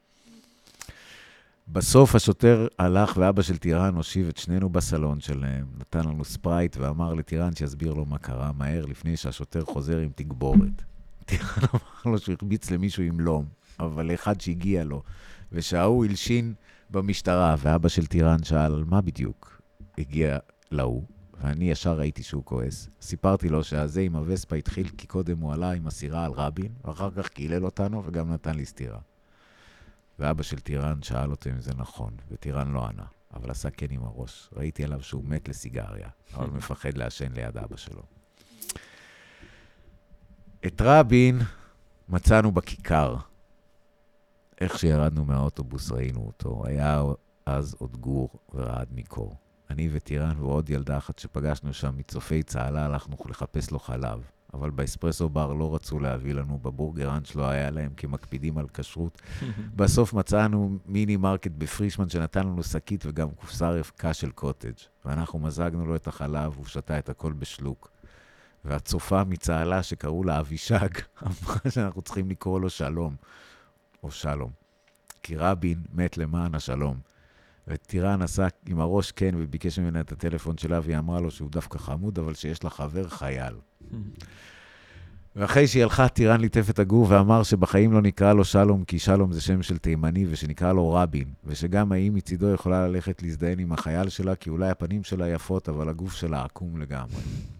בסוף השוטר הלך, ואבא של טירן הושיב את שנינו בסלון שלהם, נתן לנו ספרייט, ואמר לטירן שיסביר לו מה קרה מהר, לפני שהשוטר חוזר עם תגבורת. טירן אמר לו שהוא הרביץ למישהו עם לום, אבל לאחד שהגיע לו, ושהוא הלשין במשטרה, ואבא של טירן שאל, מה בדיוק? הגיע להוא, ואני ישר ראיתי שהוא כועס. סיפרתי לו שהזה עם הווספה התחיל, כי קודם הוא עלה עם הסירה על רבין, ואחר כך קילל אותנו, וגם נתן לי סתירה. ואבא של טירן שאל אותו אם זה נכון, וטירן לא ענה. אבל עשה כן עם הראש. ראיתי עליו שהוא מת לסיגריה, אבל מפחד לעשן ליד אבא שלו. את רבין מצאנו בכיכר. איך שירדנו מהאוטובוס ראינו אותו. היה אז עוד גור ורעד מקור. אני וטירן ועוד ילדה אחת שפגשנו שם מצופי צהלה, הלכנו לחפש לו חלב. אבל באספרסו בר לא רצו להביא לנו, בבורגראנץ' לא היה להם, כי מקפידים על כשרות. בסוף מצאנו מיני מרקט בפרישמן שנתן לנו שקית וגם קופסה רבקה של קוטג'. ואנחנו מזגנו לו את החלב, הוא שתה את הכל בשלוק. והצופה מצהלה שקראו לה אבישג, אמרה שאנחנו צריכים לקרוא לו שלום, או שלום. כי רבין מת למען השלום. וטירן עשה עם הראש כן וביקש ממנה את הטלפון שלה, והיא אמרה לו שהוא דווקא חמוד, אבל שיש לה חבר חייל. ואחרי שהיא הלכה, טירן ליטף את הגור ואמר שבחיים לא נקרא לו שלום, כי שלום זה שם של תימני, ושנקרא לו רבין, ושגם האם מצידו יכולה ללכת להזדהן עם החייל שלה, כי אולי הפנים שלה יפות, אבל הגוף שלה עקום לגמרי.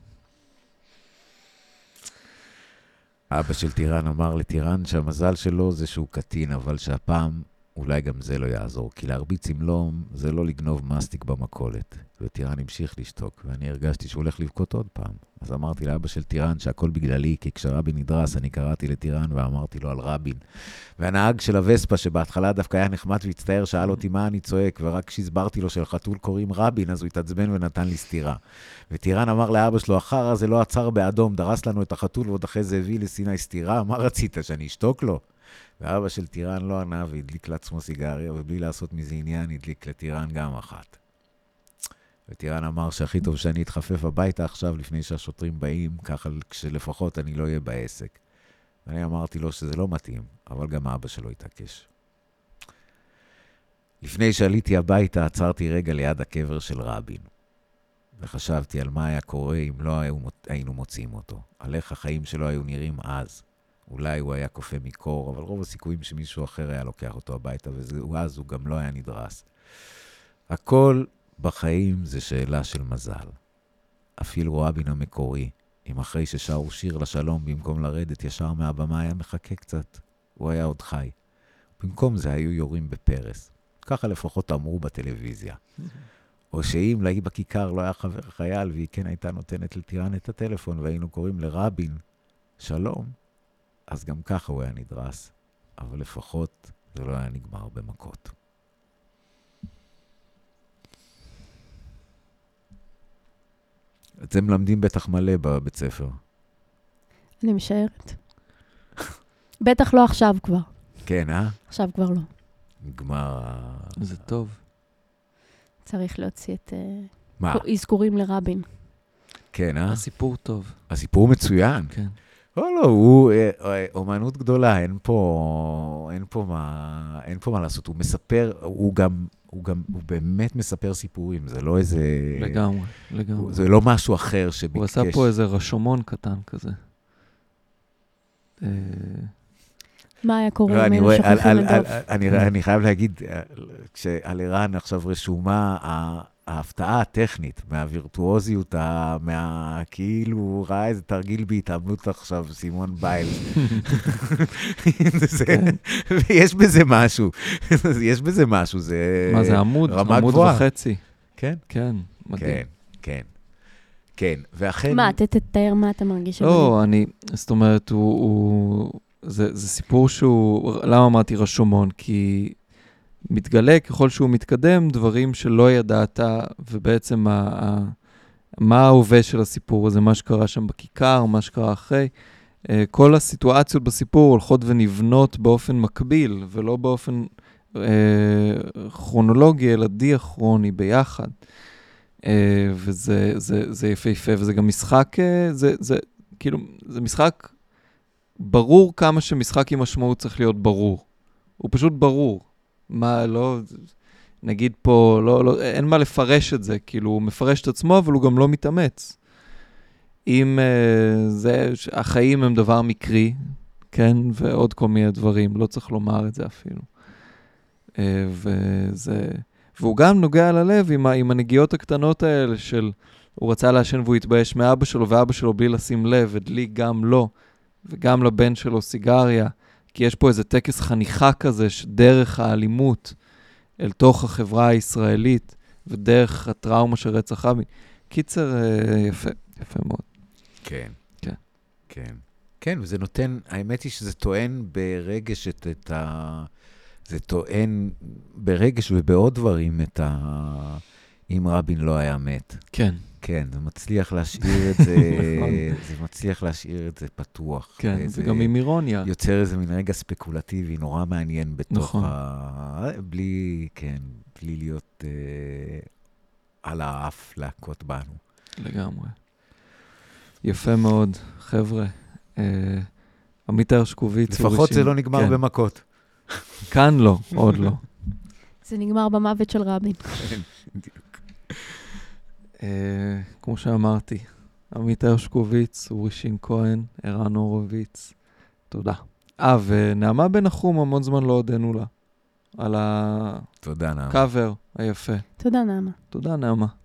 אבא של טירן אמר לטירן שהמזל שלו זה שהוא קטין, אבל שהפעם אולי גם זה לא יעזור, כי להרביץ עם לום זה לא לגנוב מסטיק במקולת. וטירן המשיך לשתוק, ואני הרגשתי שהוא הולך לבכות עוד פעם. אז אמרתי לאבא של טירן שהכל בגללי, כי כשרבין נדרס אני קראתי לטירן ואמרתי לו על רבין. והנהג של הווספה שבהתחלה דווקא היה נחמד והצטער, שאל אותי מה אני צועק, ורק כשהסברתי לו שלחתול קוראים רבין, אז הוא התעצבן ונתן לי סתירה. וטירן אמר לאבא שלו, אחר זה לא עצר באדום, דרס לנו את החתול ועוד אחרי זה הביא לסיני סתירה, מה רצית, שאני אשתוק לו? ואבא של טירן לא ענה והדליק לעצמו סיגריה, ובלי לעשות מזה עניין הדליק לטירן גם אחת. וטירן אמר שהכי טוב שאני אתחפף הביתה עכשיו לפני שהשוטרים באים, ככה כשלפחות אני לא אהיה בעסק. ואני אמרתי לו שזה לא מתאים, אבל גם אבא שלו התעקש. לפני שעליתי הביתה עצרתי רגע ליד הקבר של רבין. וחשבתי על מה היה קורה אם לא היינו מוצאים אותו. על איך החיים שלו היו נראים אז. אולי הוא היה קופא מקור, אבל רוב הסיכויים שמישהו אחר היה לוקח אותו הביתה, ואז הוא גם לא היה נדרס. הכל בחיים זה שאלה של מזל. אפילו רבין המקורי, אם אחרי ששרו שיר לשלום במקום לרדת ישר מהבמה היה מחכה קצת, הוא היה עוד חי. במקום זה היו יורים בפרס. ככה לפחות אמרו בטלוויזיה. או שאם להיא בכיכר לא היה חבר חייל, והיא כן הייתה נותנת לטירן את הטלפון, והיינו קוראים לרבין שלום, אז גם ככה הוא היה נדרס, אבל לפחות זה לא היה נגמר במכות. אתם מלמדים בטח מלא בבית ספר. אני משערת. בטח לא עכשיו כבר. כן, אה? עכשיו כבר לא. נגמר... זה טוב. צריך להוציא את... מה? אזכורים לרבין. כן, אה? הסיפור טוב. הסיפור מצוין. כן. לא, לא, הוא אומנות גדולה, אין פה, אין פה מה, אין פה מה לעשות. הוא מספר, הוא גם, הוא גם, הוא באמת מספר סיפורים, זה לא איזה... לגמרי, לגמרי. זה לא משהו אחר שביקש. הוא עשה פה איזה רשומון קטן כזה. מה היה קורה אם היינו שוכחים את דף? אני חייב להגיד, כשעל ערן עכשיו רשומה, ההפתעה הטכנית, מהווירטואוזיות, מה... כאילו, ראה איזה תרגיל בהתעמלות עכשיו, סימון בייל. ויש בזה משהו. יש בזה משהו, זה מה זה עמוד? עמוד וחצי. כן? כן, מדהים. כן, כן. כן, ואכן... מה, תתאר מה אתה מרגיש? לא, אני, זאת אומרת, הוא... זה, זה סיפור שהוא... למה אמרתי רשומון? כי... מתגלה ככל שהוא מתקדם, דברים שלא ידעת, ובעצם ה, ה, מה ההווה של הסיפור הזה, מה שקרה שם בכיכר, מה שקרה אחרי. כל הסיטואציות בסיפור הולכות ונבנות באופן מקביל, ולא באופן אה, כרונולוגי, אלא דיאכרוני ביחד. אה, וזה זה, זה יפהפה, וזה גם משחק, זה, זה, כאילו, זה משחק ברור כמה שמשחק עם משמעות צריך להיות ברור. הוא פשוט ברור. מה, לא, נגיד פה, לא, לא, אין מה לפרש את זה, כאילו הוא מפרש את עצמו, אבל הוא גם לא מתאמץ. אם uh, זה, החיים הם דבר מקרי, כן, ועוד כל מיני דברים, לא צריך לומר את זה אפילו. Uh, וזה, והוא גם נוגע ללב עם, עם הנגיעות הקטנות האלה של, הוא רצה לעשן והוא התבייש מאבא שלו, ואבא שלו בלי לשים לב, הדליק גם לו, וגם לבן שלו סיגריה, כי יש פה איזה טקס חניכה כזה, שדרך האלימות אל תוך החברה הישראלית, ודרך הטראומה של רצח רבין. קיצר, יפה, יפה מאוד. כן. כן. כן. כן, וזה נותן, האמת היא שזה טוען ברגש את, את ה... זה טוען ברגש ובעוד דברים את ה... אם רבין לא היה מת. כן. כן, זה מצליח להשאיר את זה, זה מצליח להשאיר את זה פתוח. כן, זה גם עם אירוניה. יוצר איזה מין רגע ספקולטיבי, נורא מעניין בתוך נכון. ה... בלי, כן, בלי להיות אה, על האף להכות בנו. לגמרי. יפה מאוד, חבר'ה. אה, עמית הרשקוביץ. לפחות זה לא נגמר כן. במכות. כאן לא, עוד לא. זה נגמר במוות של רבין. אה, כמו שאמרתי, עמית הרשקוביץ, אורי שין כהן, ערן הורוביץ, תודה. אה, ונעמה בן נחום, המון זמן לא הודנו לה, על תודה, נעמה. הקאבר היפה. תודה, נעמה. תודה, נעמה.